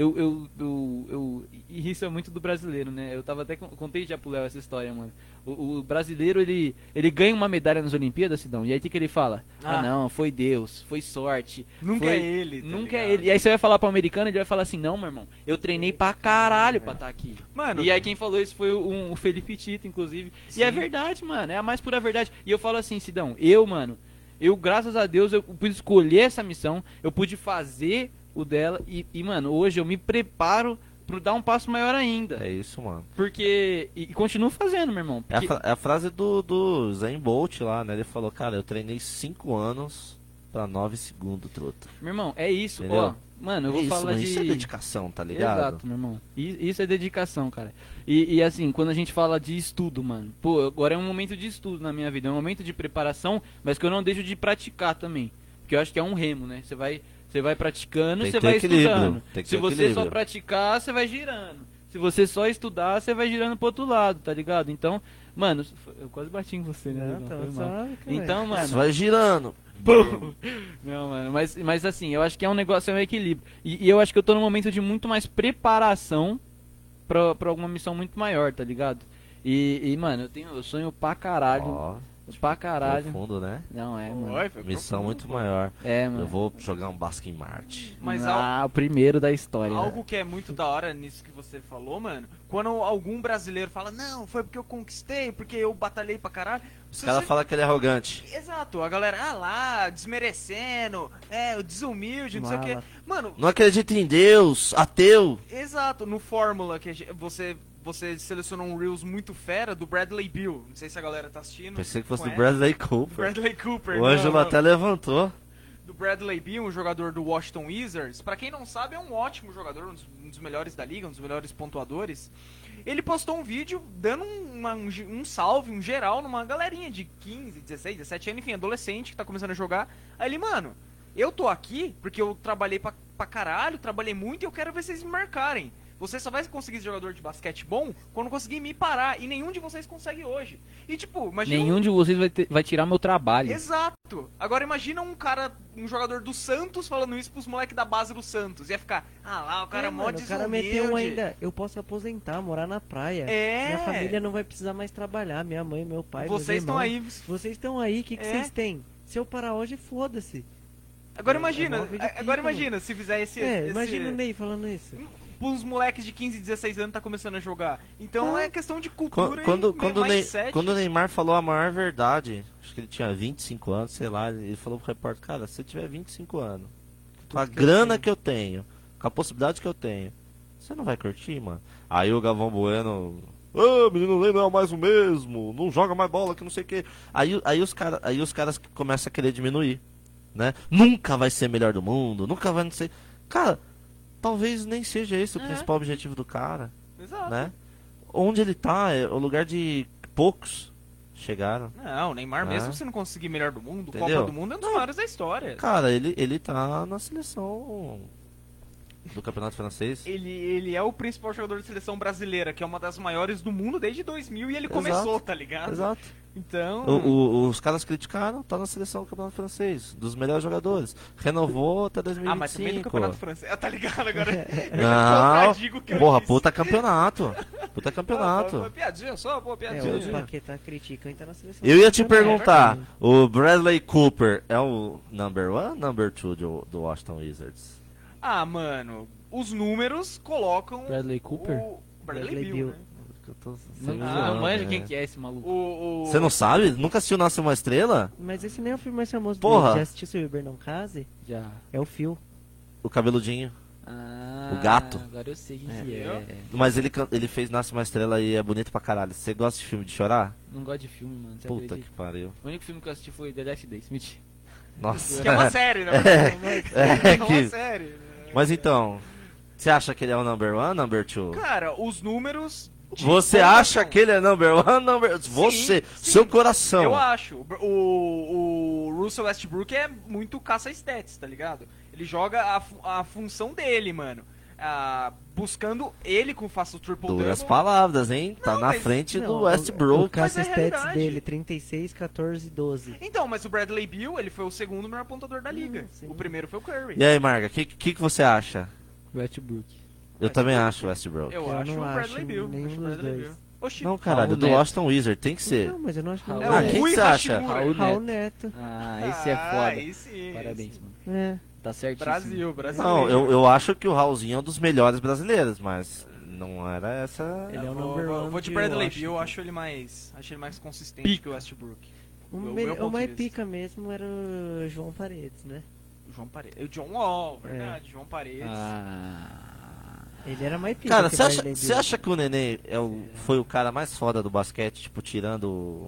e isso é muito do brasileiro, né? Eu tava até contei já pro Léo essa história, mano. O brasileiro, ele ganha uma medalha nas Olimpíadas, Sidão, e aí o que ele fala? Não, foi Deus, foi sorte. Nunca foi... é ele, tá Nunca é ligado? ele. E aí você vai falar pro americano, ele vai falar assim, não, meu irmão, eu treinei pra caralho pra estar aqui. Mano, E aí quem falou isso foi o Felipe Tito, inclusive. Sim. E é verdade, mano, é a mais pura verdade. E eu falo assim, Sidão, mano, graças a Deus, eu pude escolher essa missão, eu pude fazer o dela, e mano, hoje eu me preparo pra dar um passo maior ainda. É isso, mano. Porque. E continuo fazendo, meu irmão. É a, Porque, é a frase do Zayn Bolt lá, né? Ele falou, cara, eu treinei 5 anos pra 9 segundos, truta. meu irmão, é isso, Entendeu? ó. Mano, eu vou isso, falar mano, de. isso é dedicação, tá ligado? Exato, meu irmão. Isso é dedicação, cara. E assim, quando a gente fala de estudo, mano, pô, agora é um momento de estudo na minha vida, é um momento de preparação, mas que eu não deixo de praticar também. Porque eu acho que é um remo, né? Você vai praticando, Tem você que ter vai equilíbrio, estudando. tem que Se ter você equilíbrio. só praticar, você vai girando. Se você só estudar, você vai girando pro outro lado, tá ligado? Então, mano, eu quase bati em você, né? Não, Negão? tá Foi mal. suave, cara. Então, mano. Você vai girando. Não, mano, mas assim, eu acho que é um negócio, é um equilíbrio. E eu acho que eu tô num momento de muito mais preparação pra alguma missão muito maior, tá ligado? Mano, eu sonho pra caralho. Ó, Pra caralho. profundo, né? Não, mano. Oi, foi Missão profundo, muito pô. maior. Mano. Eu vou jogar um basque em Marte. Mas o primeiro da história. algo que é muito da hora nisso que você falou, mano, quando algum brasileiro fala, não, foi porque eu conquistei, porque eu batalhei pra caralho. Os caras falam que ele é arrogante. Exato, a galera, lá, desmerecendo, o desumilde, não sei o quê. Mala. Mano, Não acredita em Deus, ateu. exato, no Fórmula que você selecionou um Reels muito fera do Bradley Beal. Não sei se a galera tá assistindo. Pensei que fosse do Conhece? Bradley Cooper. Bradley Cooper. O Ângelo não. até levantou. Do Bradley Beal, um jogador do Washington Wizards. Pra quem não sabe, é um ótimo jogador, um dos melhores da liga, um dos melhores pontuadores. Ele postou um vídeo dando um salve, um geral numa galerinha de 15, 16, 17 anos, enfim, adolescente que tá começando a jogar. Aí ele, mano, eu tô aqui porque eu trabalhei pra caralho, trabalhei muito e eu quero ver vocês me marcarem. Você só vai conseguir ser jogador de basquete bom quando conseguir me parar. E nenhum de vocês consegue hoje. E tipo, imagina. Nenhum de vocês vai tirar meu trabalho. Exato. Agora imagina um jogador do Santos falando isso pros moleques da base do Santos. Ia ficar, lá, o cara é mó mano, o cara meteu desumilde. ainda, eu posso aposentar, morar na praia. É. Minha família não vai precisar mais trabalhar, minha mãe, meu pai, meus Vocês estão irmãos. aí. Vocês estão aí, o que É. vocês têm? Se eu parar hoje, foda-se. Agora É imagina, uma vida agora pica, imagina se fizer esse. Imagina o Ney falando isso. Os moleques de 15, 16 anos tá começando a jogar. Então é questão de cultura Quando, e mindset. quando o Neymar falou a maior verdade, acho que ele tinha 25 anos, sei lá, ele falou pro repórter, cara, se eu tiver 25 anos, com a grana que eu tenho, com a possibilidade que eu tenho, você não vai curtir, mano? Aí o Galvão Bueno, menino Ney não é mais o mesmo, não joga mais bola, que não sei o que. Aí os caras começam a querer diminuir, né? Nunca vai ser melhor do mundo, nunca vai não sei. Cara, talvez nem seja esse o principal objetivo do cara, Exato. né? Onde ele tá é o lugar de poucos chegaram. Não, o Neymar, Ah. mesmo se não conseguir melhor do mundo, Entendeu? Copa do Mundo é um dos maiores da história. Cara, ele tá na seleção do Campeonato Francês. Ele é o principal jogador de seleção brasileira, que é uma das maiores do mundo desde 2000 e ele Exato. começou, tá ligado? Exato. Então, Os caras criticaram, tá na seleção do Campeonato Francês, dos melhores jogadores. Renovou até 2025. mas também do Campeonato Francês. Tá ligado agora? Não, contradigo o que eu porra, disse. puta campeonato. Puta campeonato. Foi piadinha só, pô, piadinha. O Paquetá critica e tá na seleção. Eu ia te nacional. perguntar, o Bradley Cooper é o number one, number two do Washington Wizards? Ah, mano, os números colocam Bradley Cooper? o Bradley Bradley Bill, Beal. né? Não, Ah, manja quem que é esse maluco. Você não sabe? Nunca assistiu Nasce uma Estrela? Mas esse nem é o filme mais famoso Porra. dele. Já assistiu Se o Beber Não Case? Já. É o Phil. O cabeludinho. Ah, O gato. Agora eu sei quem É. que é. Mas ele fez Nasce uma Estrela e é bonito pra caralho. Você gosta de filme de chorar? Não gosto de filme, mano. Você Puta acredita? que pariu. O único filme que eu assisti foi The Last Days. Mentira. Nossa. Que é uma série, né? É uma que- série. né? Mas então, você acha que ele é o number one, number two? Cara, os números... de Você colocação- acha que ele é number one, number... Você, sim. seu coração. Eu acho. O Russell Westbrook é muito caça-stats, tá ligado? Ele joga a função dele, mano. Buscando ele com fácil triple-double. Duras palavras, hein? Tá Não, na mas- frente Não, do O Westbrook. caça Mas é stats realidade. dele, 36, 14, 12. Então, mas o Bradley Beal, ele foi o segundo melhor pontuador da liga. sim. O primeiro foi o Curry. E aí, Marga, o que você acha? Westbrook. Eu também acho o Westbrook. Eu Eu acho não o Bradley acho Beal. nenhum Acho o dos Bradley dois. Beal. Oxi. Não, caralho, Raul do Neto. Washington Wizard, tem que ser. Não, mas eu não acho que Raul não. Ah, Neto. quem Rui você acha? Hashimura. Raul Raul Neto. Neto. Ah, esse é foda. Aí sim. Parabéns, mano. É. Tá certíssimo. Brasil, Brasil. Não, eu acho que o Raulzinho é um dos melhores brasileiros, mas não era essa... Ele é o Vou- number vou, one vou de de Bradley Washington. Beal, acho ele mais consistente que o Westbrook. O, Meu me- ponto o mais de vista. pica mesmo era o João Paredes, né? O João Paredes. O John Wall, verdade. João Paredes. Ah. Ele era mais pica Cara, que você o acha, Bradley você Beal. acha que o Nenê foi o cara mais foda do basquete, tipo, tirando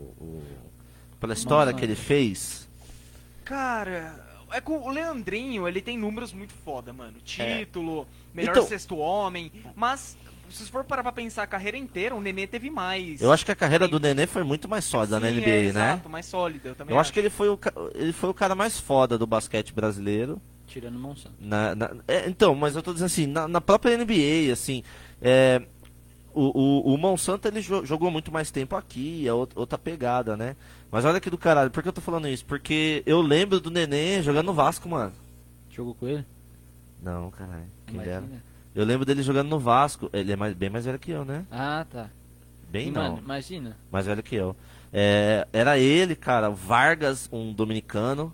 pela história que ele fez? Cara, é com o Leandrinho, ele tem números muito foda, mano. Título, melhor Então- sexto homem. Mas, se você for parar pra pensar a carreira inteira, o Nenê teve mais. Eu acho que a carreira do Nenê foi muito mais sólida na Sim, NBA, né? Exato, mais sólida. Eu também Eu acho que ele foi o cara mais foda do basquete brasileiro. Tirando o Monsanto. Então, mas eu tô dizendo assim, na própria NBA, assim, o Monsanto ele jogou muito mais tempo aqui, é outra pegada, né? Mas olha que do caralho, por que eu tô falando isso? Porque eu lembro do Nenê jogando no Vasco, mano. Jogou com ele? Não, caralho, quem dera. Imagina. Eu lembro dele jogando no Vasco, ele é bem mais velho que eu, né? Ah, tá. Bem E, não, mano, imagina. mais velho que eu. Era ele, cara, o Vargas, um dominicano.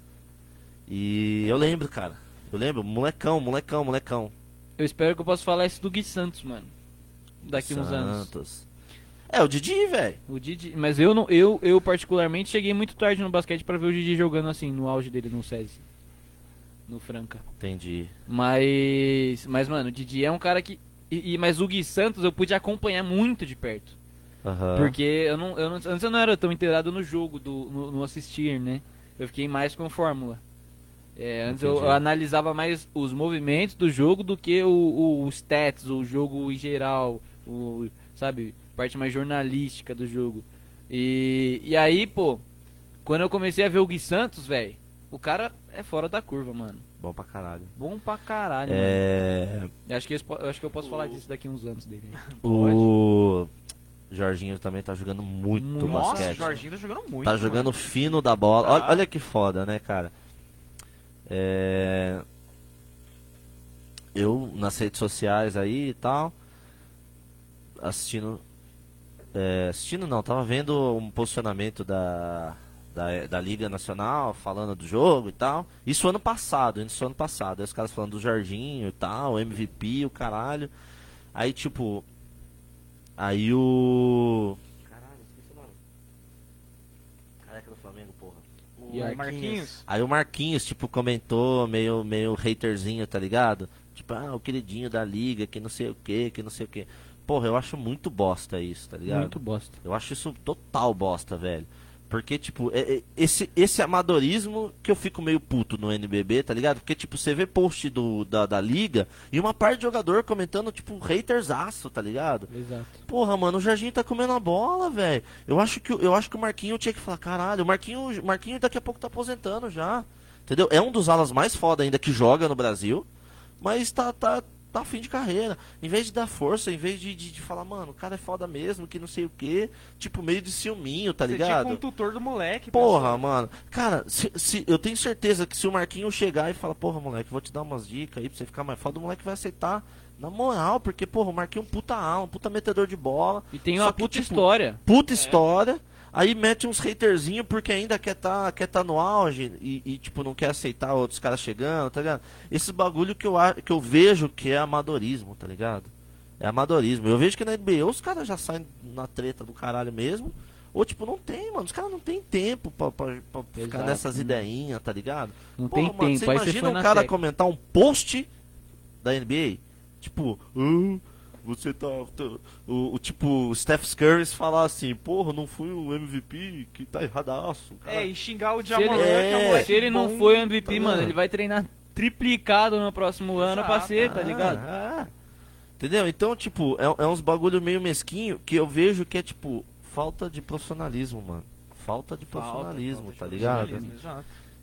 E eu lembro, cara. Eu lembro, molecão. Eu espero que eu possa falar isso do Gui Santos, mano. Daqui uns anos. Santos. É, o Didi, velho. O Didi, mas eu particularmente cheguei muito tarde no basquete pra ver o Didi jogando assim, no auge dele no SESI. No Franca. Entendi. Mas mano, o Didi é um cara que mas o Gui Santos eu pude acompanhar muito de perto. Aham. Porque antes eu não era tão inteirado no jogo, no assistir, né? Eu fiquei mais com fórmula. Antes eu Entendi. analisava mais os movimentos do jogo do que o stats, o jogo em geral, sabe, parte mais jornalística do jogo. E aí, pô, quando eu comecei a ver o Gui Santos, velho, o cara é fora da curva, mano. Bom pra caralho. Bom pra caralho, mano. Eu acho que eu posso falar disso daqui uns anos dele. O Jorginho também tá jogando muito Nossa, o basquete. Jorginho tá jogando muito. Tá mano. jogando fino da bola. Tá. Olha que foda, né, cara? Eu, nas redes sociais aí e tal, assistindo não, tava vendo um posicionamento da Liga Nacional, falando do jogo e tal. Isso ano passado. Aí os caras falando do Jorginho e tal, MVP, o caralho. Aí, tipo... Aí o... Caralho, esqueci o nome. Careca do Flamengo, porra. E o Marquinhos. Aí o Marquinhos, tipo, comentou meio haterzinho, tá ligado? Tipo, o queridinho da Liga, que não sei o que, que não sei o que. Porra, eu acho muito bosta isso, tá ligado? Muito bosta. Eu acho isso total bosta, velho. Porque, tipo, esse amadorismo que eu fico meio puto no NBB, tá ligado? Porque, tipo, você vê post da Liga e uma parte de jogador comentando, tipo, hatersaço, tá ligado? Exato. Porra, mano, o Jorginho tá comendo a bola, velho. Eu acho que o Marquinho tinha que falar, caralho, o Marquinho daqui a pouco tá aposentando já. Entendeu? É um dos alas mais foda ainda que joga no Brasil, mas tá fim de carreira. Em vez de dar força, em vez de falar, mano, o cara é foda mesmo, que não sei o que, tipo, meio de ciúminho, tá Você ligado? tipo um tutor do moleque. Porra, pessoal. mano. Cara, se eu tenho certeza que se o Marquinho chegar e falar, porra, moleque, vou te dar umas dicas aí pra você ficar mais foda, o moleque vai aceitar na moral, porque, porra, o Marquinho é um puta alma, um puta metedor de bola. E tem Só uma que, puta tipo, história. Puta história. Aí mete uns haterzinhos porque ainda quer tá no auge e, tipo, não quer aceitar outros caras chegando, tá ligado? Esse bagulho que eu vejo que é amadorismo, tá ligado? É amadorismo. Eu vejo que na NBA os caras já saem na treta do caralho mesmo. Ou, tipo, não tem, mano. Os caras não tem tempo pra ficar Exato, nessas ideinhas, tá ligado? Não Porra, tem mano, tempo. você Aí você imagina foi um na cara tech. comentar um post da NBA? Tipo, você tipo, o Steph Curry falar assim, porra, não fui o MVP, que tá erradaço. Cara. E xingar o Se ele, Jamoran, que é um moleque se ele não bom. foi o MVP, tá mano, vendo? ele vai treinar triplicado no próximo ano pra ser, tá ligado? Entendeu? Então, tipo, é uns bagulho meio mesquinho que eu vejo que é, tipo, falta de profissionalismo, mano. Falta de profissionalismo, tá ligado? Exato.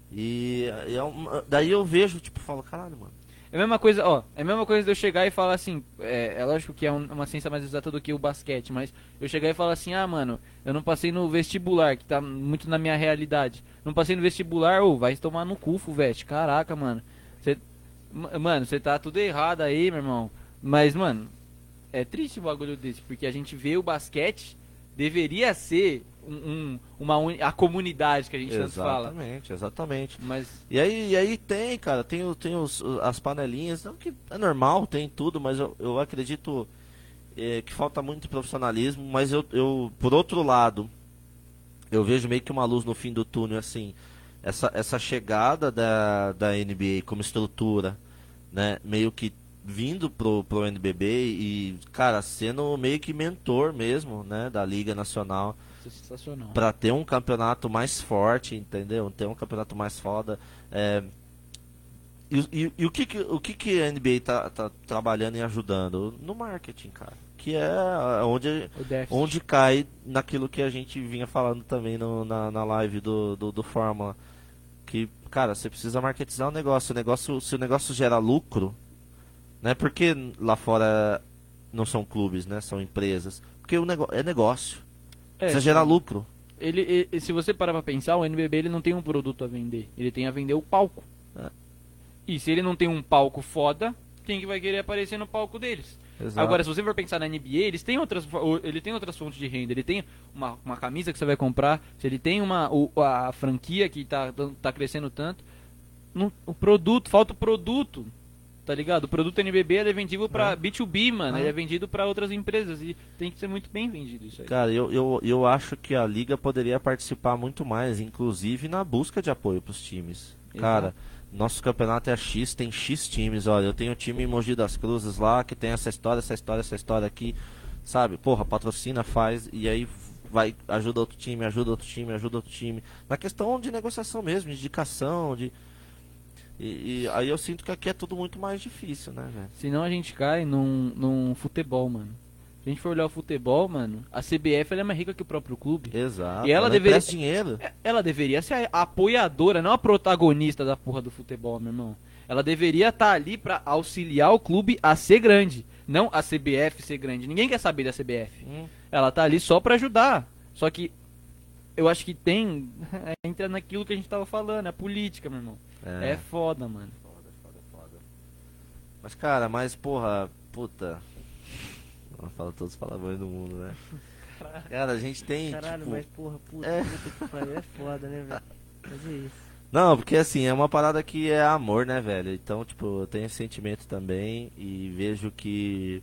E daí eu vejo, tipo, falo, caralho, mano. É a mesma coisa, ó, é a mesma coisa de eu chegar e falar assim, é lógico que é uma ciência mais exata do que o basquete, mas eu chegar e falar assim, mano, eu não passei no vestibular, que tá muito na minha realidade. Não passei no vestibular, vai tomar no cu, Fuvete, caraca, mano. Mano, você tá tudo errado aí, meu irmão. Mas, mano, é triste o bagulho desse, porque a gente vê o basquete, deveria ser a comunidade que a gente tanto fala. Exatamente. Mas E aí tem, cara, tem as panelinhas, não que é normal, tem tudo, mas eu acredito que falta muito profissionalismo, mas eu, por outro lado, eu vejo meio que uma luz no fim do túnel, assim, essa chegada da NBA como estrutura, né, meio que vindo pro NBB e, cara, sendo meio que mentor mesmo, né, da Liga Nacional. isso é sensacional. Pra ter um campeonato mais forte, entendeu? Ter um campeonato mais foda. E o que a NBA tá trabalhando e ajudando? No marketing, cara. Que é O déficit. onde cai naquilo que a gente vinha falando também na live do Fórmula. Que, cara, você precisa marketizar o negócio. Se o negócio gera lucro, né? Porque lá fora não são clubes, né? São empresas. Porque o é negócio. Precisa gerar lucro. Se você parar pra pensar, o NBB ele não tem um produto a vender, ele tem a vender o palco. E se ele não tem um palco foda, quem que vai querer aparecer no palco deles? Exato. Agora, se você for pensar na NBA, ele tem outras fontes de renda. Ele tem uma camisa que você vai comprar, se ele tem a franquia que tá crescendo tanto, o produto, falta o produto. Tá ligado? O produto NBB ele é vendido pra B2B, mano. Ele é vendido pra outras empresas e tem que ser muito bem vendido isso aí. Cara, eu acho que a Liga poderia participar muito mais, inclusive na busca de apoio pros times. Exato. Cara, nosso campeonato é X, tem X times, olha, eu tenho o time em Mogi das Cruzes lá, que tem essa história aqui, sabe? Porra, patrocina, faz, e aí vai, ajuda outro time. Na questão de negociação mesmo, de indicação, E aí eu sinto que aqui é tudo muito mais difícil, né, velho? Senão a gente cai num futebol, mano. Se a gente for olhar o futebol, mano, a CBF ela é mais rica que o próprio clube. Exato. E ela deveria- empresta dinheiro. Ela deveria ser a apoiadora, não a protagonista da porra do futebol, meu irmão. Ela deveria estar ali pra auxiliar o clube a ser grande, não a CBF ser grande. Ninguém quer saber da CBF. Ela tá ali só pra ajudar. Só que eu acho que tem entra naquilo que a gente tava falando, a política, meu irmão. É foda, mano. Foda. Mas, cara, porra, puta. Eu falo todos os palavrões do mundo, né? Cara, a gente tem. Caralho, tipo... mas porra, puta que pariu, é foda, né, velho? Fazer isso. Não, porque assim, é uma parada que é amor, né, velho? Então, tipo, eu tenho esse sentimento também e vejo que.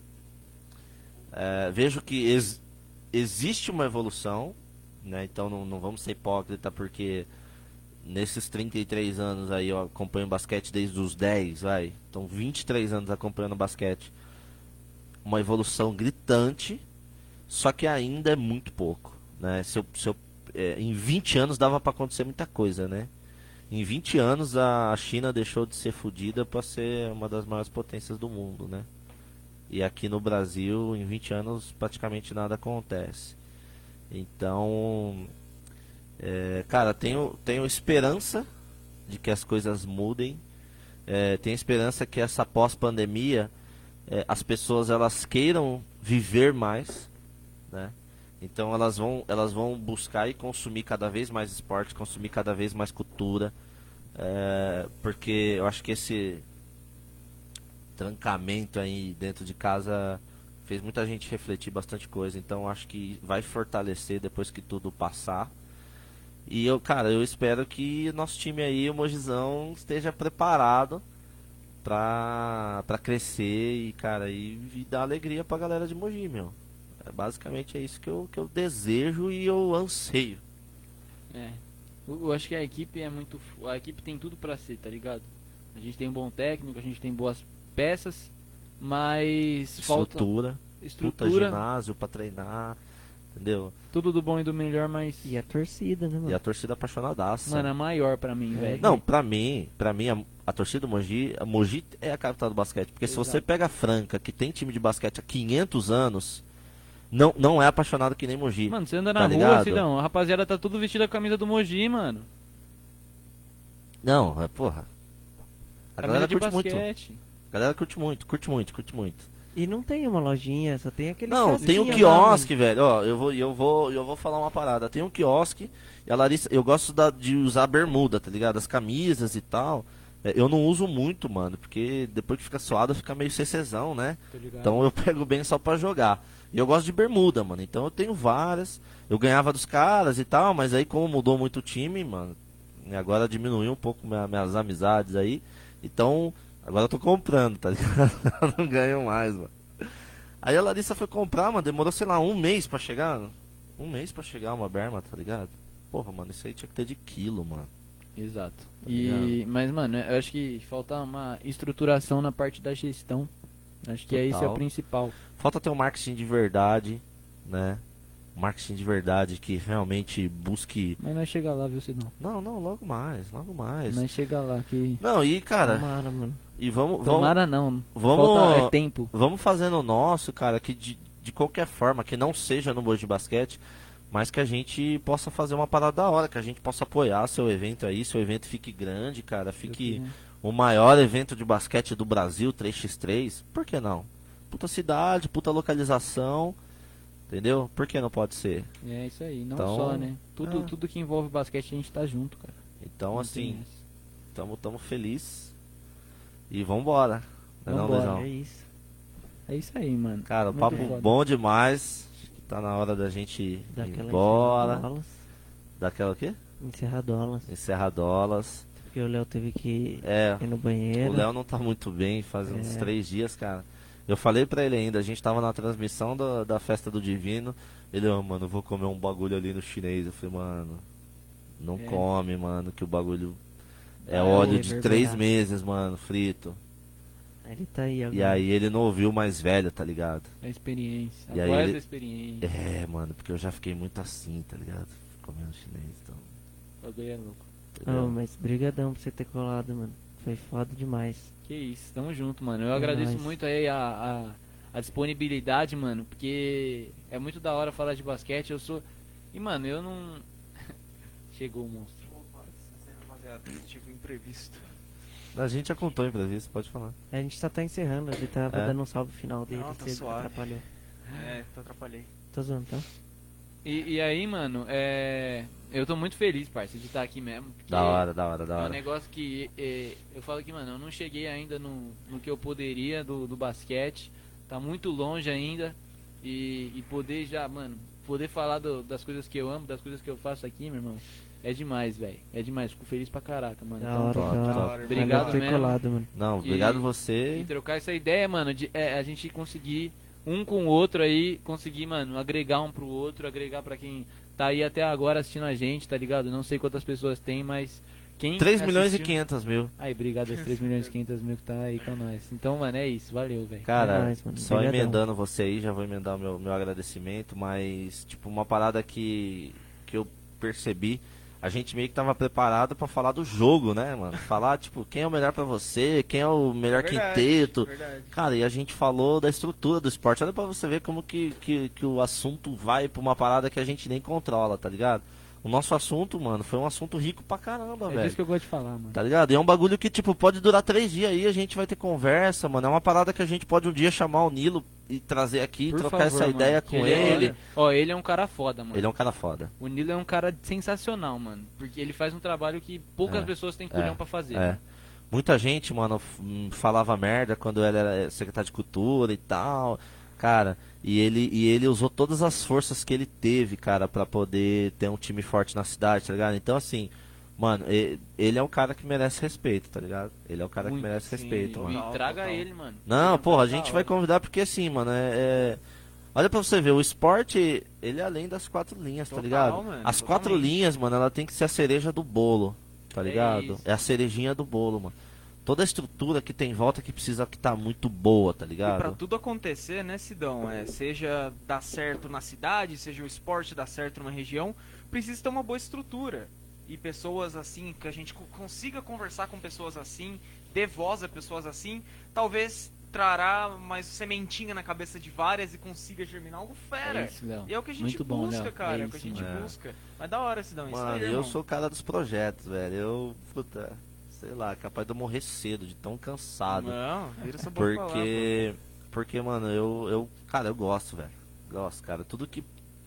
Existe uma evolução, né? Então não vamos ser hipócrita, porque nesses 33 anos aí eu acompanho basquete desde os 10, vai. Então 23 anos acompanhando basquete. Uma evolução gritante, só que ainda é muito pouco, né? Em 20 anos dava pra acontecer muita coisa, né? Em 20 anos a China deixou de ser fodida para ser uma das maiores potências do mundo, né? E aqui no Brasil, em 20 anos, praticamente nada acontece. Então, cara, tenho esperança de que as coisas mudem. Tenho esperança que essa pós-pandemia, as pessoas elas queiram viver mais, né? Então elas vão buscar e consumir cada vez mais esporte, consumir cada vez mais cultura, porque eu acho que esse trancamento aí dentro de casa fez muita gente refletir bastante coisa. Então acho que vai fortalecer depois que tudo passar. E eu espero que nosso time aí, o Mojizão, esteja preparado pra crescer e, cara, e dar alegria pra galera de Mogi, meu. Basicamente é isso que eu desejo e eu anseio. Eu acho que a equipe a equipe tem tudo pra ser, tá ligado? A gente tem um bom técnico, a gente tem boas peças, mas Estrutura, falta puta ginásio pra treinar, entendeu? tudo do bom e do melhor, mas E a torcida, né, mano? E a torcida apaixonadaça. mano, é maior pra mim, velho. Não, pra mim a torcida do Mogi, a Mogi é a capital do basquete. Porque se você pega a Franca, que tem time de basquete há 500 anos, não é apaixonado que nem Mogi. Mano, você anda tá na rua, ligado? Sidão, a rapaziada tá tudo vestida com a camisa do Mogi, mano. Não, porra. A Camisa galera de curte muito. basquete. A galera curte muito. E não tem uma lojinha, só tem aquele Não, tem um casinha lá, quiosque, velho. Ó, eu vou falar uma parada. Tem um quiosque e a Larissa, eu gosto de usar bermuda, tá ligado? As camisas e tal. Eu não uso muito, mano, porque depois que fica suado fica meio CCzão, né? Tô ligado. Então eu pego bem só pra jogar. E eu gosto de bermuda, mano. Então eu tenho várias. Eu ganhava dos caras e tal, mas aí como mudou muito o time, mano, e agora diminuiu um pouco minhas amizades aí. Então, agora eu tô comprando, tá ligado? Eu não ganho mais, mano. Aí a Larissa foi comprar, mano, demorou, sei lá, um mês pra chegar. Um mês pra chegar uma berma, tá ligado? Porra, mano, isso aí tinha que ter de quilo, mano. Exato. Tá ligado? Mas, mano, eu acho que falta uma estruturação na parte da gestão. Acho que isso é o Total. principal. Falta ter um marketing de verdade, né? Um marketing de verdade que realmente busque... Mas nós chega lá, viu, Sidão? Não, logo mais. Nós chega lá que... Não, e cara, Tomara, mano. e vamos... Tomara não. vamos- Falta tempo. Vamos fazendo o nosso, cara, que de qualquer forma, que não seja no Mogi de Basquete, mas que a gente possa fazer uma parada da hora, que a gente possa apoiar seu evento aí, seu evento fique grande, cara, fique o maior evento de basquete do Brasil, 3x3, por que não? Puta cidade, puta localização, entendeu? Por que não pode ser? É isso aí, não Então, só, né? Tudo que envolve basquete a gente tá junto, cara. Então, Não assim, tem essa. tamo feliz e vambora. Não é não, Vambora, Luizão? É isso. É isso aí, mano. Cara, o Muito papo foda. bom demais, acho que tá na hora da gente ir Daquela embora. encerradolas. Daquela o quê? Encerradolas. Encerradolas. Porque o Léo teve que É, ir no o banheiro. Léo não tá muito bem, faz uns É. 3 dias, cara. Eu falei pra ele ainda, a gente tava na transmissão da festa do Divino. Ele, mano, eu vou comer um bagulho ali no chinês. Eu falei, mano, não É. come, mano, que o bagulho é Ah, óleo é de verdade. 3 meses, mano, frito. Ele tá aí agora. E aí ele não ouviu o mais velho, tá ligado? É experiência. E A aí voz ele- da experiência. É, mano, porque eu já fiquei muito assim, tá ligado? Comendo chinês, então. O bagulho é louco. Entendeu? Oh, mas brigadão por você ter colado, mano. Foi foda demais. Que isso, tamo junto, mano. Eu É agradeço nóis. muito aí a disponibilidade, mano, porque é muito da hora falar de basquete. Eu sou. E, mano, eu não. Chegou o monstro. Opa, rapaziada, tive um imprevisto. A gente já contou o imprevisto, pode falar. A gente só tá encerrando, ele tava É? dando um salve final dele, Não, tá você suave. atrapalhou. Tu atrapalhei. Tô zoando, então? E aí, mano, eu tô muito feliz, parceiro, de estar aqui mesmo. porque Da hora, da É um hora. negócio que eu falo que, mano, eu não cheguei ainda no que eu poderia do basquete. Tá muito longe ainda. E poder já, mano, poder falar das coisas que eu amo, das coisas que eu faço aqui, meu irmão, é demais, velho. É demais, fico feliz pra caraca, mano. Da Então, hora, top, da hora. top. Obrigado Valeu por ter mesmo. colado, mano. Não, obrigado E você. trocar essa ideia, mano, de a gente conseguir um com o outro aí, conseguir, mano, agregar um pro outro, agregar pra quem tá aí até agora assistindo a gente, tá ligado? Não sei quantas pessoas tem, mas quem 3 milhões e assistiu- 500 mil. Aí, obrigado às 3 milhões e 500 mil que tá aí com nós. Então, mano, é isso, valeu, velho. Cara, É nóis, mano. só Obrigadão. emendando você aí, já vou emendar o meu agradecimento, mas, tipo, uma parada que eu percebi, a gente meio que tava preparado pra falar do jogo, né, mano? Falar, tipo, quem é o melhor pra você, quem é o melhor quinteto. Verdade. Cara, e a gente falou da estrutura do esporte. Olha pra você ver como que o assunto vai pra uma parada que a gente nem controla, tá ligado? O nosso assunto, mano, foi um assunto rico pra caramba, É velho. disso que eu gosto de falar, mano. Tá ligado? E é um bagulho que, tipo, pode durar 3 dias aí, a gente vai ter conversa, mano. É uma parada que a gente pode um dia chamar o Nilo e trazer aqui, Por trocar favor, essa mano, ideia que com ele. Ó, ele é um cara foda, mano. Ele é um cara foda. O Nilo é um cara sensacional, mano. Porque ele faz um trabalho que poucas É, pessoas têm culhão pra fazer. É. Muita gente, mano, falava merda quando ele era secretário de cultura e tal. Cara, e ele usou todas as forças que ele teve, cara, pra poder ter um time forte na cidade, tá ligado? Então, assim, mano, ele é um cara que merece respeito, tá ligado? Ele é um cara Muito, que merece sim, respeito, total. mano. E traga total. ele, mano. Não, porra, a gente da vai hora. convidar porque assim, mano, olha pra você ver, o esporte, ele é além das 4 linhas, tá Total, ligado? mano, As 4 totalmente. linhas, mano, ela tem que ser a cereja do bolo, tá É ligado? isso. É a cerejinha do bolo, mano. Toda a estrutura que tem em volta que precisa que tá muito boa, tá E pra ligado? tudo acontecer, né, Sidão? Seja dar certo na cidade, seja o esporte dar certo numa região, precisa ter uma boa estrutura. E pessoas assim, que a gente consiga conversar com pessoas assim, dê voz a pessoas assim, talvez trará mais sementinha na cabeça de várias e consiga germinar algo fera. É isso, Léo. E é o que a gente Muito bom, busca, Léo. cara. É, É o que a isso, gente mano. busca. Mas da hora, Sidão. Isso Mano, aí, eu irmão. sou o cara dos projetos, velho. Eu, puta, sei lá, capaz de eu morrer cedo, de tão cansado. Não, vira essa boca pra lá, Porque, mano, cara, eu gosto, velho. Gosto, cara. Tudo que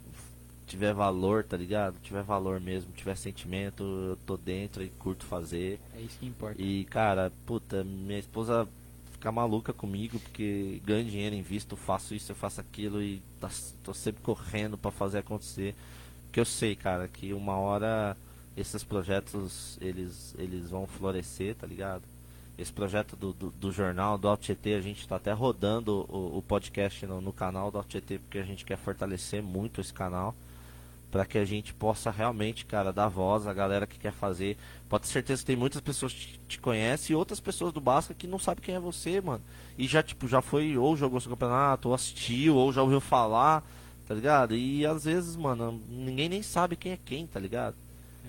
tiver valor, tá ligado? Tiver valor mesmo, tiver sentimento, eu tô dentro e curto fazer. É isso que importa. E, cara, puta, minha esposa fica maluca comigo porque ganho dinheiro, invisto, faço isso, eu faço aquilo e tô sempre correndo pra fazer acontecer. Porque eu sei, cara, que uma hora esses projetos, eles vão florescer, tá ligado? Esse projeto do jornal, do Alto GT, a gente tá até rodando o podcast no canal do Alto GT porque a gente quer fortalecer muito esse canal. Pra que a gente possa realmente, cara, dar voz à galera que quer fazer. Pode ter certeza que tem muitas pessoas que te conhecem e outras pessoas do Basca que não sabem quem é você, mano. E já, tipo, já foi, ou jogou seu campeonato, ou assistiu, ou já ouviu falar, tá ligado? E às vezes, mano, ninguém nem sabe quem é quem, tá ligado?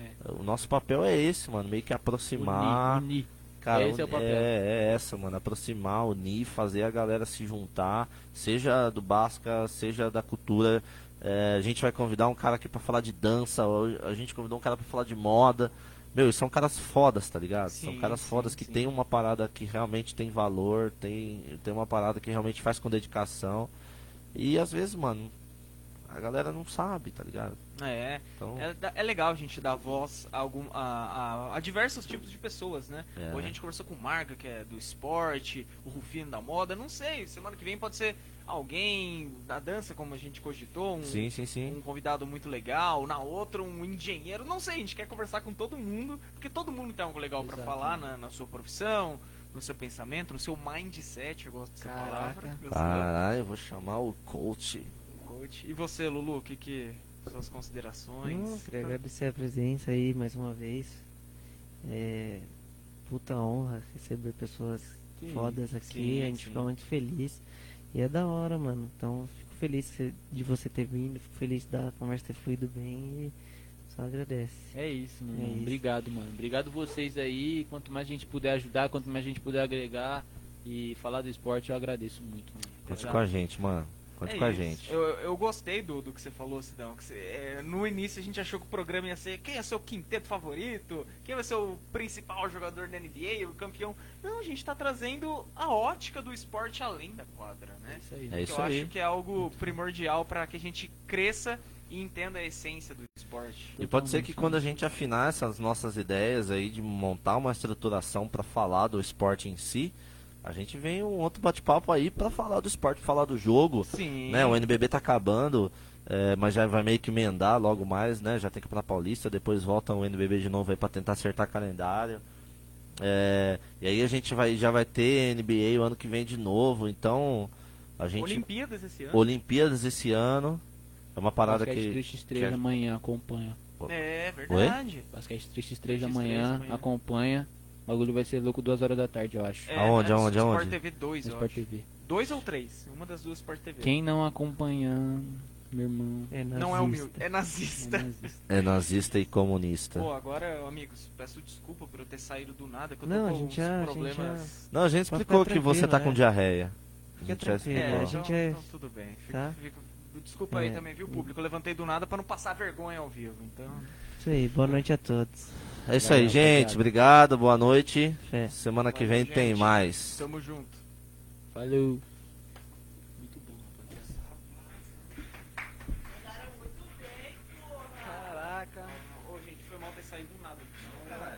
O nosso papel é esse, mano, meio que aproximar. Unir. Cara, Esse é o papel. é essa, mano, aproximar, unir, fazer a galera se juntar, seja do Basca, seja da cultura. A gente vai convidar um cara aqui pra falar de dança, a gente convidou um cara pra falar de moda. Meu, são caras fodas, tá ligado? São Sim, caras sim, fodas que sim. tem uma parada que realmente tem valor, tem uma parada que realmente faz com dedicação. E às vezes, mano, a galera não sabe, tá ligado? Então, É legal a gente dar voz a diversos tipos de pessoas, né? É. Hoje a gente conversou com o Marga, que é do esporte, o Rufino da moda, não sei, semana que vem pode ser alguém da dança, como a gente cogitou, sim, sim, sim. um convidado muito legal, na outra um engenheiro, não sei, a gente quer conversar com todo mundo, porque todo mundo tem algo legal pra Exato. falar na sua profissão, no seu pensamento, no seu mindset, eu gosto dessa Caraca. palavra. Gostei? Caralho, eu vou chamar o coach. Coach. E você, Lulu, o que suas considerações? Não, queria agradecer a presença aí mais uma vez. Puta honra receber pessoas Que fodas aqui, sim, a gente sim. fica muito feliz. E é da hora, mano. Então fico feliz de você ter vindo, fico feliz da conversa ter fluído bem e só agradece. É isso, meu É irmão. isso. Obrigado, mano. Obrigado vocês aí. Quanto mais a gente puder ajudar, quanto mais a gente puder agregar e falar do esporte, eu agradeço muito, mano. Conte Exato. com a gente, mano. Conte É com a isso. gente. Eu gostei do que você falou, Sidão. No início a gente achou que o programa ia ser quem é seu quinteto favorito, quem vai ser o principal jogador da NBA, o campeão. Não, a gente tá trazendo a ótica do esporte além da quadra, né? Isso aí. É isso eu aí. acho que é algo primordial para que a gente cresça e entenda a essência do esporte. E pode ser que quando a gente afinar essas nossas ideias aí de montar uma estruturação para falar do esporte em si, a gente vem um outro bate-papo aí para falar do esporte, falar do jogo, Sim. né? O NBB tá acabando, mas já vai meio que emendar logo mais, né? Já tem que ir pra Paulista, depois volta o NBB de novo aí para tentar acertar calendário. E aí a gente já vai ter NBA o ano que vem de novo, então a gente Olimpíadas esse ano. Olimpíadas esse ano é uma parada Basquete que 3x3 amanhã, acompanha. É verdade. Basquete 3x3 3x3 amanhã, amanhã. acompanha. O bagulho vai ser louco 2 horas da tarde, eu acho. Aonde, né? aonde, Sport aonde? TV 2, No eu Sport acho. TV. 2 ou 3? Uma das duas Sport TV. Quem não acompanhando, meu irmão. É Não é nazista. humilde, é nazista. É nazista. É nazista e comunista. Pô, agora, amigos, peço desculpa por eu ter saído do nada, que eu tô Não, com a uns gente já- problemas. Não, a gente Pode explicou ficar que você tá tranquilo, com né? diarreia. Fica gente já tranquilo, explicou. a gente é- então tudo bem. Tá. Desculpa aí É. também, viu, público? Eu levantei do nada pra não passar vergonha ao vivo, então... Isso aí, boa noite a todos. É isso aí, Valeu, gente. rapaziada. Obrigado, boa noite. Fé. Semana que Valeu, vem tem gente. mais. Tamo junto. Falou. Caraca. Ô, gente, foi mal ter saído do nada.